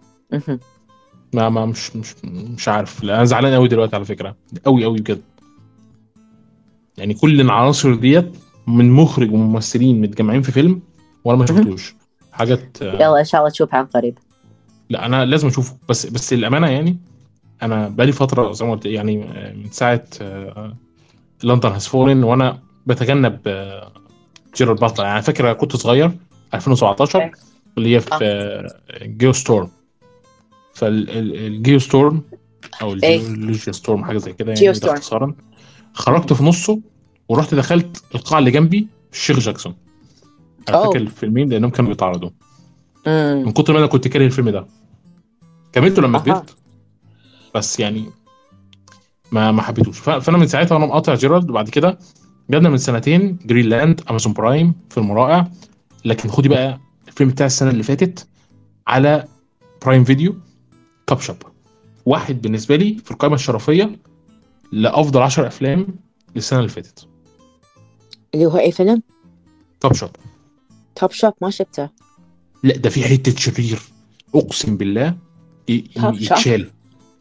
ما ما مش مش مش عارف. لا انا زعلان قوي دلوقتي على فكره، قوي قوي بجد. يعني كل العناصر ديت من مخرج وممثلين متجمعين في فيلم وانا ما شفتوش حاجات. يلا ان شاء الله تشوفها عن قريب. لا انا لازم اشوفه. بس بس الامانه يعني انا بقالي فتره زي ما قلت يعني من ساعه لندن هاز فولن وانا بتجنب آه، جيرارد باتلر. يعني فاكر كنت صغير ألفين وسبعتاشر اللي هي في جيو ستورم. فالجيو ستورم او الجيولوجيا ستورم حاجه زي كده يعني ده اختصارا. خرجت في نصه ورحت دخلت القاعه اللي جنبي الشيخ جاكسون. انا فاكر الفيلمين لانهم كانوا بيتعرضوا. من كتر ما انا كنت كاره الفيلم ده كملته لما كبرت، بس يعني ما ما حبيتوش. فانا من ساعتها وانا مقاطع جيرارد. وبعد كده جبنا من سنتين جرينلاند امازون برايم، فيلم رائع. لكن خدي بقى الفيلم بتاع السنه اللي فاتت على برايم فيديو، كاب شوب. واحد بالنسبه لي في القائمه الشرفيه لافضل عشر افلام للسنه اللي فاتت. اللي هو اي فيلم؟ كاب شوب. كاب شوب ما شفته. لا ده في حته شرير اقسم بالله يتشال.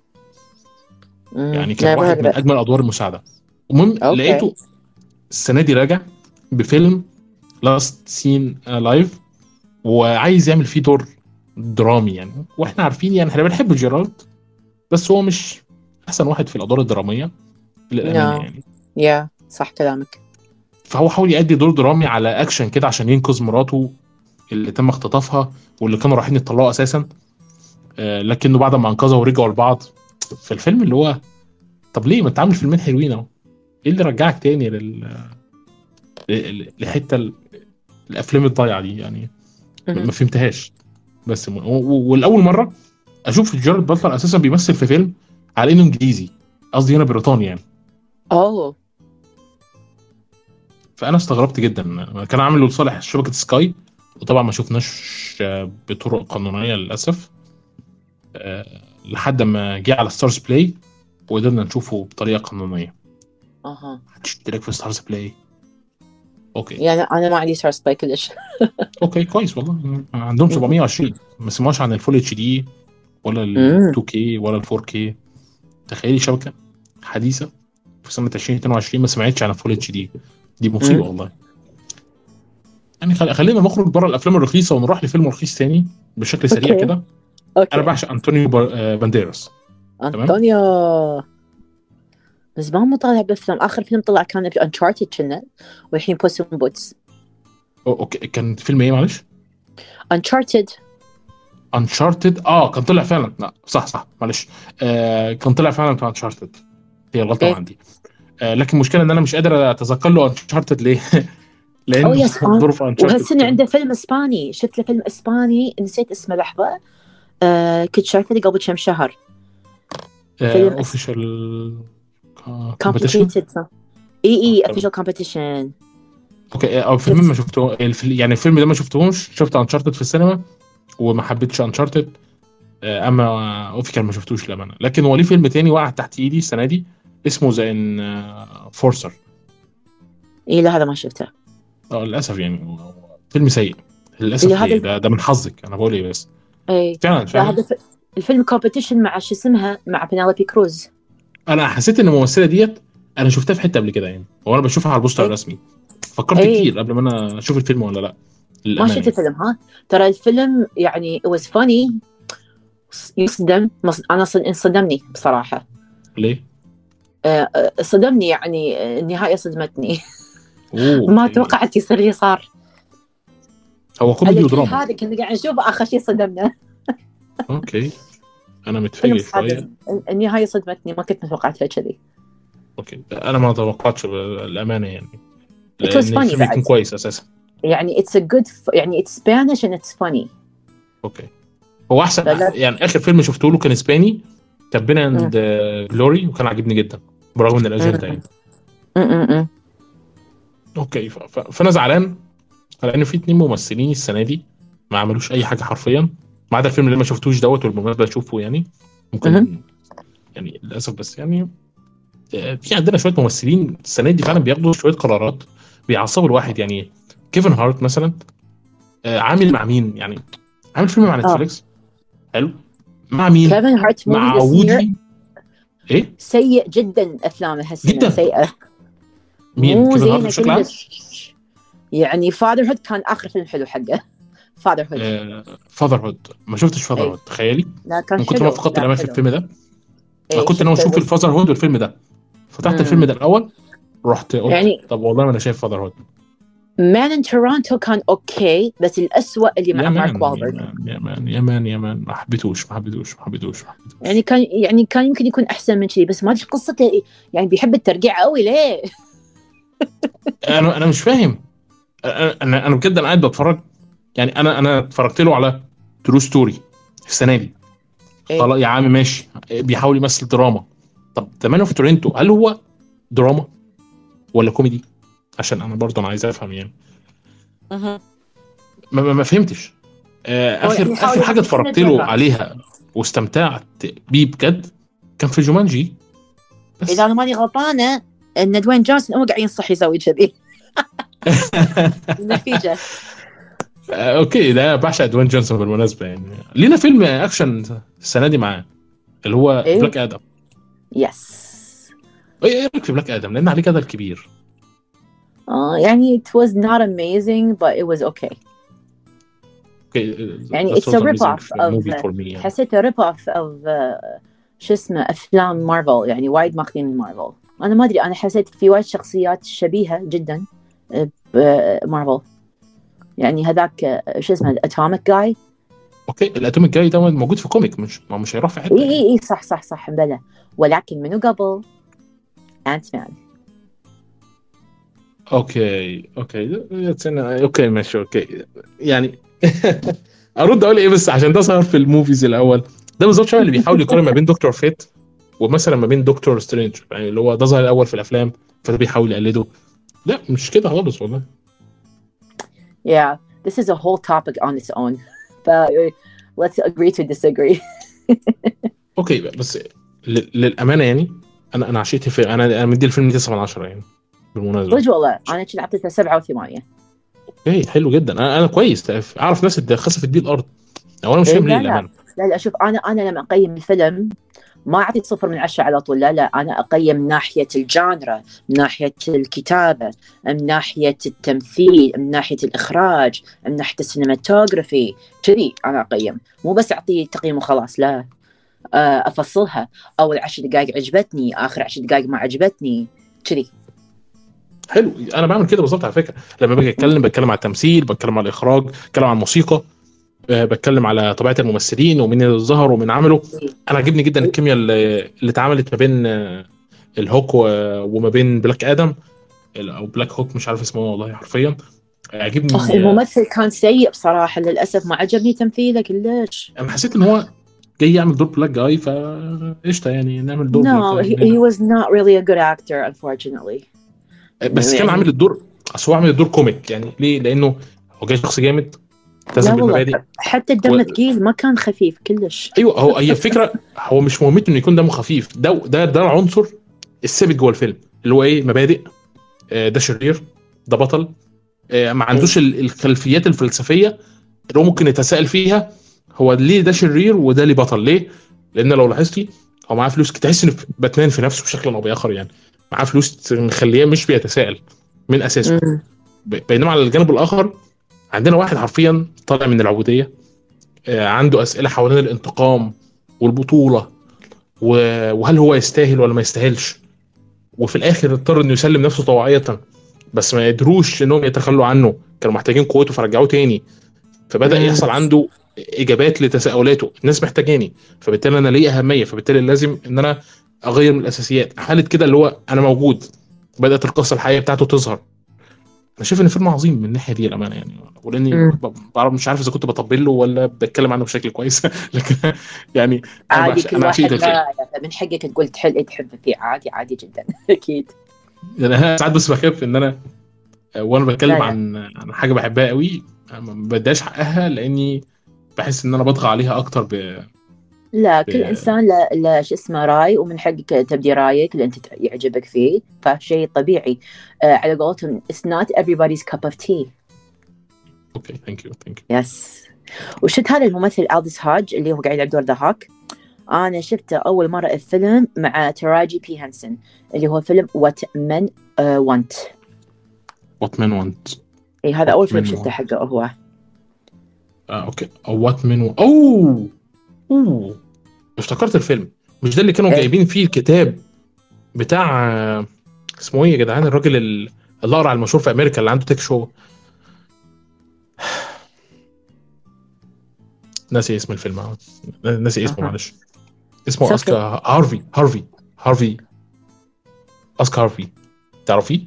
يعني كان واحد من اجمل ادوار المساعده. المهم لقيته السنه دي راجع بفيلم لاست سين لايف وعايز يعمل فيه دور درامي يعني. واحنا عارفين يعني احنا بنحب جيرارد بس هو مش احسن واحد في الادوار الدراميه للامانه. no. يعني يا yeah. صح كلامك. فهو حاول يأدي دور درامي على اكشن كده عشان ينقذ مراته اللي تم اختطافها واللي كانوا رايحين يطلعوا اساسا. آه لكنه بعد ما انقذها ورجعوا لبعض في الفيلم اللي هو طب ليه ما انت عامل فيلمين حلوين اهو، ايه اللي رجعك تاني لل لحته الافلام الضايعه دي يعني. ما مهم. فهمتهاش. بس م... و- و- والاول مره اشوف جارد باتلر اساسا بيمثل في فيلم على انه انجليزي، قصدي هنا بريطاني يعني. اوه فانا استغربت جدا. كان عامل لصالح شبكه سكاي، وطبعا ما شفناش آه، بطرق قانونيه للاسف، آه، لحد ما جه على ستارز بلاي وقدرنا نشوفه بطريقه قانونيه. اها. هتشترك في ستارز بلاي؟ اوكي. يعني انا ما عندي ستارز باي كلش. اوكي كويس والله. عندهم سبعمية وعشرين، ما سمعوش عن الفول اتش دي ولا ال امم تو كيه ولا ال فور كيه. تخيلي شبكه حديثه في سنه ألفين واتنين وعشرين ما سمعتش عن الفول اتش دي. دي مصيبه امم والله. يعني خل... خلينا نخرج بره الافلام الرخيصه ونروح لفيلم رخيص تاني بشكل سريع اوكي كده. انا اوكي. بعشق انطونيو بار... آه، بانديراس. تمام. انطونيو بس ما طالع بفيلم. اخر فيلم طلع كان في انشارتد كنا، والحين بوس ان بوتس. أو- اوكي كان فيلم ايه معلش؟ انشارتد. انشارتد. اه كان طلع فعلا، لا صح صح معلش. آه كان طلع فعلا في انشارتد. هي الغلطه من ايه. عندي. آه لكن المشكله ان انا مش قادر اتذكر له انشارتد ليه. او لان يس اه. ظروف انشارتد وهالسنه كده. عنده فيلم اسباني، شفت له فيلم اسباني نسيت اسمه لحظه. آه كنت شايفه قبل كم شهر. فيلم اس... اوفيشال كومبيتيشن. complicated صح. اي اي official competition. اوكي. او فيلم ما شفت. شفته الفيلم، يعني الفيلم ده ما شفتهوش. شفت انشارتد في السينما وما حبيتش انشارتد. اما اوفيكال ما شفتوش للامانه. لكن هو ليه فيلم تاني وقع تحت ايدي السنه دي اسمه ذا ان فورسر. اي لا هذا ما شفته. اه للاسف يعني هو فيلم سيء. اللي للاسف ليه؟ هذا. ده ده من حظك، انا بقول ايه بس. اي فعلا لا فعلا. هذا ف... الفيلم كومبetition مع شو اسمها، مع بنالوبي كروز. انا حسيت ان الممثله ديت انا شفتها في حته قبل كده يعني، وانا بشوفها على البوستر اي الرسمي. فكرت اي كتير قبل ما انا اشوف الفيلم ولا لا، ما للامانه شفت يعني. الفيلم ها. ترى الفيلم يعني it was funny. يصدم مص... انا صد... انصدمني بصراحه. ليه؟ آه، آه، صدمني يعني. آه، النهايه صدمتني. اوه ما اوكي. توقعت يصير اللي صار. هو كوميدي على كل ودراما. هذا كنا قاعد نشوفه اخر شيء صدمنا. اوكي. انا فيلم متفاجئ شويه. صادم. النهايه صدمتني، ما كنت متوقعتها كذي. اوكي انا ما توقعتش الامانه يعني، it was لان funny الفيلم بعد. يكون كويس اساسا. يعني it's a good f... يعني it's Spanish and it's funny. اوكي. هو احسن فلا. يعني اخر فيلم شفته له كان اسباني، كان بين م- اند جلوري، وكان عاجبني جدا برغم من الاجنده م- يعني. م- م- م. اوكي. ف... ف... فانا زعلان لان في اتنين ممثلين السنه دي ما عملوش اي حاجه حرفيا، ما عدا الفيلم اللي ما شفتوش دوت، والمناسبه اشوفه يعني مهم. ممكن. يعني للاسف بس يعني آه، في عندنا شويه ممثلين السنه دي فعلا بياخدوا شويه قرارات بيعصبوا الواحد يعني. كيفن هارت مثلا، آه، عامل مع مين يعني؟ عامل فيلم مع اه نتفليكس حلو. مع مين؟ كيفن هارت موفي مع ذس يير وودي. ايه سيء جدا. افلامه هالسنه جدا. سيئه. مين مو كيفن هارت زينه بشكل عام؟ كلش. يعني فاذر هود كان اخر فيلم حلو حقه. فاذر هود. فاذر هود ما شفتش فاذر اي هود تخيلي. لا كان من كتر ما حلو، فقدت لا الامان في حلو. الفيلم ده. انا اي كنت ناوي شفته اشوف بس. الفاذر هود والفيلم ده. فتحت الفيلم مم. ده الاول، رحت قلت يعني طب والله ما انا شايف فاذر هود. مان ان تورونتو كان اوكي، بس الأسوأ اللي يا مع مارك مان يا والبرغ. مان يا مان يا مان يا مان ما حبيتوش ما حبيتوش ما حبيتوش ما يعني حبيتوش. كان يعني كان يمكن يكون احسن من شيء، بس ما ادري قصته. يعني بيحب الترقيع قوي ليه؟ انا انا مش فاهم. انا انا أنا بجد انا قاعد بتفرج يعني. انا انا اتفرجت له على ترو ستوري السنه دي. ايه. خلاص يا عم ماشي، بيحاول يمثل دراما. طب تمانية في تورنتو هل هو دراما ولا كوميدي؟ عشان انا برضه انا عايز افهم يعني. اها. ما, ما ما فهمتش. آه هو اخر يعني يحاول اخر حاجه يمثل كل اتفرجت له الجنرات. عليها واستمتعت بيه بجد كان في جومانجي اذا بس. انا ماني غلطانه ان دوين جونسون هو قاعد ينصح يسوي كذي. النتيجه. آه، اوكي ده بعشق دوين جونسون بالمناسبه يعني. لينا فيلم اكشن السنه دي معاه اللي هو ايه. بلاك ادم. يس. ايه إيه رايك في بلاك ادم؟ لان عليه جدل كبير. اه يعني it was not amazing but it was okay. اوكي يعني that it's was a rip amazing off of movie for me يعني. حسيته rip off of uh, شو اسمه افلام مارفل. يعني وايد ماخذين من مارفل. انا ما ادري، انا حسيت في وايد شخصيات شبيهه جدا بمارفل. يعني هذاك آه، شو اسمه الاتوميك جاي. اوكي الاتوميك جاي ده موجود في كوميك، مش ما مش هيروح في حته اي يعني. اي اي صح صح صح بلا. ولكن منو قبل؟ انت مان. اوكي اوكي That's an- اوكي ماشي اوكي يعني. ارد اقول ايه بس عشان ده ظهر في الموفيز الاول. ده بالظبط شبه اللي بيحاول يقارن ما بين دكتور فيت ومثلا ما بين دكتور سترينج، يعني اللي هو ده ظهر الاول في الافلام فده بيحاول يقلده. لا مش كده خالص والله. Yeah, this is a whole topic on its own. But let's agree to disagree. اوكي بس ل- للامانه يعني انا انا عشيت في انا انا مدي الفيلم تسعة من عشرة يعني بالمناسبه. صدق والله انا كنت اعطيته سبعة وثمانية. اوكي حلو جدا. انا انا كويس اعرف ناس اللي خسفت بيه الارض، او انا مش إيه فاهم ليه لا لا الامانه. لا لا شوف، انا انا لما اقيم الفيلم ما اعطي صفر من عشرة على طول، لا لا، انا اقيم من ناحيه الجانرا، من ناحيه الكتابه، من ناحيه التمثيل، من ناحيه الاخراج، من ناحيه السينماتوجرافي، كذي انا اقيم، مو بس اعطيه تقييم وخلاص، لا. آه، افصلها، اول عشر دقائق عجبتني، اخر عشر دقائق ما عجبتني، كذي. حلو، انا بعمل كده بالظبط على فكره. لما باجي اتكلم بتكلم على التمثيل، بتكلم على الاخراج، بتكلم على الموسيقى، آه، بتكلم على طبيعه الممثلين ومين اللي ظهر ومين عمله. انا عجبني جدا الكيمياء اللي, اللي اتعملت ما بين آه، الهوك و- وما بين بلاك ادم، او بلاك هوك مش عارف اسمه والله حرفيا. اخ عجبني. آه، الممثل كان سيء بصراحه، للاسف ما عجبني تمثيله كلش. انا حسيت ان هو جاي يعمل دور بلاك جاي، فقشطه يعني نعمل دور بلاك No, جاي he, he مننا. was not really a good actor unfortunately. بس كان عامل يعني الدور، اصل هو عامل الدور كوميك يعني ليه؟ لانه هو جاي شخص جامد لا التزم والله، بالمبادئ. حتى الدم ثقيل، ما كان خفيف كلش. ايوه هو هي الفكره، هو مش مهمته انه يكون دمه خفيف، ده ده ده العنصر الثابت جوه الفيلم اللي هو ايه؟ مبادئ. آه، ده شرير، ده بطل. آه، ما إيه. عندوش ال- الخلفيات الفلسفيه اللي هو ممكن يتساءل فيها هو ليه ده شرير وده ليه بطل ليه. لان لو لاحظتي هو معاه فلوس، تحس ان باتمان في نفسه بشكل او باخر يعني معاه فلوس مخليه مش بيتساءل من اساسه. مم. ب- بينما على الجانب الاخر عندنا واحد حرفيا طالع من العبوديه، آه، عنده اسئله حوالين الانتقام والبطوله، و- وهل هو يستاهل ولا ما يستاهلش. وفي الاخر اضطر انه يسلم نفسه طوعيه، بس ما قدروش انهم يتخلوا عنه، كانوا محتاجين قوته فرجعوه تاني. فبدا مم. يحصل عنده اجابات لتساؤلاته، الناس محتاجاني فبالتالي انا ليه اهميه، فبالتالي لازم ان انا اغير من الاساسيات حاله كده اللي هو انا موجود. بدات القصه الحقيقيه بتاعته تظهر. انا شايف ان فيلم عظيم من الناحيه دي الامانه يعني، ولاني مم. ب- بعرف مش عارف اذا كنت بطبل له ولا بتكلم عنه بشكل كويس لكن يعني انا عادي، بعشق كل انا عشيق واحد الفيلم. لا، فمن حقك تقول تحل تحب فيه، عادي عادي جدا. اكيد. يعني انا ساعات بس بخاف ان انا وانا لا بتكلم لا عن عن حاجه بحبها قوي ما بداش حقها، لاني بحس ان انا بطغى عليها اكتر ب... لا، كل ب... انسان له له شو اسمه راي، ومن حقك تبدي رايك اللي انت يعجبك فيه، فشيء طبيعي. آه على قولتهم it's not everybody's cup of tea. اوكي ثانك يو ثانك يو. يس. وشفت هذا الممثل ألدس هاج اللي هو قاعد على دور ذا هاك؟ أنا شفته أول مرة الفيلم مع تراجي بي هانسون، اللي هو فيلم وات من وانت. وات مان وانت. اي هذا أول فيلم شفته حقه هو. اه اوكي وات مان و... اوه اوه افتكرت الفيلم. مش ده اللي كانوا إيه. جايبين فيه الكتاب بتاع آه، اسمه ايه يا جدعان الراجل ال- الاقرع المشهور في امريكا اللي عنده تيك شو؟ ناسي اسم الفيلم آه. ناسي اسمه أها. معلش. اسمه اوكي. اسكا هارفي هارفي هارفي اسكا هارفي. تعرفيه؟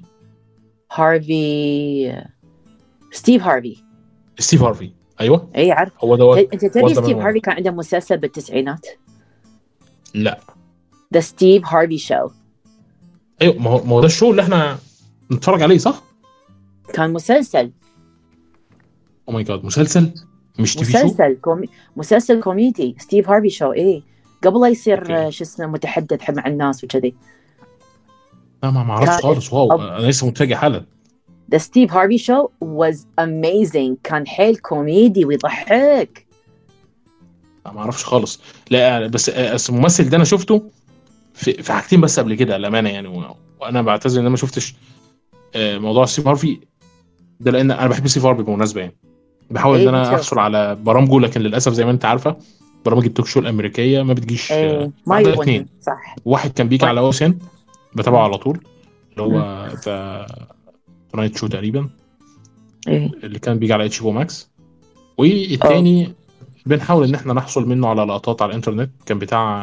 هارفي، ستيف هارفي. ستيف هارفي ايوه. اي عارف. هو دوت. انت تدري وات مان ستيف وانت. هارفي كان عنده مسلسل بالتسعينات، لا ذا ستيف هارفي شو. ايوه ما هو ما هو ده الشو اللي احنا نتفرج عليه صح؟ كان مسلسل او ماي جاد مسلسل مش تي في شو. مسلسل كومي... مسلسل كوميدي، ستيف هارفي شو. ايه قبل لا يصير اوكي. آه، شو اسمه متحدث مع الناس وكذي. لا ما ما اعرفش كان خالص. واو انا لسه متفاجئ حالا. The Steve Harvey Show was amazing. كان حيل كوميدي ويضحك. لا ما اعرفش خالص. لا بس بس الممثل ده انا شفته في في حاجتين بس قبل كده الامانه يعني، و- وانا بعتذر ان انا ما شفتش آه، موضوع ستيف هارفي ده، لان انا بحب ستيف هارفي بالمناسبه يعني. بحاول ان ايه انا بتشوف. احصل على برامجه، لكن للاسف زي ما انت عارفه برامج التوك شو الامريكيه ما بتجيش. آه، ايه ما عندنا يبونهم اثنين. صح. واحد كان بيجي ما... على او اس ان بتابعه مم. على طول، اللي مم. هو ذا تونايت شو تقريبا، ايه. اللي كان بيجي على اتش بي ماكس. أوه. والتاني بنحاول ان احنا نحصل منه على لقطات على الانترنت، كان بتاع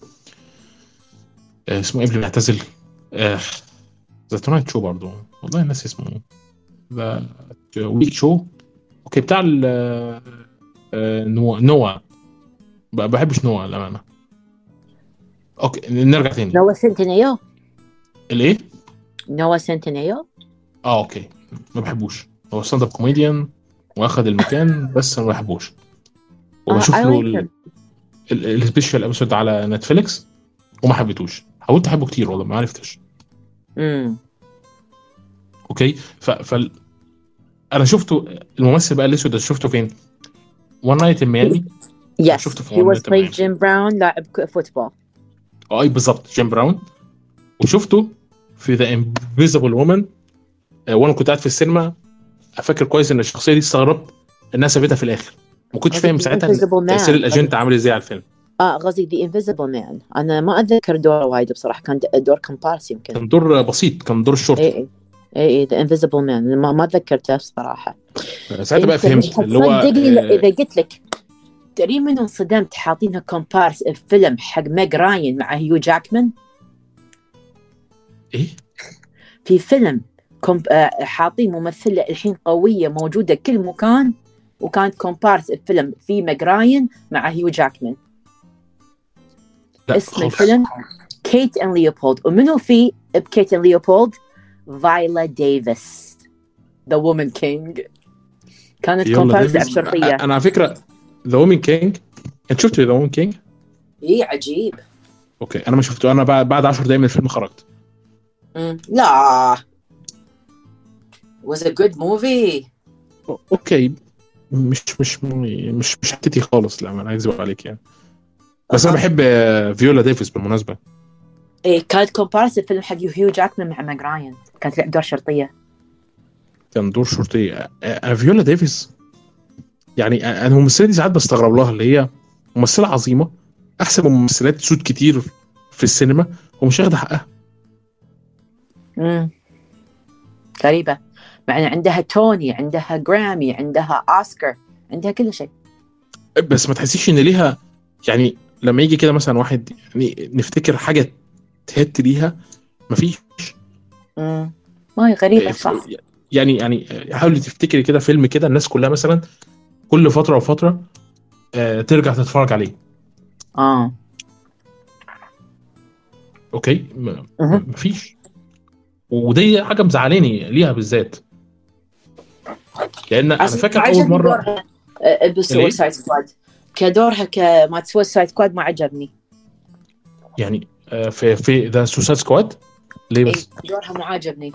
آه، اسمه ايه قبل ما اعتزل، ذا تونايت شو برضه والله الناس اسمه ذا ويك شو. اوكي بتاع ال آه، نوا نوا ما بحبش نوا الامانه. اوكي نرجع تاني. نوا سنتينيو الايه؟ نوا سنتينيو اه اوكي ما بحبوش. هو ستاند اب كوميديان واخد المكان بس انا ما بحبوش. وبشوف I له like him. السبيشال ابيسود على نتفليكس وما حبيتوش. حاولت احبه كتير والله ما عرفتش. امم اوكي ف, ف... انا شفته الممثل بقى الاسود ده شفته فين؟ وان نايت ان ميامي. Yes, شفته في he وان was نايت ان playing ميامي. Jim Brown لاعب فوتبول. اه اي بالظبط جيم براون. وشفته في ذا انفيزبل وومن وانا كنت قاعد في السينما. افكر كويس ان الشخصيه دي استغربت انها سابتها في الاخر. ما كنتش فاهم قصدي The ساعتها Invisible تاثير Man. الاجنت عامل ازاي على الفيلم. اه قصدي The Invisible Man. انا ما اتذكر دوره وايد بصراحه، كان د- دور كومبارس يمكن. كان دور بسيط كان دور الشرطي. اي اي اي اي The Invisible Man ما ما تذكرته بصراحه. ساعتها بقى انت مش فهمت اللي هو هتصدقني آه، اذا قلت لك تدري من انصدمت حاطينها كومبارس فيلم حق ميج راين مع هيو جاكمان. ايه في فيلم كومب... آه، حاطين ممثله الحين قويه موجوده كل مكان، وكانت كومبارس الفيلم في ميج راين مع هيو جاكمان. لا اسم خالص. الفيلم كيت اند ليوبولد. ومنو في بكيت اند ليوبولد؟ فايلا ديفيس ذا وومن كينج. كانت يلا كومبارس ديفيس. شرطيه. انا على فكره ذا وومن كينج انت شفت ذا وومن كينج؟ ايه عجيب. اوكي انا ما شفته. انا بعد بعد عشر دقايق من الفيلم خرجت. مم. لا was a good movie. اوكي مش مش مش مش حتتي خالص. لا انا عايز اقول عليك يعني. بس انا أها. بحب آه، فيولا ديفيس بالمناسبه. إيه كانت كومبارس الفيلم حق هيو جاكمان مع ميج راين، كانت تلعب دور شرطيه. كان دور شرطي. آه، آه، فيولا ديفيس يعني آه، انا الممثله دي ساعات بستغرب لها اللي هي ممثله عظيمه احسن من ممثلات سود كتير في السينما ومش واخده حقها. امم غريبه، مع ان عندها توني، عندها جرامي، عندها اوسكار، عندها كل شيء. بس ما تحسيش ان ليها يعني لما يجي كده مثلا واحد يعني نفتكر حاجه تهت ليها مفيش. امم ما هي غريبه صح. يعني يعني حاولي تفتكري كده فيلم كده الناس كلها مثلا كل فتره وفتره آه ترجع تتفرج عليه. اه اوكي م- أها. مفيش. ودي حاجه مزعلاني ليها بالذات لان انا فاكر اول مره دورها آه، بسويسايد سكواد. كدورها كما سويسايد سكواد ما عجبني. يعني آه في في ذا سوسايد سكواد ليه إيه بس دورها ما عجبني.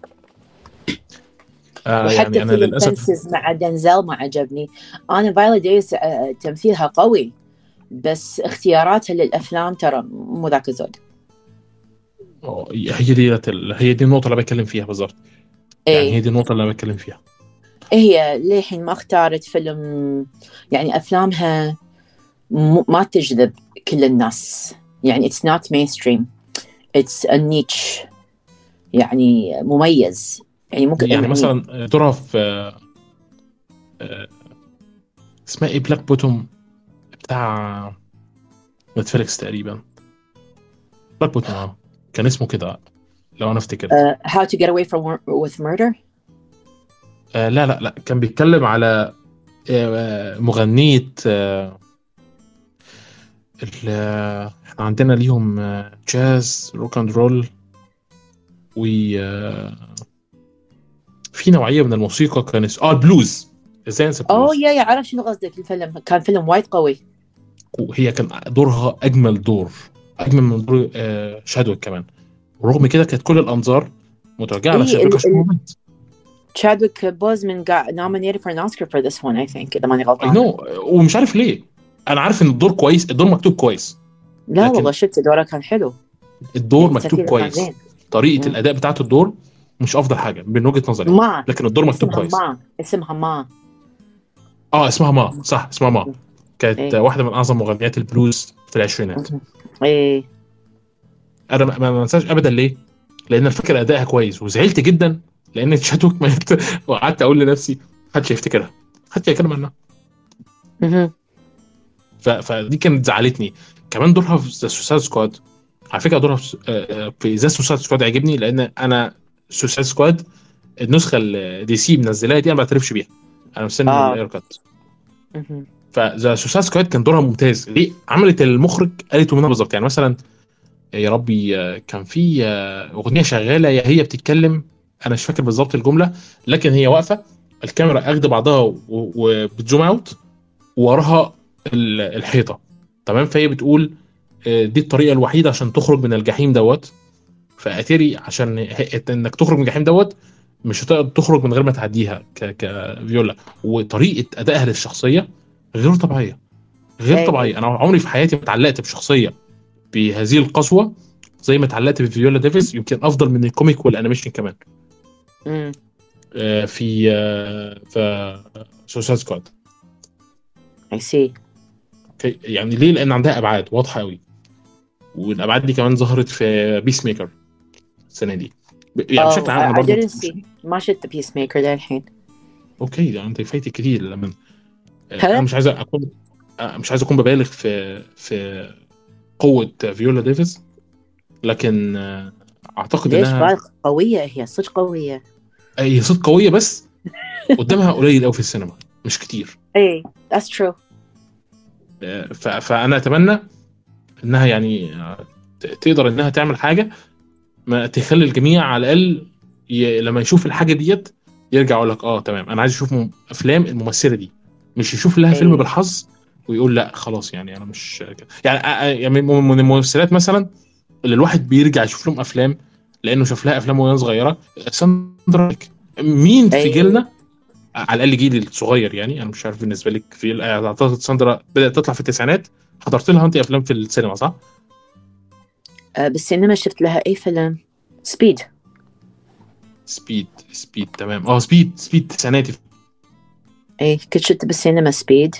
آه وحتى يعني انا في للاسف الفنسز مع دنزل ما عجبني. انا فايلا ديفيس آه، تمثيلها قوي، بس اختياراتها للافلام ترى مو ذاك الزود. آه، هي دي هي دي النقطه اللي بتكلم فيها بالظبط. يعني هي ايه دي النقطه اللي انا بتكلم فيها. هي للحين ما اختارت فيلم، يعني افلامها م- ما تجذب كل الناس. يعني it's not mainstream, it's a niche، يعني مميز. يعني ممكن يعني مثلا دورها في آه، اسمها ايه بلاك بوتوم بتاع نتفليكس تقريبا. بلاك بوتوم اه كان اسمه كده لو انا افتكر. uh, how to get away from with murder. آه لا لا لا كان بيتكلم على آه مغنية آه ال- آه، احنا عندنا ليهم آه جاز روك اند رول و آه في نوعية من الموسيقى كان اس... اه البلوز. ازاي انسى اوه بلوز. يا يا عرف شنو قصدك. الفيلم كان فيلم وايد قوي. وهي كان دورها اجمل دور اجمل من دور آه شادويك كمان. ورغم كده كانت كل الانظار متوجهه على اي شادويك عشان هو مات. تشادويك بوزمان got nominated for an Oscar for this one I think اذا ماني اي غلطان. نو ومش عارف ليه. انا عارف ان الدور كويس الدور مكتوب كويس. لا لكن والله شفت دوره كان حلو. الدور يعني مكتوب تمثيله كان كويس. زين. طريقه مم. الاداء بتاعت الدور مش افضل حاجه من وجهه نظري. ما لكن الدور مكتوب اسمها كويس. ما اسمها ما اه اسمها ما صح اسمها ما. كانت إيه. واحده من اعظم مغنيات البلوز في العشرينات. ايه انا ما ما انساش ابدا ليه. لان الفكره ادائها كويس وزعلت جدا لان تشاتوك مات. وقعدت اقول لنفسي محدش هيفتكرها محدش هيتكلم عنها. مهم. ف... فدي كانت زعلتني. كمان دورها في ذا سوسايد سكواد على فكره دورها في آه، آه، في ذا سوسايد سكواد عجبني لان انا سوسايد سكواد النسخه اللي دي سي منزلاها دي انا ما بعترفش بيها. انا مستني اه الاير كات. مهم. فذا سوسايد سكواد كان دورها ممتاز. ليه عملت المخرج قالته منها بالظبط. يعني مثلا يا ربي آه، كان في آه، اغنيه شغاله يا هي بتتكلم، انا مش فاكر بالظبط الجمله، لكن هي واقفه الكاميرا اخد بعضها و- وبتزوم اوت وراها ال- الحيطه. تمام. فهي بتقول آه، دي الطريقه الوحيده عشان تخرج من الجحيم دوت. فاتري عشان ه- انك تخرج من الجحيم دوت مش هتقدر تخرج من غير ما تعديها ك كفيولا. وطريقه ادائها للشخصيه غير طبيعيه، غير اي اي طبيعيه. انا عمري في حياتي ما اتعلقت بشخصيه بهذه القسوه زي ما اتعلقت بفيولا ديفيس، يمكن افضل من الكوميك والانيميشن كمان. امم آه، في آه، في سوسايد سكواد. اي سي. اوكي، يعني ليه؟ لان عندها ابعاد واضحه قوي، والابعاد دي كمان ظهرت في بيس ميكر السنه دي. ب- يعني بشكل اه عام انا I برضو didn't مش... see. ما شفت بيس ميكر ده الحين. اوكي يعني انت فايتك كتير. لما انا هلا. مش عايز اكون مش عايز اكون ببالغ في في قوه فيولا ديفيس، لكن آه، اعتقد ليش انها بالغ؟ قوية هي، صدق قوية. هي صوت قويه، بس قدامها قليل قوي في السينما، مش كتير. اي that's true. آه، ف- فانا اتمنى انها يعني آه، ت- تقدر انها تعمل حاجه ما تخلي الجميع على الاقل ي... لما يشوف الحاجه ديت يرجع يقول لك اه تمام انا عايز اشوف م... افلام الممثله دي، مش يشوف لها فيلم اي بالحظ ويقول لا خلاص يعني انا مش يعني آه، آه، يعني من من الممثلات مثلا اللي الواحد بيرجع يشوف لهم افلام لانه شاف لها افلام وهي صغيره. ساندرا بولوك. مين في اي جيلنا على الاقل جيلي الصغير، يعني انا مش عارف بالنسبه لك، في اعتقد ساندرا بدات تطلع في التسعينات، حضرت لها انت افلام في السينما صح؟ آه بالسينما شفت لها اي فيلم. سبيد. سبيد. سبيد تمام. اه سبيد سبيد تسعيناتي. اي كنت شفت بالسينما سبيد.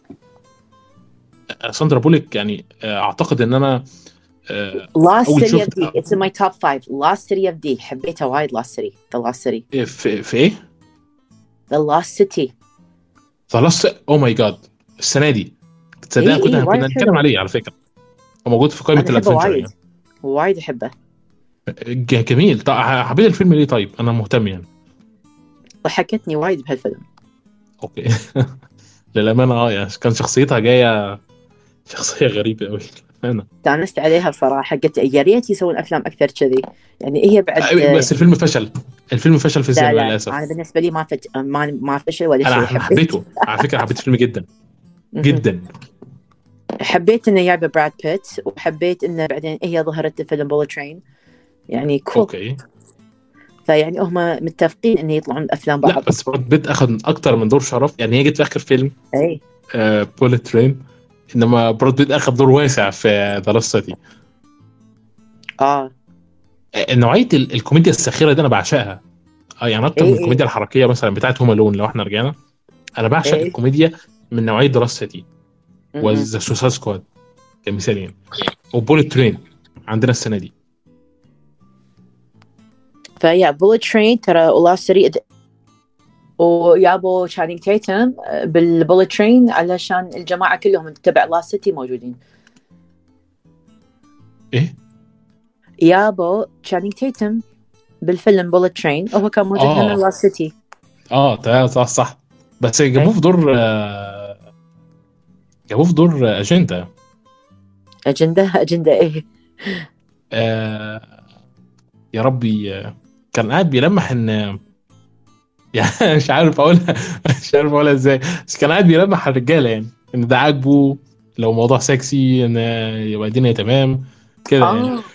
ساندرا بوليك يعني آه، اعتقد ان انا آه، Lost اول City of شفت D. It's in my top five. Lost City of D. حبيتها وايد. Lost City. The Lost City. آه، في في ايه؟ The Lost City. خلاص. او ماي جاد السنه دي اي تصدق اي كنا وايد كنا هنتكلم حلو. عليه على فكره. هو موجود في قائمه انا احبه الادفنشر وايد. يعني. وايد احبه. ج- جميل. طيب حبيت الفيلم ليه؟ طيب انا مهتم يعني. ضحكتني وايد بهالفيلم. اوكي. للامانه اه يعني كان شخصيتها جايه شخصيه غريبه قوي. انا استانست عليها بصراحه. قلت يا ريت يسوون افلام اكثر كذي. يعني هي بعد. بس الفيلم فشل. الفيلم فشل في لا السينما لا للاسف. انا بالنسبه لي ما فت... ما ما فشل ولا انا شيء. أنا حبيت. حبيته على فكره، حبيت الفيلم جدا مهم. جدا. حبيت انه جايبه براد بيت. وحبيت انه بعدين هي ظهرت في فيلم بولت ترين. يعني كول. اوكي. فيعني هم متفقين انه يطلعون بافلام لا بعض. بس براد بيت اخذ اكتر من دور شرف، يعني هي جت في اخر فيلم اي آه بوليت ترين، انما براد بيت اخذ دور واسع في ذا لاست سيتي. اه نوعيه ال- الكوميديا الساخره دي انا بعشقها. اه يعني اكتر اي من اي الكوميديا الحركيه مثلا بتاعت هوم الون لو احنا رجعنا. انا بعشق اي الكوميديا من نوعيه ذا لاست سيتي مهم. وذا سوسايد سكواد كمثالين، وبوليت ترين عندنا السنه دي. فيا بولت ترين ترى والله سريع. ويابو شانينج تيتم بالبولت ترين علشان الجماعه كلهم تبع لاست سيتي موجودين. ايه؟ يابو شانينج تيتم بالفيلم بولت ترين وهو كان موجود هم اه لاست سيتي. اه تمام صح صح. بس جابوه اي في دور آه، جابوه في دور آه، اجنده. اجنده اجنده ايه. آه يا ربي آه، كان قاعد بيلمح ان يعني مش عارف اقولها مش عارف اقولها ازاي، بس كان قاعد بيلمح على الرجاله يعني ان ده عاجبه لو موضوع سكسي ان يبقى الدنيا تمام كده يعني. اه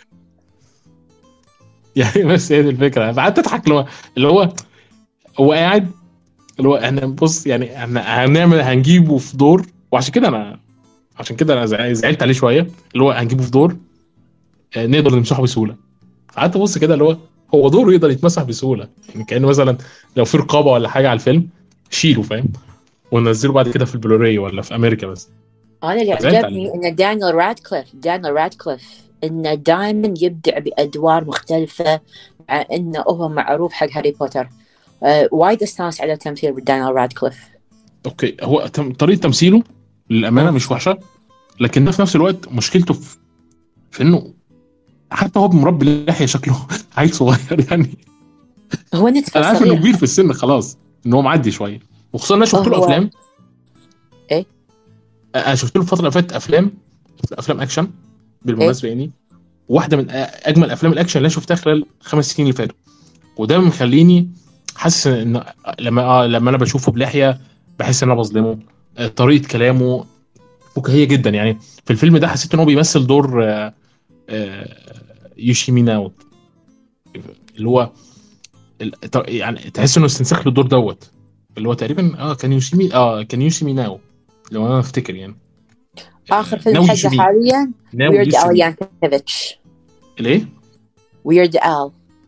يعني بس هي دي الفكره. فقعدت اضحك اللي هو اللي هو هو قاعد اللي هو احنا بص يعني احنا هنعمل هنجيبه في دور، وعشان كده انا عشان كده انا زع- زعلت عليه شويه. اللي هو هنجيبه في دور آه، نقدر نمسحه بسهوله. قعدت ابص كده اللي هو هو دوره يقدر يتمسح بسهوله، يعني كانه مثلا لو في رقابه ولا حاجه على الفيلم شيله فاهم، وننزله بعد كده في البلوراي ولا في امريكا بس. انا اللي زعلت عليه. عجبني ان دانيال رادكليف دانيال رادكليف انه دائما يبدع بادوار مختلفه. مع انه هو معروف حق هاري بوتر. آه وايد استانس على تمثيل دانيال رادكليف. اوكي هو تم- طريقه تمثيله للامانه مم. مش وحشه، لكن ده في نفس الوقت مشكلته في, في انه حتى هو مربي اللحيه شكله عيل صغير يعني. هو نتفه انا عارف انه صغير. كبير في السن خلاص، ان هو معدي شويه. وخصوصا انا شفت له هو افلام. ايه انا شفت له الفتره اللي فاتت افلام افلام اكشن ايه بالمناسبه يعني. واحده من اجمل افلام الاكشن اللي انا شفتها خلال خمس سنين اللي فاتوا. وده مخليني حاسس ان لما آه لما انا بشوفه بلحيه بحس ان انا بظلمه. آه، طريقه كلامه فكاهيه جدا يعني. في الفيلم ده حسيت ان هو بيمثل دور آه، آه، يوشيمي ناو، اللي هو ال- ط- يعني تحس انه استنساخ للدور دوت، اللي هو تقريبا اه كان يوشيمي اه كان يوشيمي ناو، لو انا افتكر يعني. آخر آه، فيلم ناو حقه يوشيمي. حاليا ناو ويرد آل يوشيمي. يانكوفيتش. الايه؟ ويرد آل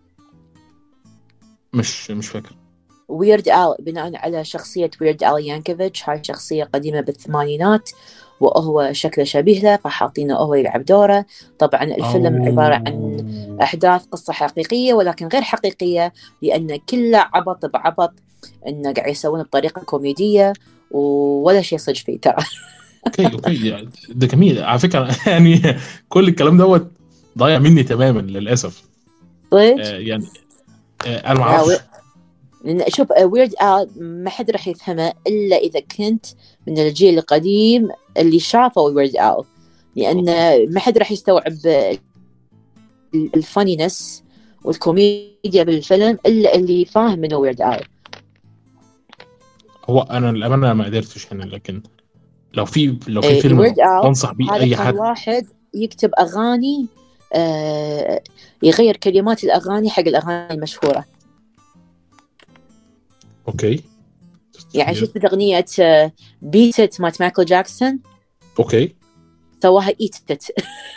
مش مش فاكر. ويرد آل بناء على شخصية ويرد آل يانكوفيتش، هاي شخصية قديمة بالثمانينات وهو شكله شبيه له فحاطينه هو يلعب دوره. طبعا الفيلم عبارة عن او أحداث قصة حقيقية ولكن غير حقيقية، لأن كله عبط بعبط، إنه قاعد يسوونه بطريقة كوميدية ولا شيء صدق فيه ترى. اوكي اوكي يعني ده جميل على فكره يعني. كل الكلام دوت ضايع مني تماما للاسف. صدق. آه يعني آه انا ما لا و... اعرفش. لأن شوف ويرد آل ما حد راح يفهمه إلا إذا كنت من الجيل القديم اللي شافوا ويرد آل، لأن ما حد راح يستوعب الفانينس والكوميديا بالفيلم إلا اللي فاهم منه ويرد آل. هو انا للامانه ما قدرتش يعني، لكن لو في لو في إيه فيلم ويرد آل بنصح بيه هذا اي كان حد. واحد يكتب أغاني، آه يغير كلمات الأغاني حق الأغاني المشهورة. اوكي. يعني شفت أغنية بيتت مات مايكل جاكسون، اوكي. سواها ايتت.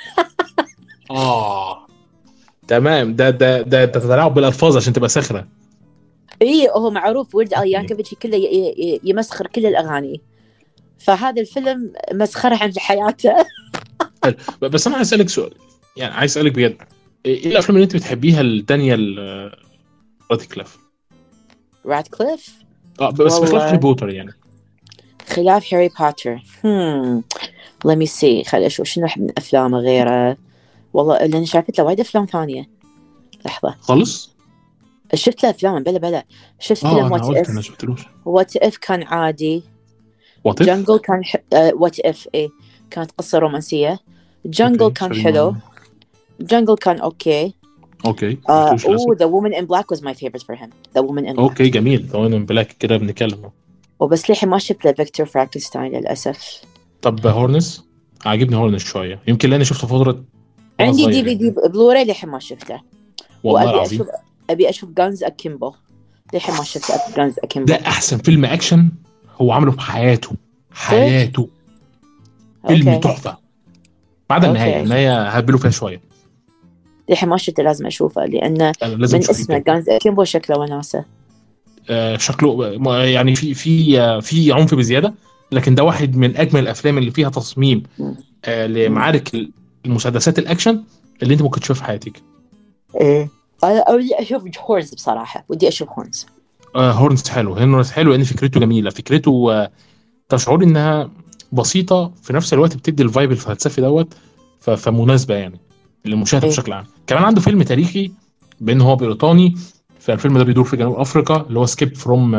اه تمام. ده ده ده ده تتلاعب بالالفاظ عشان تبقى ساخره. اي هو معروف ويرد آل اوكي. يانكوفيتش كله ي- ي- يمسخر كل الأغاني، فهذا الفيلم مسخرة عن حياته. حلو. بس انا عايز اسالك سؤال، يعني عايز اسالك بجد، ايه الافلام اللي انت بتحبيها لدانيال رادكليف؟ رادكليف. اه بس بخلاف هاري والله بوتر يعني. خلاف هاري بوتر، هم let me see، خليني اشوف شنو احب من افلامه غيره. والله لاني شافت له وايد افلام ثانيه. لحظه، خالص. شفت له افلام بلا بلا. شفت اه فيلم انا وات قلت انا اف. شفتلوش. وات اف كان عادي. وات اف. جنجل كان ح... وات اف ايه كانت قصه رومانسيه. جنجل اوكي كان سوري حلو. ما. جنجل كان اوكي. اوكي ما آه شفتوش للاسف. و The Woman in Black was my favorite for him. The Woman in اوكي Black. جميل، لو انا بلاك كده بنتكلم أهو. وبس للحين ما شفت له فيكتور فرانكنستاين للاسف. طب هورنس. عاجبني هورنس شويه، يمكن لاني شفته فتره وانا عندي دي صغير في دي يعني. بلوراي للحين ما شفته. والله وابي العظيم. اشوف ابي اشوف جانز اكيمبو، للحين ما شفت جانز ده اكيمبو. احسن فيلم اكشن هو عمله في حياته. صدق. حياته. فيلم اوكي تحفه. ما عدا النهايه، اوكي النهايه هبلوا فيها شويه. للحين ما شفته، لازم اشوفه لانه انا لازم من تشوفيه اسمه بجد. جانز اكيمبو شكله وناسه. آه شكله م- يعني في في آه، في عنف بزياده، لكن ده واحد من اجمل الافلام اللي فيها تصميم مم. آه مم. لمعارك المسدسات الاكشن اللي انت ممكن تشوفها في حياتك. ايه انا ودي اشوف هورنز بصراحه، ودي اشوف هورنز. آه هورنز حلو، هورنز حلو لان فكرته جميله. فكرته آه تشعر انها بسيطه في نفس الوقت بتدي الفايب الفلسفي دوت. ف- فمناسبه يعني للمشاهد ايه بشكل عام. كمان عنده فيلم تاريخي بان هو بريطاني، فالفيلم ده بيدور في جنوب افريقيا، اللي هو سكيب فروم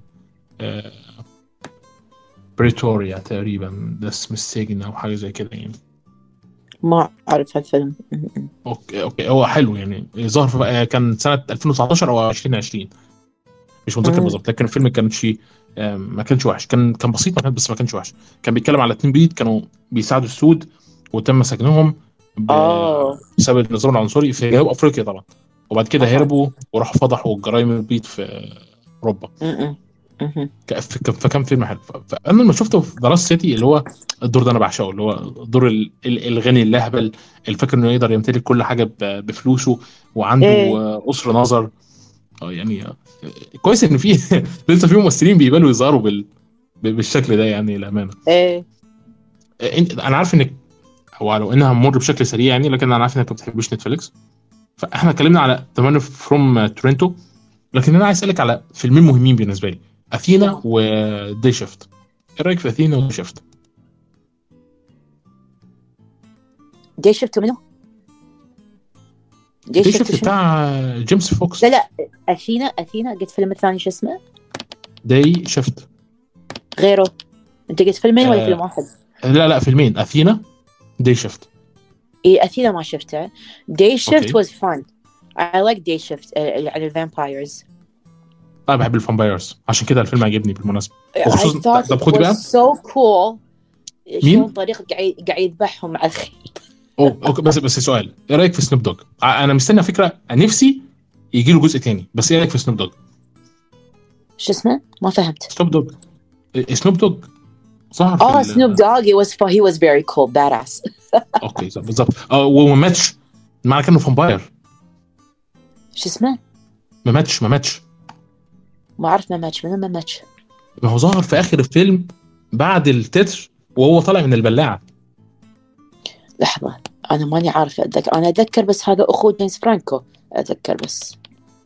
بريتوريا تقريبا، ده اسم السجن او حاجه زي كده يعني. ما اعرف هالفيلم. م-م. اوكي اوكي هو حلو يعني. ظهر في كان سنه ألفين وتسعتاشر او ألفين وعشرين، مش متذكر م. بالظبط، لكن الفيلم كانش ما كانش وحش. كان كان بسيط بس ما كانش وحش. كان بيتكلم على اتنين بيض كانوا بيساعدوا السود، وتم سجنهم ب- اه بسبب النظام العنصري في جنوب افريقيا طبعا. وبعد كده اها. هربوا وراحوا فضحوا جرائم البيض في اوروبا. م-م. مهم. ك- ف- فكان فيلم حلو. ف- فانا لما شفته في دراس سيتي، اللي هو الدور ده انا بعشقه، اللي هو دور ال- ال- الغني اللهبل الفاكر انه يقدر يمتلك كل حاجه ب- بفلوسه، وعنده ايه آه، قصر نظر. اه يعني آه، كويس ان في لسه في ممثلين بيقبلوا يظهروا بال... ب- بالشكل ده يعني الامانه. ايه آه، إنت- انا عارف انك، هو لو انها مر بشكل سريع يعني، لكن انا عارف انك ما بتحبش نتفليكس. فاحنا اتكلمنا على ثمانية فروم تورنتو، لكن انا عايز اسالك على فيلمين مهمين بالنسبه لي، شنو اثينا هم؟ ودي شيفت. ايه رايك في اثينا ودي شيفت؟ دي شفته منو؟ دي دي شفته شيفت شنو؟ بتاع جيمس فوكس. لا لا، اثينا اثينا قلت فيلم الثاني شو اسمه؟ دي شيفت. غيره. انت قلت فيلمين ولا آه فيلم واحد؟ لا لا فيلمين، اثينا، داي شيفت. ايه اثينا ما شفته. Day Shift اوكي. was fun. I like Day Shift uh, على الفامبايرز. انا بحب الفامبايرز عشان كده الفيلم عجبني بالمناسبه، I وخصوصا thought طب it خدي was بقى. so cool. شلون مين؟ طريقة قاعد قاعد يذبحهم مع الخيط. أو اوكي بس بس سؤال، ايه رايك في سنوب دوج؟ ع- انا مستني فكره، نفسي يجي له جزء تاني، بس ايه رايك في سنوب دوج؟ شو اسمه؟ ما فهمت. سنوب دوج، إيه، سنوب دوج ظهر في اه Snoop ال... Dogg. It was fun. He was very cool, badass. اوكي بالظبط. اه وما ماتش، معنى كانه فامباير. شو اسمه؟ ما ماتش ما ماتش ما أعرف ما ماتش من ما ماتش. ما هو ظهر في اخر الفيلم بعد التتر وهو طالع من البلاعه. لحظة، أنا ماني عارفة أتذكر. أنا أتذكر بس هذا أخو جيمس فرانكو، أتذكر بس.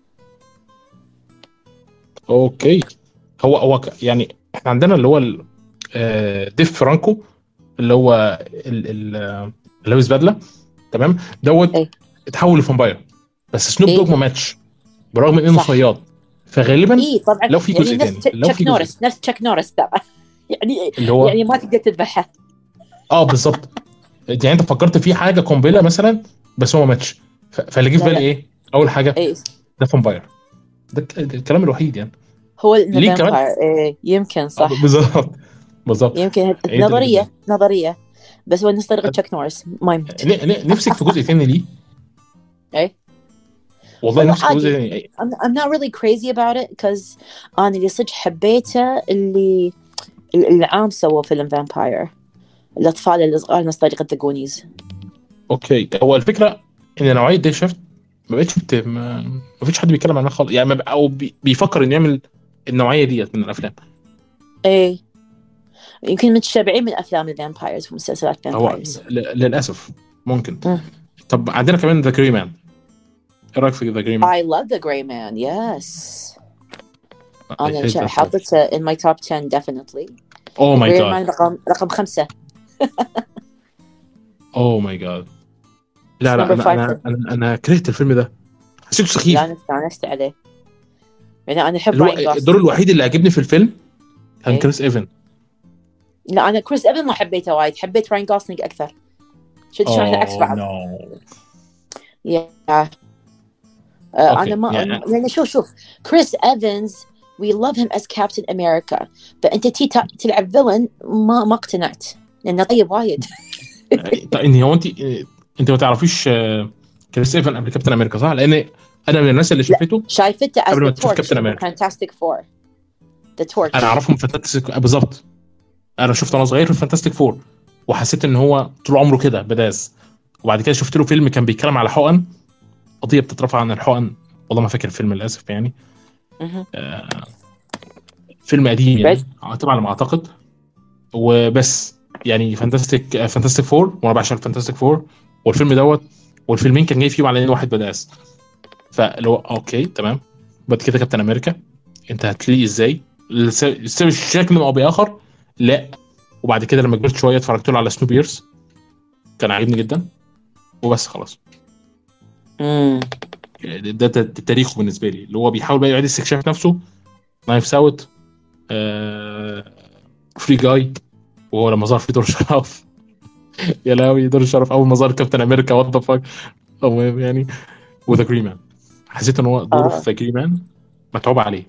اوكي. هو هو ك- يعني احنا عندنا اللي هو ال- آه، ديف فرانكو، اللي هو ال- ال- آه، اللي لابس بدله، تمام دوت، إيه. اتحول لفامباير. بس سنوب إيه دوج ما ده. ماتش برغم من انه صح. صياد، فغالبا إيه طبعا. لو في يعني جزء نفس تاني، لو تشاك في جزء نورس، نفس تشاك نورس ترى. يعني اللي هو يعني ما تقدر تذبحه. اه بالظبط. يعني انت فكرت في حاجه قنبله مثلا بس هو ما ماتش، ف- فاللي جه في لا بالي لا. ايه؟ اول حاجه إيه ده فامباير، ده الك- الكلام الوحيد يعني. هو إنه ليه كمان؟ فامباير. إيه يمكن آه، صح. بالظبط بالظبط. يمكن عيد اللي جدا. نظرية نظرية. بس هو نفس طريقة تشاك نورس ما يموت. ن- ن- نفسك في جزء تاني ليه؟ إيه. والله والله نفسك في جزء عادي. تاني. I'm, I'm not really crazy about it because أنا اللي صدق حبيته اللي العام سووا فيلم فامباير. الأطفال الصغار نفس طريقة ذا جونيز. اوكي. هو الفكره ان نوعيه دي شيفت ما بقتش بت... ما... ما فيش حد بيتكلم عنها خالص يعني، ما بقى... او بي... بيفكر انه يعمل النوعيه ديت من الافلام. إيه يمكن متشبعين من أفلام الفامبايرز ومسلسلات هو فامبايرز. ل... للاسف ممكن. مم. طب عندنا كمان ذا جري مان، ايه رايك في ذا جري مان؟ I love the Grey Man. Yes. أنا hate that حاطته in my top ten definitely. اوه The ماي Grey جاد، Man رقم رقم خمسة. اوه ماي جاد. لا لا Number انا five. انا انا, أنا كرهت الفيلم ده، حسيته لا سخيف. أنا استانست عليه. يعني أنا أحب اللي هو راين جوسلينج. الدور الوحيد اللي عجبني في الفيلم كان إيه؟ كريس ايفن. لا أنا كريس إيفن ما حبيته وايد، حبيت راين جوسلينج أكثر. شفت شلون إحنا عكس بعض. نو. يا آه أوكي، أنا ما يعني- يعني شوف شوف كريس إيفنز we love him as Captain America. فأنت تي تلعب فيلن ما ما اقتنعت لأنه طيب وايد. طيب انت هو انت انت ما تعرفيش آه، كريس ايفن قبل كابتن امريكا صح؟ لان انا من الناس اللي شافته شايفته as قبل ما the تشوف torch كابتن in the امريكا. Fantastic Four. The torch. انا اعرفه من فانتاستيك بالظبط، انا شفته وانا صغير في فانتاستيك فور وحسيت ان هو طول عمره كده بداس، وبعد كده شفت له فيلم كان بيتكلم على حقن، قضيه بتترفع عن الحقن، والله ما فاكر الفيلم للاسف يعني. مهم. آه فيلم قديم يعني بس. طبعا على ما اعتقد، وبس يعني فانتاستيك فانتاستيك فور، وانا بعشق فانتاستيك فور والفيلم دوت، والفيلمين كان جاي فيهم على ان واحد بداس، فاللي هو اوكي تمام. بعد كده كابتن امريكا انت هتلاقيه ازاي السبب شكل او باخر؟ لا. وبعد كده لما كبرت شويه اتفرجت له على سنو بيرس، كان عاجبني جدا، وبس خلاص. مم. ده, ده, ده تاريخه بالنسبه لي، اللي هو بيحاول بقى يعيد استكشاف نفسه. نايف اوت، آه فري جاي، وهو لما ظهر في دور شرف يا لاوي دور الشرف اول ما ظهر كابتن امريكا وات ذا فاك. المهم يعني، وذا جري مان حسيت ان هو دوره آه. في ذا جري مان متعوب عليه.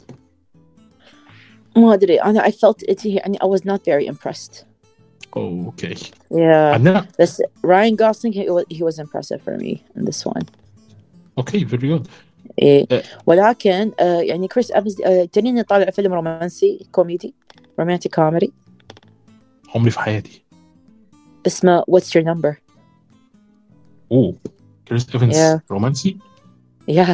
ما أدري أنا I felt it يعني I was not very impressed. اوكي. Yeah. عندنا بس Ryan Gosling he was, he was impressive for me in this one. اوكي فيري جود. إيه. أه. ولكن آه يعني كريس إيفنز آه تاني نطالع فيلم رومانسي كوميدي رومانتيك كوميدي عمري في حياتي. اسمه What's Your Number. اوه كريس ايفنز Yeah. رومانسي؟ yeah.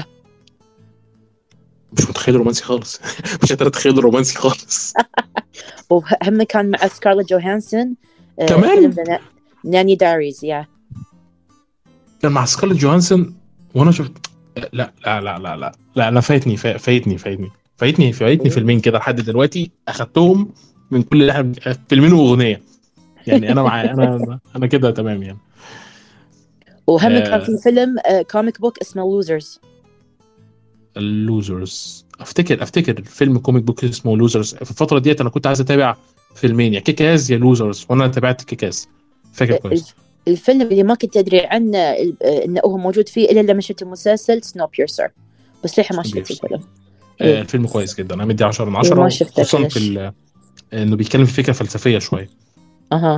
مش متخيل رومانسي خالص مش قادر اتخيل رومانسي خالص. وهم كان مع سكارلت جوهانسون آه كمان؟ فيلم ناني دايريز. يا كان مع سكارلت جوهانسون وانا شفت لا لا لا لا لا لا انا فايتني فا- فايتني فايتني فايتني فايتني فيلمين كده لحد دلوقتي اخدتهم من كل اللي احنا فيلمين واغنيه يعني. انا مع انا انا كده تمام يعني. وهم آه. كان في فيلم آه كوميك بوك اسمه لوزرز. اللوزرز، افتكر افتكر فيلم كوميك بوك اسمه لوزرز. في الفتره ديت انا كنت عايز اتابع فيلمين، يا كيكاز يا لوزرز، وانا تابعت كيكاز فاكر كويس. الفيلم اللي ما كنت أدري عنه إنه هو موجود فيه إلا لما شفت المسلسل سنو بيرسر، بس لحين ما شفت الفيلم. آه الفيلم كويس جدا، انا مدي عشرة من إيه عشرة، ما شفته خصوصا كلش. في انه بيتكلم في فكره فلسفيه شويه. اها آه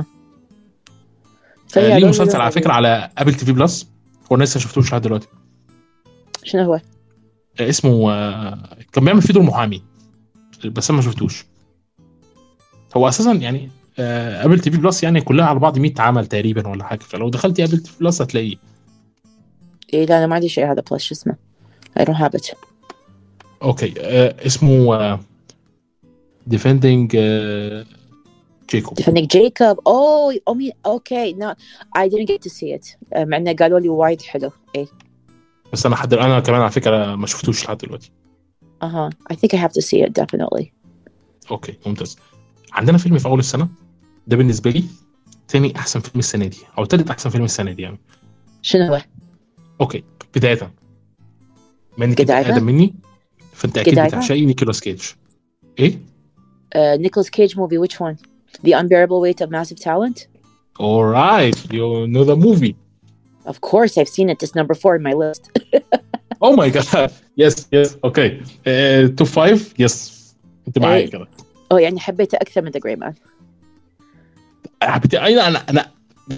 فيا ليه لو مسلسل على لو- فكره على ابل تي في بلس، هو الناس ما شفتوش لحد دلوقتي. شنو هو؟ آه اسمه آه كان بيعمل فيه دور محامي بس انا ما شفتوش. هو اساسا يعني آه ابل تي في بلس يعني كلها على بعض مية عمل تقريبا ولا حاجه، فلو دخلتي ابل تي في بلس هتلاقيه. إيه لا أنا ما عندي شيء هذا بلس، شو اسمه؟ I don't have it. اوكي آه اسمه آه ديفندينج آه جيكوب. Defending Jacob. Oh, oh me. Okay, no, I didn't get to see it. Uh, مع إنه قالوا لي وايد حلو. إيه. بس انا حد انا كمان على فكره ما شفتوش لحد دلوقتي. أها. I think I have to see it definitely. اوكي ممتاز. عندنا فيلم في اول السنه ده بالنسبه لي تاني احسن فيلم السنه دي او تالت احسن فيلم السنه دي يعني. شنو هو؟ اوكي بدايه ما انك انت جدايفر؟ اقدم مني فانت اكيد جدايفر؟ بتعشقي نيكولاس كيج. ايه Uh, Nicolas Cage movie. Which one? The Unbearable Weight of Massive Talent. alright you know the movie. Of course, I've seen it. It's number four in my list. oh my god yes yes okay uh, top five yes انت معايا إيه. كده. Oh يعني حبيته أكثر من The Gray Man. حبيتي ايضا انا انا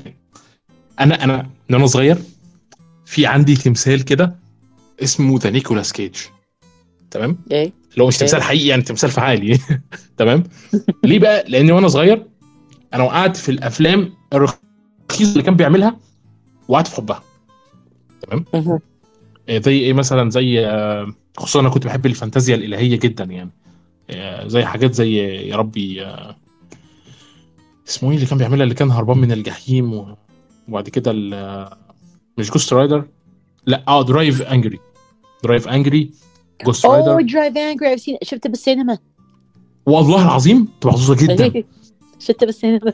انا انا من وانا صغير في عندي تمثال كده اسمه ذا نيكولاس كيج تمام. إيه. لو مش تمثال إيه. حقيقي يعني تمثال فعالي تمام. ليه بقى؟ لاني وانا صغير انا وقعت في الافلام الرخيصه اللي كان بيعملها وقعت في حبها تمام. مهم. آه، زي ايه مثلا زي آه، خصوصا انا كنت بحب الفانتازيا الالهيه جدا يعني. آه، زي حاجات زي يا ربي آه، اسمه ايه اللي كان بيعملها اللي كان هربان من الجحيم و- وبعد كده ال- آه، مش جوست رايدر، لا اه درايف انجري درايف انجري جوست Oh, رايدر. Drive Angry. I've seen it. شفته بالسينما. والله العظيم انت محظوظه جدا. شفته بالسينما.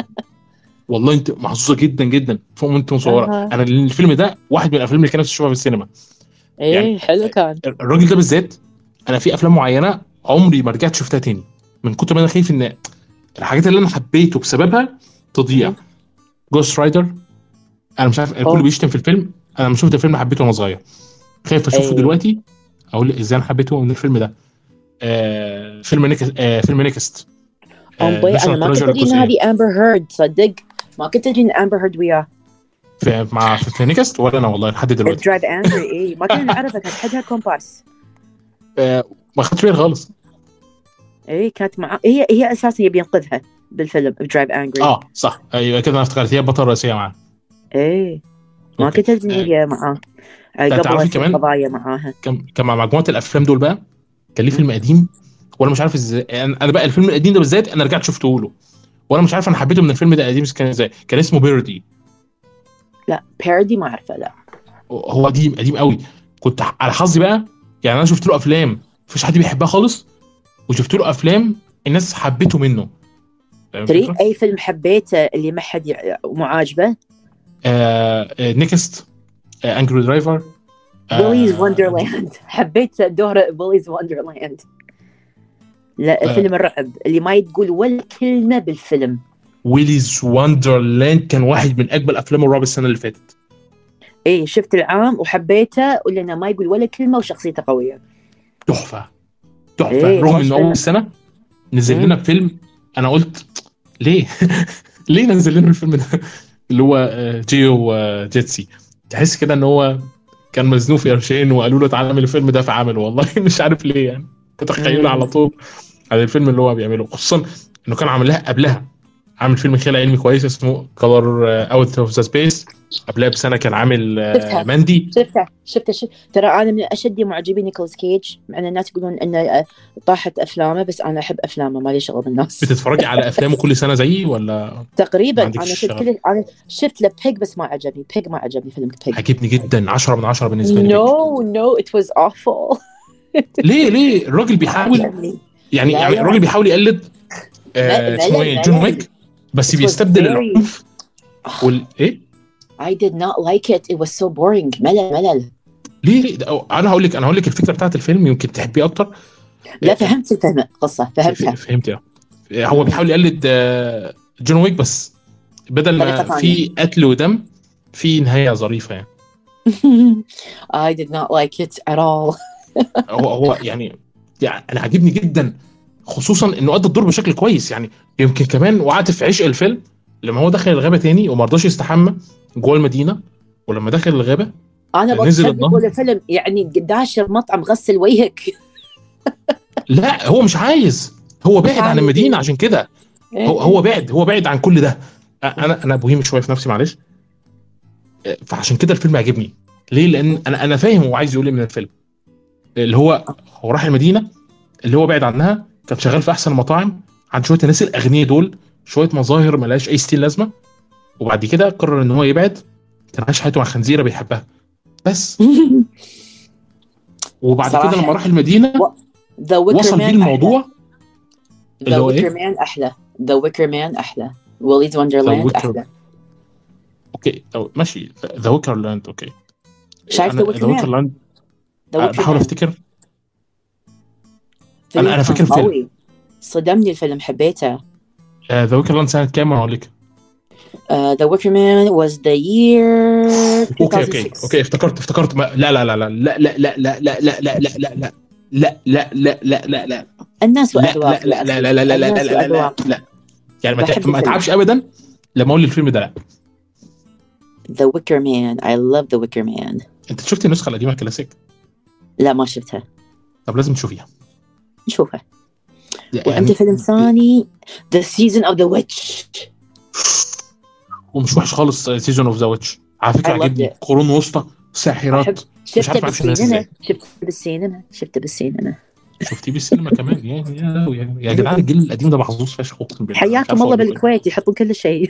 والله انت محظوظه جدا جدا فوق ما انت مصوره. أها. انا الفيلم ده واحد من الافلام اللي كان نفسي اشوفها في السينما. إيه يعني حلو كان. الراجل ده بالذات انا في افلام معينه عمري ما رجعت شفتها تاني من كتر ما انا خايف ان الحاجات اللي انا حبيته بسببها تضيع. مهم. جوست رايدر انا مش عارف الكل أوه. بيشتم في الفيلم، انا لما شفت الفيلم حبيته وانا صغير، خايف اشوفه إيه. دلوقتي اقول ازاي انا حبيته من الفيلم ده. آه فيلم نيكست آه فيلم نيكست أم بي أنا ما كنت أدري إن هذه أمبر هيرد. صدق ما كنت أدري إن أمبر هيرد وياه. في مع في نيكست ولا انا والله لحد دلوقتي درايف أنجري. إيه ما كنا نعرفها، كانت حدها كومبارس. آه ما خدتش بالي خالص. إيه كانت مع هي هي أساسا يبي ينقذها بالفيلم درايف أنجري. اه صح ايوه كده انا افتكرت هي البطله الرئيسيه معاه. إيه ما أوكي. كنت أدري إن هي معاه. آه، تعرفي قبل كمان القضايا معاها. كان كان مع مجموعه الافلام دول بقى كان ليه فيلم قديم وانا مش عارف ازاي انا أنا بقى الفيلم القديم ده بالذات انا رجعت شفته له وانا مش عارف انا حبيته من الفيلم ده قديم كان ازاي. كان اسمه بيردي. لا بيردي ما أعرفه لا. هو قديم قديم قوي. كنت على حظي بقى يعني انا شفت له افلام مفيش حد بيحبها خالص وشفت له افلام الناس حبيته منه. فاهم تري الفكرة؟ أي فيلم حبيته اللي ما حد يع- مو عاجبه؟ آه آه نيكست آه انجري درايفر بوليز وندرلاند. حبيت دور بوليز وندرلاند. لا آه فيلم الرعب اللي ما يتقول ولا كلمة بالفيلم. ويليز وندرلاند كان واحد من اجمل افلام الرعب السنه اللي فاتت. ايه شفت العام وحبيته ولأنه ما يقول ولا كلمة وشخصيته قوية. تحفه تحفه إيه رغم مش انه فيلم. اول سنه نزل مم. لنا بفيلم انا قلت ليه ليه نزل لنا الفيلم ده اللي هو آه، جيو آه، جيتسي. تحس كده ان هو كان مزنوق في قرشين وقالوا له تعالى اعمل الفيلم ده فعمله والله مش عارف ليه يعني تتخيله على طول على الفيلم اللي هو بيعمله. خصوصا انه كان عامل لها قبلها عامل فيلم خيال علمي كويس اسمه كولر اوت اوف ذا سبيس. قبلها بسنه كان عامل آه، شفتها. ماندي. شفته شفته شفت. ترى أنا من أشد معجبين نيكولاس كيج مع أن الناس يقولون إنه آه، طاحت أفلامه بس أنا أحب أفلامه ما لي شغل بالناس. بتتفرجي على افلامه كل سنه زيي ولا ما تقريبا عندكش أنا شفت شغف؟ كل أنا شفت له بيج بس ما عجبني. بيج ما عجبني فيلم بيج. عجبني جدا عشرة من عشرة بالنسبه لي. No no it was awful. ليه ليه الراجل بيحاول عجبني. يعني لا يعني لا. الراجل بيحاول يقلد آه ملل- اسمه ايه ملل. جون ويك بس It was بيستبدل very- العنف وال ايه. I did not like it. It was so boring. ملل ملل. ليه ليه ده- أو- انا هقول لك انا هقول لك الفكره بتاعت الفيلم يمكن تحبيه اكتر. لا آه، فهمت الفهم قصة ف- فهمتها. فهمت يا هو بيحاول يقلد آه، جون ويك، بس بدل طريقة ما في ثانية. قتل ودم في نهايه ظريفه يعني. I did not like it at all. هو هو يعني يعني انا عاجبني جدا، خصوصا انه ادى الدور بشكل كويس يعني. يمكن كمان وقعت في عشق الفيلم لما هو دخل الغابه تاني وما رضاش يستحمى جوه المدينه، ولما دخل الغابه أنا نزل بتصدق النهر. ولا فيلم يعني قداش المطعم غسل وجهك. لا هو مش عايز، هو مش بعد عن عايز. المدينه عشان كده. هو هو بعد هو بعد عن كل ده. انا انا بوهيم شويه في نفسي معلش. فعشان كده الفيلم عجبني. ليه؟ لان انا انا فاهم هو عايز يقول ايه من الفيلم. اللي هو هو راح المدينه اللي هو بعد عنها، كان شغال في احسن المطاعم عند شويه الناس الاغنياء دول، شويه مظاهر ملهاش اي ستين لازمه. وبعد كده قرر ان هو يبعد، كان عايش حياته مع خنزيره بيحبها بس. وبعد كده لما صراحة راح المدينه The Wicker وصل بيه Man أحلى. الموضوع. The اللي هو Wicker ايه؟ Man أحلى. The Wicker Man أحلى. Willy's ذا Wonderland ويكر. أحلى. اوكي أو ماشي، ذا ويكر لاند. اوكي شايف انا The Wicker ذا ويكر Man؟ لاند The Wicker بحاول Man افتكر. فيلم انا انا كان فاكر الفيلم. قوي، صدمني الفيلم، حبيته. ذا ويكر لاند سنه كام اقول لك؟ Uh, The Wicker Man was the year اوكي اوكي two thousand six. اوكي افتكرت افتكرت ما... لا لا لا لا لا لا لا لا لا لا لا لا لا لا لا لا لا لا لا الناس لا لا وأذواق يا لا أخي، لا لا لا لا الناس لا لا لا وأذواق. لا يعني ما بحب ت- ما الفيلم اتعبش ابدا لما اقول الفيلم ده لا. The Wicker Man. I love The Wicker Man. انت شفت النسخه القديمه كلاسيك؟ لا ما شفتها، طب لازم تشوفيها نشوفها. يعني. وعندي فيلم ثاني The Season of the Witch. ومش وحش خالص سيزون اوف ذا ويتش على فكره، I loved عجبني. it. قرون وسطى أحب. ساحرات. مش شفته عارف معرفش الناس بالسينما، ازاي شفته بالسينما، شفته بالسينما. شفتيه بالسينما كمان. يا يا يا, يا جدعان الجيل القديم ده محظوظ فشخ اقسم بالله. مش حياكم عارف الله أقول لكم بالكويت يحطون كل شيء.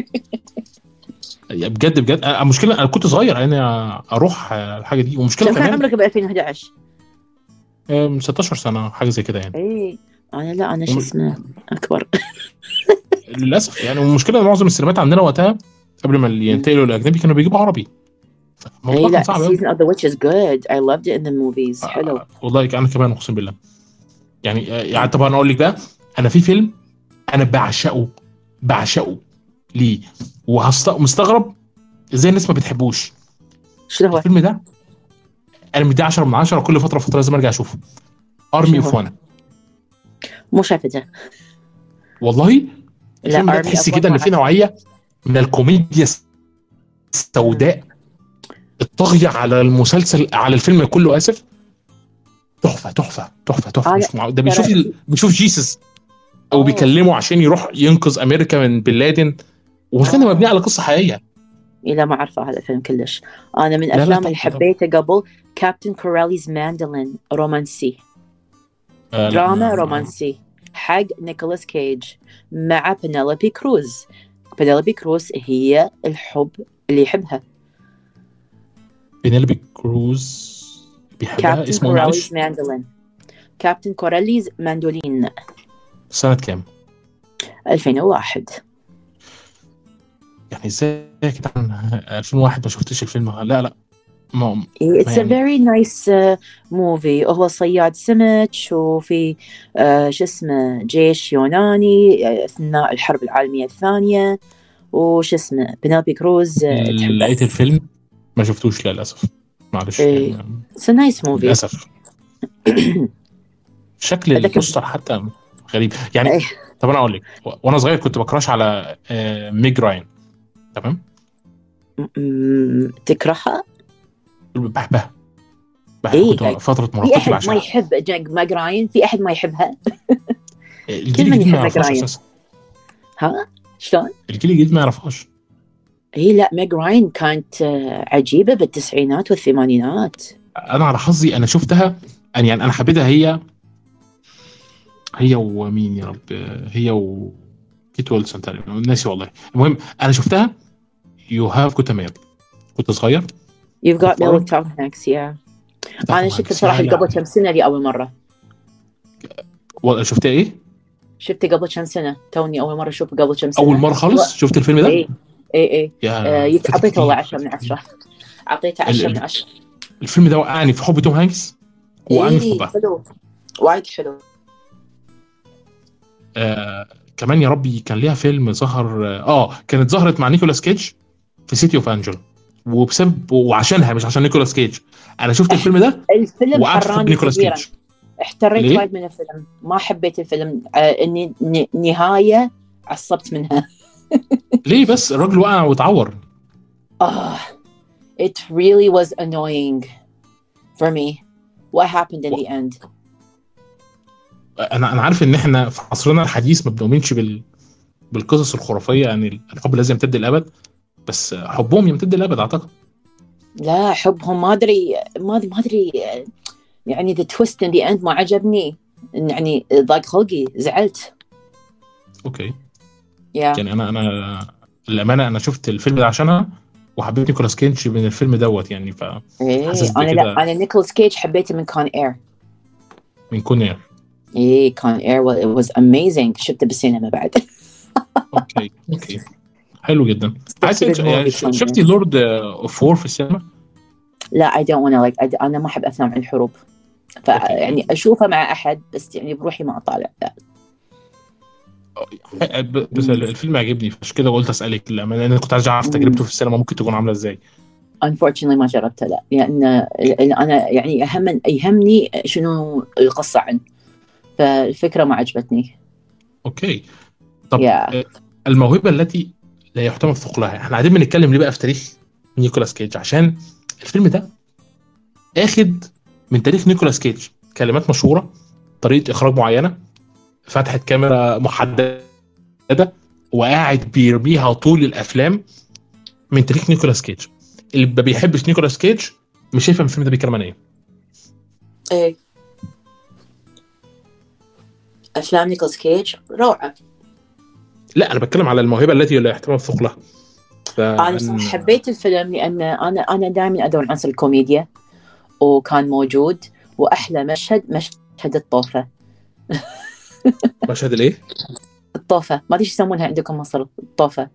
إيه. بجد بجد أنا- المشكله انا كنت صغير انا اروح آه، الحاجه دي. ومشكله كم كان كمان عمرك ب ألفين وأحد عشر؟ آم، ستاشر سنه حاجه زي كده يعني. اي انا لا انا شو وم- اسمه اكبر. للاسف يعني. والمشكله ان معظم السينمات عندنا وقتها قبل ما ينتقلوا الاجنبي كانوا بيجيبوا عربي، اي الموضوع كان لا صعب قوي. Season of the Witch is good. I loved it in the movies. حلو. والله انا كمان اقسم بالله يعني. آه، يعني طبعا اقول لك بقى، انا في فيلم انا بعشقه بعشقه ليه، ومستغرب ازاي الناس ما بتحبوش. شنو هو؟ الفيلم ده انا مديه عشرة من عشرة، كل فتره فتره لازم ارجع اشوفه. ارمي شنو اوف هو؟ وان. مو شافته. والله الفيلم ده لا Army تحس of One كده ان ما في عرفته. نوعيه من الكوميديا السوداء الطاغيه على المسلسل، على الفيلم كله. اسف. تحفه تحفه تحفه تحفه انا مش مع... ده بيشوف ترى ال... بيشوف جيسس او اوه بيكلمه عشان يروح ينقذ امريكا من بن لادن، والفيلم اه مبني على قصه حقيقيه. لا ما اعرفه هذا الفيلم كلش. انا من لا لا الافلام اللي تحفه طبعا. حبيته قبل كابتن كوراليز ماندولين، رومانسي، آه لا دراما ما... ما... رومانسي حق نيكولاس كيج مع بنيلوبي كروز. بنيلوبي كروز هي الحب اللي يحبها. بينيلبي كروز بيحبها. كابتن اسمه كوراليز معلش ماندولين. كابتن كوراليز ماندولين. سنه كام؟ ألفين وواحد. يعني ازاي يا جدعان ألفين وواحد ما شفتش الفيلم؟ لا لا ما, ما It's a يعني. very nice uh, movie. هو صياد سمك وفي uh, شو اسمه جيش يوناني uh, أثناء الحرب العالمية الثانية، وش اسمه بنيلوبي كروز uh, تحبه. لقيت الفيلم ما شفتوش للاسف معلش إيه. يعني. It's a nice movie. للاسف شكل هذاك البوستر حتى غريب يعني. إيه. طب انا اقول لك، وانا صغير كنت بكراش على آه، ميج راين. تمام. م- تكرهها؟ بحبها بحبها. إيه كنت like فتره في مراهقتي أحد ما بعشقها. يحب جاك ماج راين؟ في أحد ما يحبها؟ الجيل كل من الجديد ما يحب ماج يعرفهاش راين. اساسا. ها شلون؟ الجيل الجديد ما يعرفهاش. هي لا ماج راين كانت uh, عجيبة بالتسعينات والثمانينات. انا على حظي انا شفتها يعني انا حبيتها. هي هي ومين يا رب، هي و كيت ويلسون تقريبا ناسي والله. المهم انا شفتها. يو هاف كنت مير كنت صغير. You've got me بتفرج with Tom Hanks. yeah. بتاع أنا توم شفت هانكس بصراحة يا قبل يا كم سنة لأول مرة. و- شفتها ايه؟ شفته قبل كم سنة، توني أول مرة أشوفه قبل كم سنة. اول مره خالص شفت الفيلم ده. إيه إيه إيه. يا آه يت- فاتك أعطيته والله كتير عشرة من فاتك عشرة. كتير. أعطيته ال- عشرة من ال- عشرة. الفيلم ده وقعني في حب توم هانكس ووقعني في إيه حبها. حلو، وايد حلو. آه كمان يا ربي كان ليها فيلم ظهر اه كانت ظهرت مع نيكولاس كيج في سيتي اوف انجل، وبسبب وعشانها مش عشان نيكولاس كيج انا شفت الفيلم ده الفيلم وقعدت احب حراني نيكولاس كثيرا، كيج. احتريت ليه؟ وايد من الفيلم، ما حبيت الفيلم. آه اني ن- نهاية عصبت منها. ليه بس الراجل وقع واتعور. آه it really was annoying for me what happened in و- the end. انا انا عارف ان احنا في عصرنا الحديث ما بنؤمنش بال... بالقصص الخرافيه، يعني الحب لازم يمتد الابد، بس حبهم يمتد الابد اعتقد. لا حبهم ما ادري ما ادري ما ادري يعني the twist in the end ما عجبني، يعني ضاق خلقي، زعلت. اوكي. يا يعني انا انا الامانه انا شفت الفيلم ده عشانها، وحبيت نيكولاس كينج من الفيلم دوت يعني، ايه فحاسس انا لا بكده انا نيكولاس كيج حبيته من كون اير. من كونير. ايه كون اير it was amazing، شفته بالسينما بعد. اوكي اوكي حلو جدا. such عايز a good يعني movie ش- كون شفتي اير. لورد اوف وور في السينما؟ لا I don't wanna like I, انا ما احب افلام عن الحروب، اوكي. فيعني اشوفها مع احد بس يعني بروحي ما اطالع لا. ب- بس الفيلم عجبني فعشان كده قلت اسالك لما انا كنت عايز اعرف مم. تجربته في السينما ممكن تكون عامله ازاي. unfortunately ما جربته لا، لان لأن انا يعني اهم يهمني شنو القصه عنه، فالفكره ما عجبتني. اوكي. طب يا آه، الموهبه التي لا يحتمل ثقلها، احنا قاعدين بنتكلم ليه بقى في تاريخ نيكولاس كيج؟ عشان الفيلم ده اخد من تاريخ نيكولاس كيج كلمات مشهوره، طريقه اخراج معينه، فتحه كاميرا محدده، وقاعد بيرميها طول الافلام من تاريخ نيكولاس كيج. اللي ما بيحبش نيكولاس كيج مش شايف الفيلم ده بيتكلم عن ايه. ايه افلام نيكولاس كيج روعه. لا انا بتكلم على الموهبه التي لا يحتمل ثقلها. انا بصراحه فأن... حبيت الفيلم لان انا انا دائما ادور عن عنصر الكوميديا وكان موجود، واحلى مشهد مشهد الطوفه. مشهد الايه؟ الطوفه ما ادري ايش يسمونها عندكم مصر، الطوفه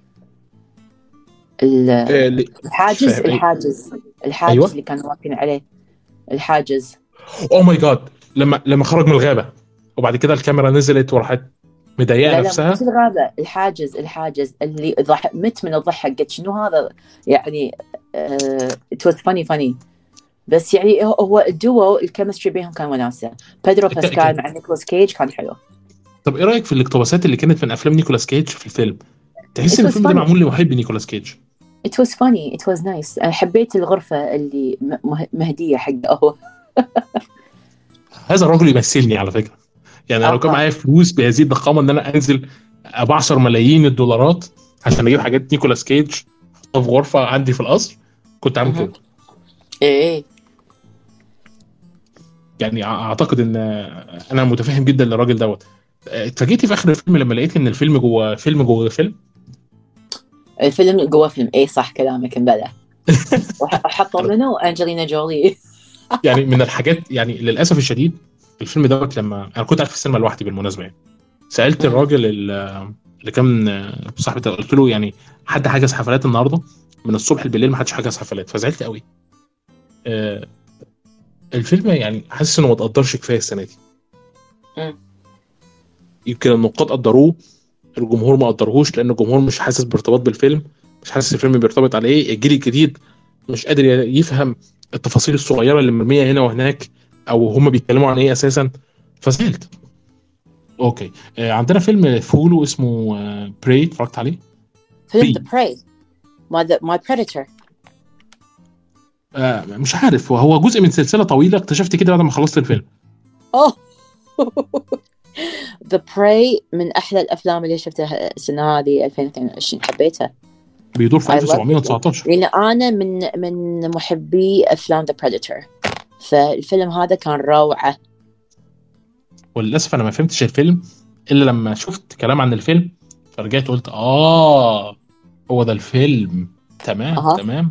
ال- آه لي... مش الحاجز فاهم ايه. الحاجز الحاجز ايوه. اللي كانوا واقفين عليه، الحاجز. اوه ماي جاد، لما لما خرج من الغابه وبعد كده الكاميرا نزلت وراحت مضايقه لا لا مش نفسها. الغابة، الحاجز الحاجز اللي ضح... مت من الضحك، قلت شنو هذا يعني. uh, it was funny funny بس يعني هو هو الدوو الكيمستري بينهم كان وناسة. بيدرو ك... ك... باسكال مع نيكولاس كيج كان حلو. طب ايه رايك في الاقتباسات اللي كانت من افلام نيكولاس كيج في الفيلم؟ تحس it ان was الفيلم ده funny معمول لمحبي نيكولاس كيج؟ it was funny it was nice. أنا حبيت الغرفة اللي م- مهدية حقه هو. هذا الرجل يمثلني على فكره. يعني أنا لو كان آه. معايا فلوس بهذه الضخامه ان انا انزل ابعشر ملايين الدولارات عشان اجيب حاجات نيكولاس كيج احطها في غرفه عندي في القصر كنت عامل مه. كده. ايه يعني اعتقد ان انا متفهم جدا للراجل دوت. اتفاجئتي في اخر الفيلم لما لقيت ان الفيلم جوه فيلم جوه فيلم. الفيلم جوا فيلم، ايه صح كلامك مبلى. وحطوا منه انجلينا جولي. يعني من الحاجات يعني للاسف الشديد الفيلم دوت لما انا كنت قاعد في السينما لوحدي بالمناسبه يعني سالت مم. الراجل ال- اللي كان صاحب ده، قلت له يعني حد حجز حفلات النهارده من الصبح بالليل ما حدش حجز حفلات، فزعلت قوي. آه، الفيلم يعني حاسس انه ما تقدرش كفايه السنه دي. مم. يمكن النقاد قدروه، الجمهور ما قدرهوش لان الجمهور مش حاسس بارتباط بالفيلم، مش حاسس الفيلم بيرتبط عليه. الجيل الجديد مش قادر يفهم التفاصيل الصغيره اللي مرميه هنا وهناك او هم بيتكلموا عن ايه اساسا، فزعلت. اوكي. آه عندنا فيلم فولو اسمه آه بري، اتفرجت عليه. فيلم بري. The Prey My, the, My Predator. آه مش عارف، وهو جزء من سلسله طويله اكتشفت كده بعد ما خلصت الفيلم. اوه The Prey من احلى الافلام اللي شفتها السنه هذه ألفين واثنين وعشرين، حبيتها. بيدور في I ألف loved وسبعمية وتسعتاشر. it لان انا من من محبي افلام The Predator، فالفيلم هذا كان روعه. وللاسف انا ما فهمتش الفيلم الا لما شفت كلام عن الفيلم، فرجعت قلت اه هو ده الفيلم. تمام اها تمام.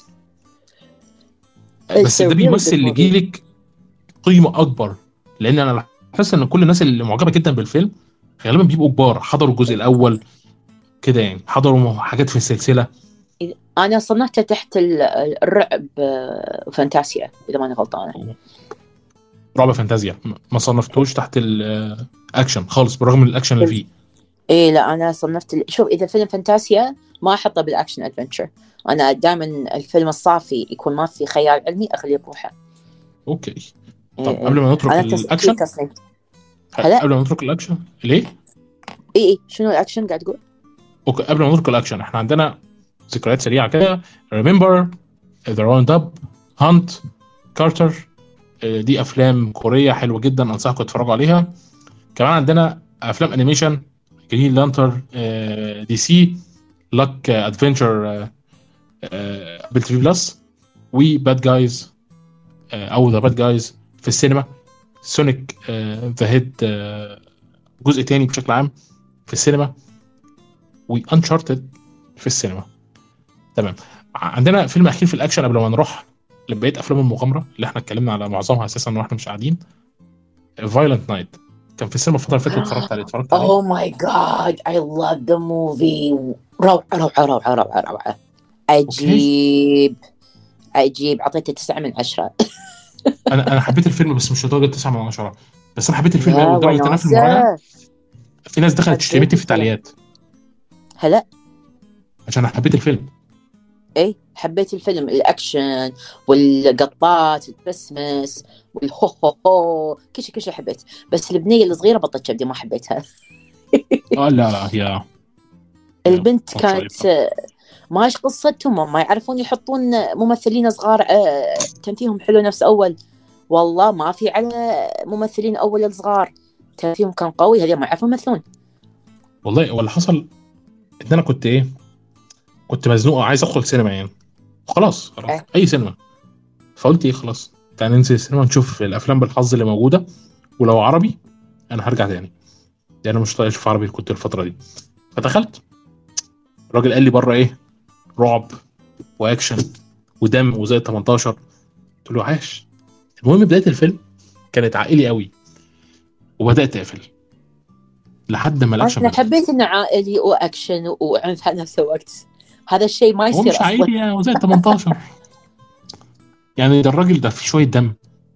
It's بس a ده really good بيمثل movie. لجيلك قيمه اكبر، لان انا بحس ان كل الناس اللي معجبه جدا بالفيلم غالبا بيبقوا كبار حضروا الجزء الاول كده، يعني حضروا حاجات في السلسله. انا صنفته تحت ال- الرعب، آه، فانتاسيا اذا ماني غلطانه. رعب فانتازيا، ما صنفتوش تحت الاكشن خالص بالرغم من الاكشن اللي فيه. ايه لا انا صنفت ال... شوف اذا فيلم فانتاسيا ما احطه بالاكشن ادفنتشر، انا دائما الفيلم الصافي يكون ما في خيال علمي اخليه بروحه. اوكي. إيه طب إيه. قبل ما نترك انا تصنيف الاكشن تصنيف هلا قبل ما نترك الاكشن ليه اي اي شنو الاكشن قاعد تقول؟ اوكي قبل ما نترك الاكشن احنا عندنا ذكريات سريعه كده. ريمبر، ذا راوند اب، هانت، كارتر. دي افلام كوريه حلوه جدا، انصحكم تتفرجوا عليها. كمان عندنا افلام انيميشن، جرين لانتر، دي سي، لاك ادفنتشر، ابل تي في بلس، وباد جايز او ذا باد جايز في السينما. سونيك ذا هيد جزء تاني بشكل عام في السينما، وانشارتد في السينما. تمام. عندنا فيلم اخير في الاكشن قبل ما نروح لبقيه افلام المغامره اللي احنا اتكلمنا على معظمها اساسا واحنا مش قاعدين. فايلنت نايت كان في السينما الفتره اللي فاتت، اتفرجت عليه اتفرجت عليه Oh my god I love the movie. روعة روعة روعة روعة روعة. عجيب عجيب، اعطيته تسعة من عشرة. انا انا حبيت الفيلم بس مش لدرجه تسعة من عشرة، بس انا حبيت الفيلم لا قوي لدرجه ان انا في المراجعه وناسة. في ناس دخلت حبيت تشتمتني في الفيلم التعليقات هلا. عشان انا حبيت الفيلم. ايه حبيت الفيلم، الاكشن والقطات الكريسماس والهو هو هو كل شيء كل شيء حبيت، بس البنيه الصغيره بطت كبدي ما حبيتها. اه لا لا هي البنت ماتش كانت ماش قصتهم، ما يعرفون يحطون ممثلين صغار تمثيلهم حلو نفس اول. والله ما في على ممثلين اول الصغار تمثيلهم كان قوي، هذول ما يعرفون يمثلون. والله واللي حصل ان انا كنت ايه كنت مزنوق عايز ادخل سينما يعني، خلاص خلاص أه. اي سينما. فقلت ايه خلاص تعالى ننزل السينما نشوف الافلام بالحظ اللي موجوده، ولو عربي انا هرجع تاني لان انا مش طايق اشوف عربي كنت الفتره دي. فدخلت، الراجل قال لي بره ايه رعب واكشن ودم وزي تمنتاشر. قلت له عاش. المهم بدايه الفيلم كانت عائلي قوي، وبدات اقفل لحد ما الاكشن انا بدا. حبيت انه عائلي واكشن وعنف على نفس الوقت، هذا الشيء ما هو يصير مش اصلا. عائلي يا وزي تمنتاشر يعني ده الراجل ده فيه شويه دم.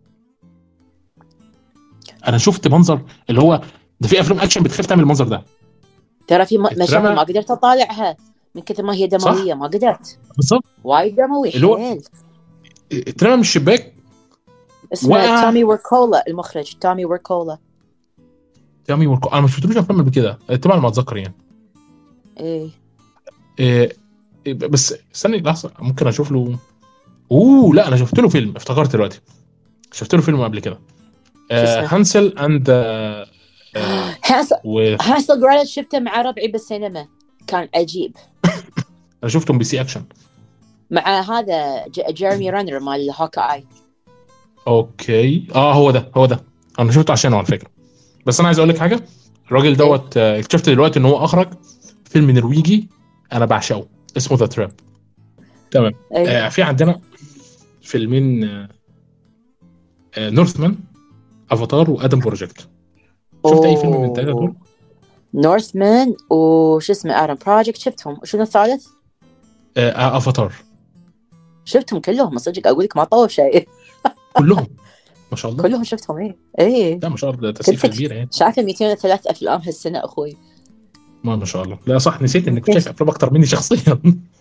انا شفت منظر اللي هو ده في افلام اكشن بتخاف تعمل المنظر ده. ترى في مشاهد ما اترمى قدرت اطالعها من كثر ما هي صح دمويه، ما قدرت. بالظبط. وايد دموي اللي هو حيل. اترمى من الشباك اسمه وقع. تامي وركولا المخرج، تامي وركولا. تامي وركو انا ما شفتلوش افلام قبل كده طبعا ما اتذكر يعني. ايه إيه إيه، بس استني لحظه ممكن اشوف له. اوه لا انا شفت له فيلم افتكرت دلوقتي، شفت له فيلم قبل كده. شو آه اسمه؟ هانسل اند آه آه هاسل و هاسل جرالت، شفته مع ربعي بالسينما كان عجيب. انا شفته ام بي سي اكشن. مع هذا ج- جيرمي رانر مال هوكا اي. اوكي اه هو ده هو ده انا شفته عشانه على فكره. بس انا عايز اقول لك ايه حاجه، الراجل ايه دوت آه، اكتشفت دلوقتي ان هو اخرج فيلم نرويجي انا بعشقه اسمه ذا تراب. تمام. ايه آه في عندنا فيلمين آه آه نورثمان، افاتار، وادم بروجكت. شفت اي فيلم من الثلاثه دول؟ اوه نورثمان وش اسمه ادم بروجكت شفتهم، شنو الثالث؟ آه آه افاتار. شفتهم كلهم صدق اقول لك ما طوف شيء. كلهم ما شاء الله. كلهم شفتهم ايه ايه. لا ما شاء الله ده كنت تسقيفه كبيره يعني. شايفه مئتين وثلاث افلام هالسنه اخوي. ما ما شاء الله. لا صح نسيت انك كنت شايف افلام اكتر مني شخصيا.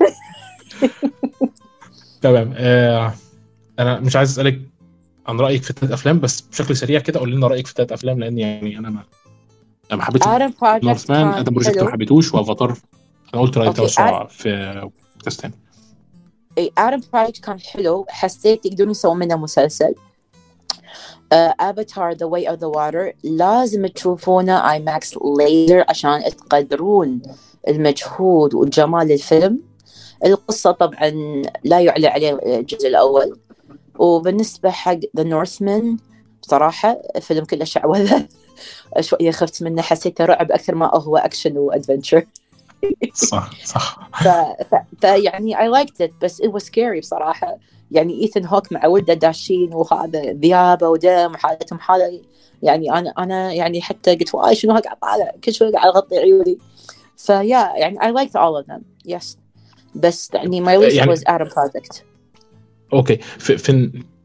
تمام. آه انا مش عايز اسالك عن رايك في الثلاث افلام، بس بشكل سريع كده قول لنا رايك في الثلاث افلام لان يعني انا ما انا ما حبيتش. ادم بروجكت نورثمان، كان ادم بروجكت ما حلو. حبيتهوش، وافاتار انا قلت رايي اوكي آد... توسع في تستان. اي ادم بروجكت كان حلو، حسيت يقدرون يسوون منه مسلسل. افاتار ذا واي اوف ذا واتر لازم تشوفونه اي ماكس ليزر عشان تقدرون المجهود وجمال الفيلم. القصة طبعا لا يعلى عليه الجزء الأول. وبالنسبة حق ذا نورثمان بصراحة الفيلم كله شعوذة. شوية خفت منه، حسيته رعب أكثر ما هو أكشن وأدفنتشر. صح صح. ف... ف... فيعني I liked it بس it was scary بصراحة. يعني إيثن هوك مع ولده داشين وهذا ذيابة ودم وحالتهم حالة، يعني أنا أنا يعني حتى قلت واي شنو قاعد طالع كل شوي قاعد أغطي عيوني. فيا يعني I liked all of them yes. بس يعني my least يعني was Adam Project. اوكي في, في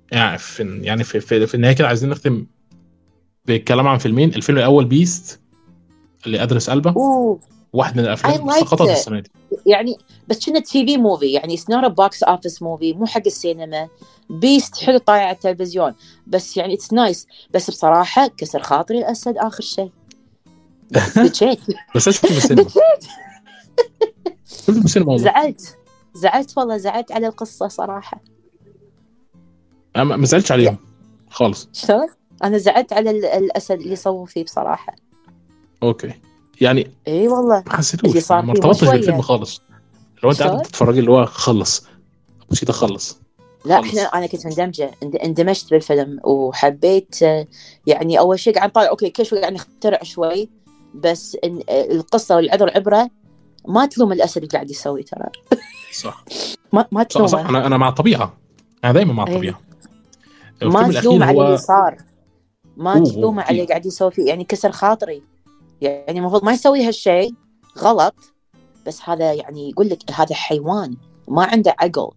يعني في يعني في في, في النهايه كده عايزين نختم بالكلام عن فيلمين. الفيلم الاول بيست اللي ادرس قلبه، اوه واحد من I الافلام liked سقطت it. السنه دي. يعني بس كنا تي في موفي، يعني it's not a box office movie، مو حق السينما. بيست حلو طايع على التلفزيون، بس يعني it's nice. بس بصراحة كسر خاطري الأسد آخر شيء. بكيت بس انا شفته في السينما، بكيت شفته في السينما والله. زعلت زعلت والله، زعلت على القصة صراحة. انا ما ما زعلتش عليهم خالص. شلون؟ أنا زعلت على ال- الأسد اللي صووا فيه بصراحة. اوكي يعني إي والله ما اللي حسيتوش، ما صار ما فيه مو ارتبطتش بالفيلم شوية. خالص. لو انت قاعد شلون؟ بتتفرج اللي هو خلص ابو سيده خلص لا احنا خلص. انا كنت مندمجه، اند- اندمجت بالفيلم وحبيت. آه، يعني اول شيء قاعد نطالع اوكي كل شوي قاعد نخترع شوي، بس إن آه، القصه والعذر عبره. ما تلوم الاسد اللي قاعد يسوي ترى. صح ما ما صح صح. تلومه. انا انا مع الطبيعه، انا دايما مع إيه. الطبيعه. ما الفيلم تلوم الاخير على اللي هو صار، ما اوه اوه تلوم على اللي اكيد قاعد يسوي فيه، يعني كسر خاطري. يعني المفروض ما يسوي هالشيء، غلط. بس هذا يعني يقول لك هذا حيوان ما عنده عقل.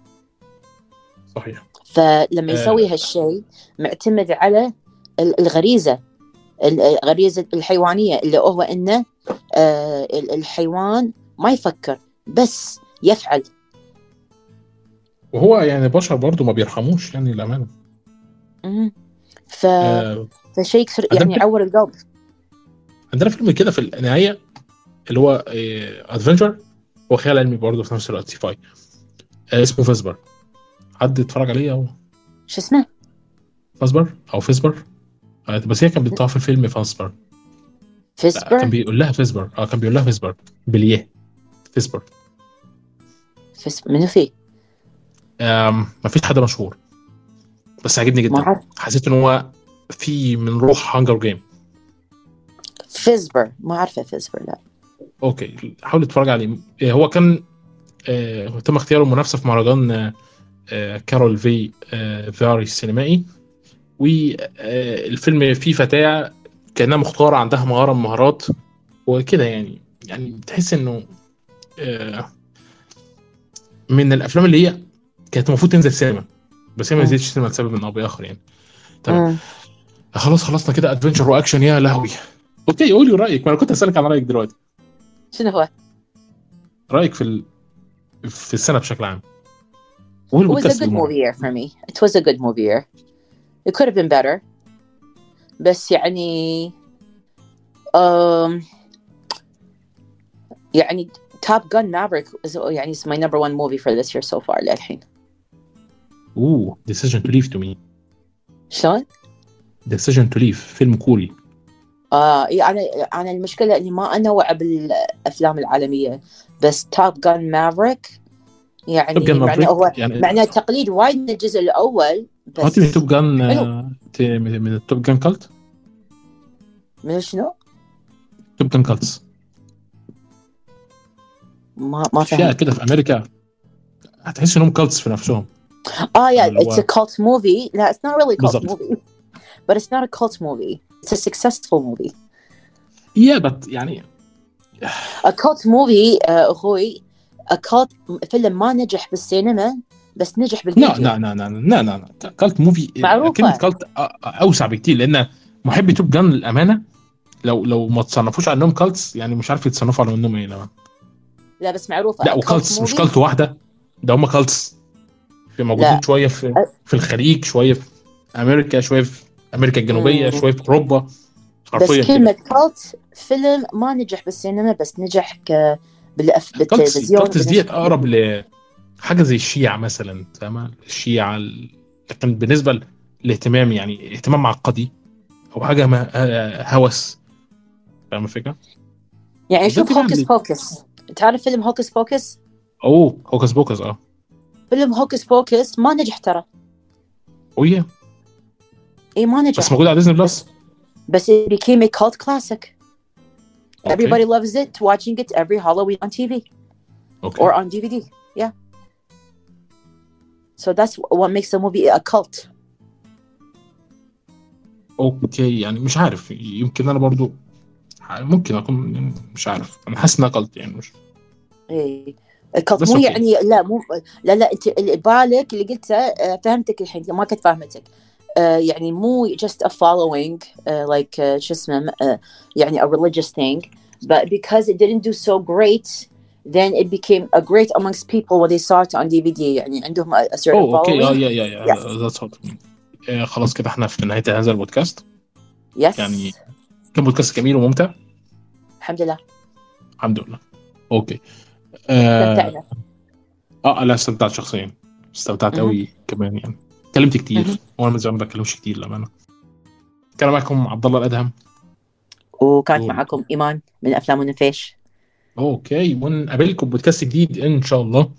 صحيح. فلما يسوي آه هالشيء معتمد على ال- الغريزه الغريزة الحيوانية، اللي هو إنه آه الحيوان ما يفكر بس يفعل. وهو يعني بشر برضو ما بيرحموش يعني الامانه. مم. ف... آه فشيء كثير عندنا يعني فيلم يعور القلب. عندنا فيلم كده في النهايه اللي هو ادفنتشر، هو خيال علمي برضه في نفس الوقت سي فاي. آه اسمه فيسبر. حد اتفرج عليه او شو اسمه؟ فاسبر او فيسبر؟ آه بس هي كانت بتطلع في الفيلم فاسبر. لا كان فيسبر. بيقول لها فيسبر، اه كان بيقول لها فيسبر بالياء. فيسبر. فيس... منو فيه؟ آم مفيش حد مشهور بس عجبني ما جدا. أعرف. حسيت ان هو في من روح هانجر جيم. فيسبر ما أعرفه فيسبر لا. اوكي حاول تتفرج عليه. آه هو كان آه تم اختياره منافسه في مهرجان آه آه كارول في آه فياري السينمائي. والفيلم فيه فتاة كأنها مختارة عندها مهارة من مهارات وكده يعني. يعني تحس انه آه من الافلام اللي هي كانت المفروض تنزل سينما بس هي ما مم. نزلتش سينما لسبب من او باخر يعني. تمام. مم. خلاص خلصنا كده ادفنتشر واكشن يا لهوي. اوكي قولي رايك، ما انا كنت اسالك عن رايك دلوقتي. شنو هو؟ رايك في ال... في السنه بشكل عام It was a والبودكاست good بالمره. movie year for me. It was a good movie year. It could have been better. بس يعني um, يعني Top Gun Maverick is يعني is my number one movie for this year so far للحين. اوه Decision to Leave to me. شلون؟ Decision to Leave فيلم كوري. آه أنا أنا المشكلة إني ما أنوع بالأفلام العالمية، بس توب جان مافريك يعني توب جان معناه مافريك هو يعني معناه تقليد وايد من الجزء الأول هاتي من بس توب جان حلو. من من التوب جان كالت. من شنو؟ توب جان كالتس ما ما اشياء فهمت. كده في امريكا هتحس انهم كالتس في نفسهم. آه يا اللي it's a هو cult movie. لا it's not really a cult بالظبط. movie but it's not a cult movie. It's a successful movie. يا بت يعني A cult movie آه أخوي. A cult فيلم ما نجح بالسينما بس نجح لا بالفيديو. لا لا لا لا لا لا كالت موفي. كلمة معروفة. كالت اوسع بكتير لان محبي توب جان للامانه لو لو ما تصنفوش على انهم كالتس يعني مش عارف يتصنفوا على انهم ايه. لا لا بس معروفة لا a cult وكالتس مش movie. كالت واحده، ده هم كالتس في موجودين لا شويه في في الخليج، شويه في امريكا، شويه في امريكا الجنوبيه، مم. شويه في اوروبا. بس حرفيا كلمة كده. كولت فيلم ما نجح بالسينما بس نجح ك بالأف... كالتس بالتلفزيون كالتس ديت وبنجح. اقرب لحاجه زي الشيعة مثلا، فاهمه؟ الشيعة ال- لكن بالنسبه للاهتمام يعني اهتمام معقدي او حاجه ما آه، هوس. فاهم الفكره؟ يعني وده شوف كده هوكس اللي بوكس. تعرف فيلم هوكس بوكس؟ اوه هوكس بوكس اه فيلم هوكس بوكس ما نجح ترى. ويا اي ما بس نجح موجود على ديزني بس بلس. بس it became a cult classic. اوكي Everybody loves it, watching it every Halloween on T V اوكي or on D V D. Yeah. So that's what makes the movie a cult. اوكي يعني مش عارف، يمكن انا برضو ممكن اكون مش عارف، انا حاسس انها قلت يعني مش إيه. كظ بس مو اوكي. يعني لا مو لا لا انت اللي بالك اللي قلته آه، فهمتك الحين ما كنت فاهمتك. آه، يعني مو just a following uh, like uh, شو اسمه uh, يعني a religious thing, but because it didn't do so great then it became a great amongst people when they saw it on D V D. يعني عندهم a certain اوه اوكي. اه following. يا يا يا Yes. ذاتس وات. خلاص كده احنا في نهايه هذا البودكاست. Yes. يعني كان بودكاست جميل وممتع. الحمد لله الحمد لله. اوكي. اه, استمتعنا. آه لا استمتعت شخصيا. استمتعت مهم. قوي كمان يعني. اتكلمت كتير مهم. وانا من زمان ما بتكلمش كتير للامانه. كان معكم عبد الله الادهم. وكانت قول. معكم إيمان من أفلام ونفيش. اوكي ونقابلكم بودكاست جديد ان شاء الله.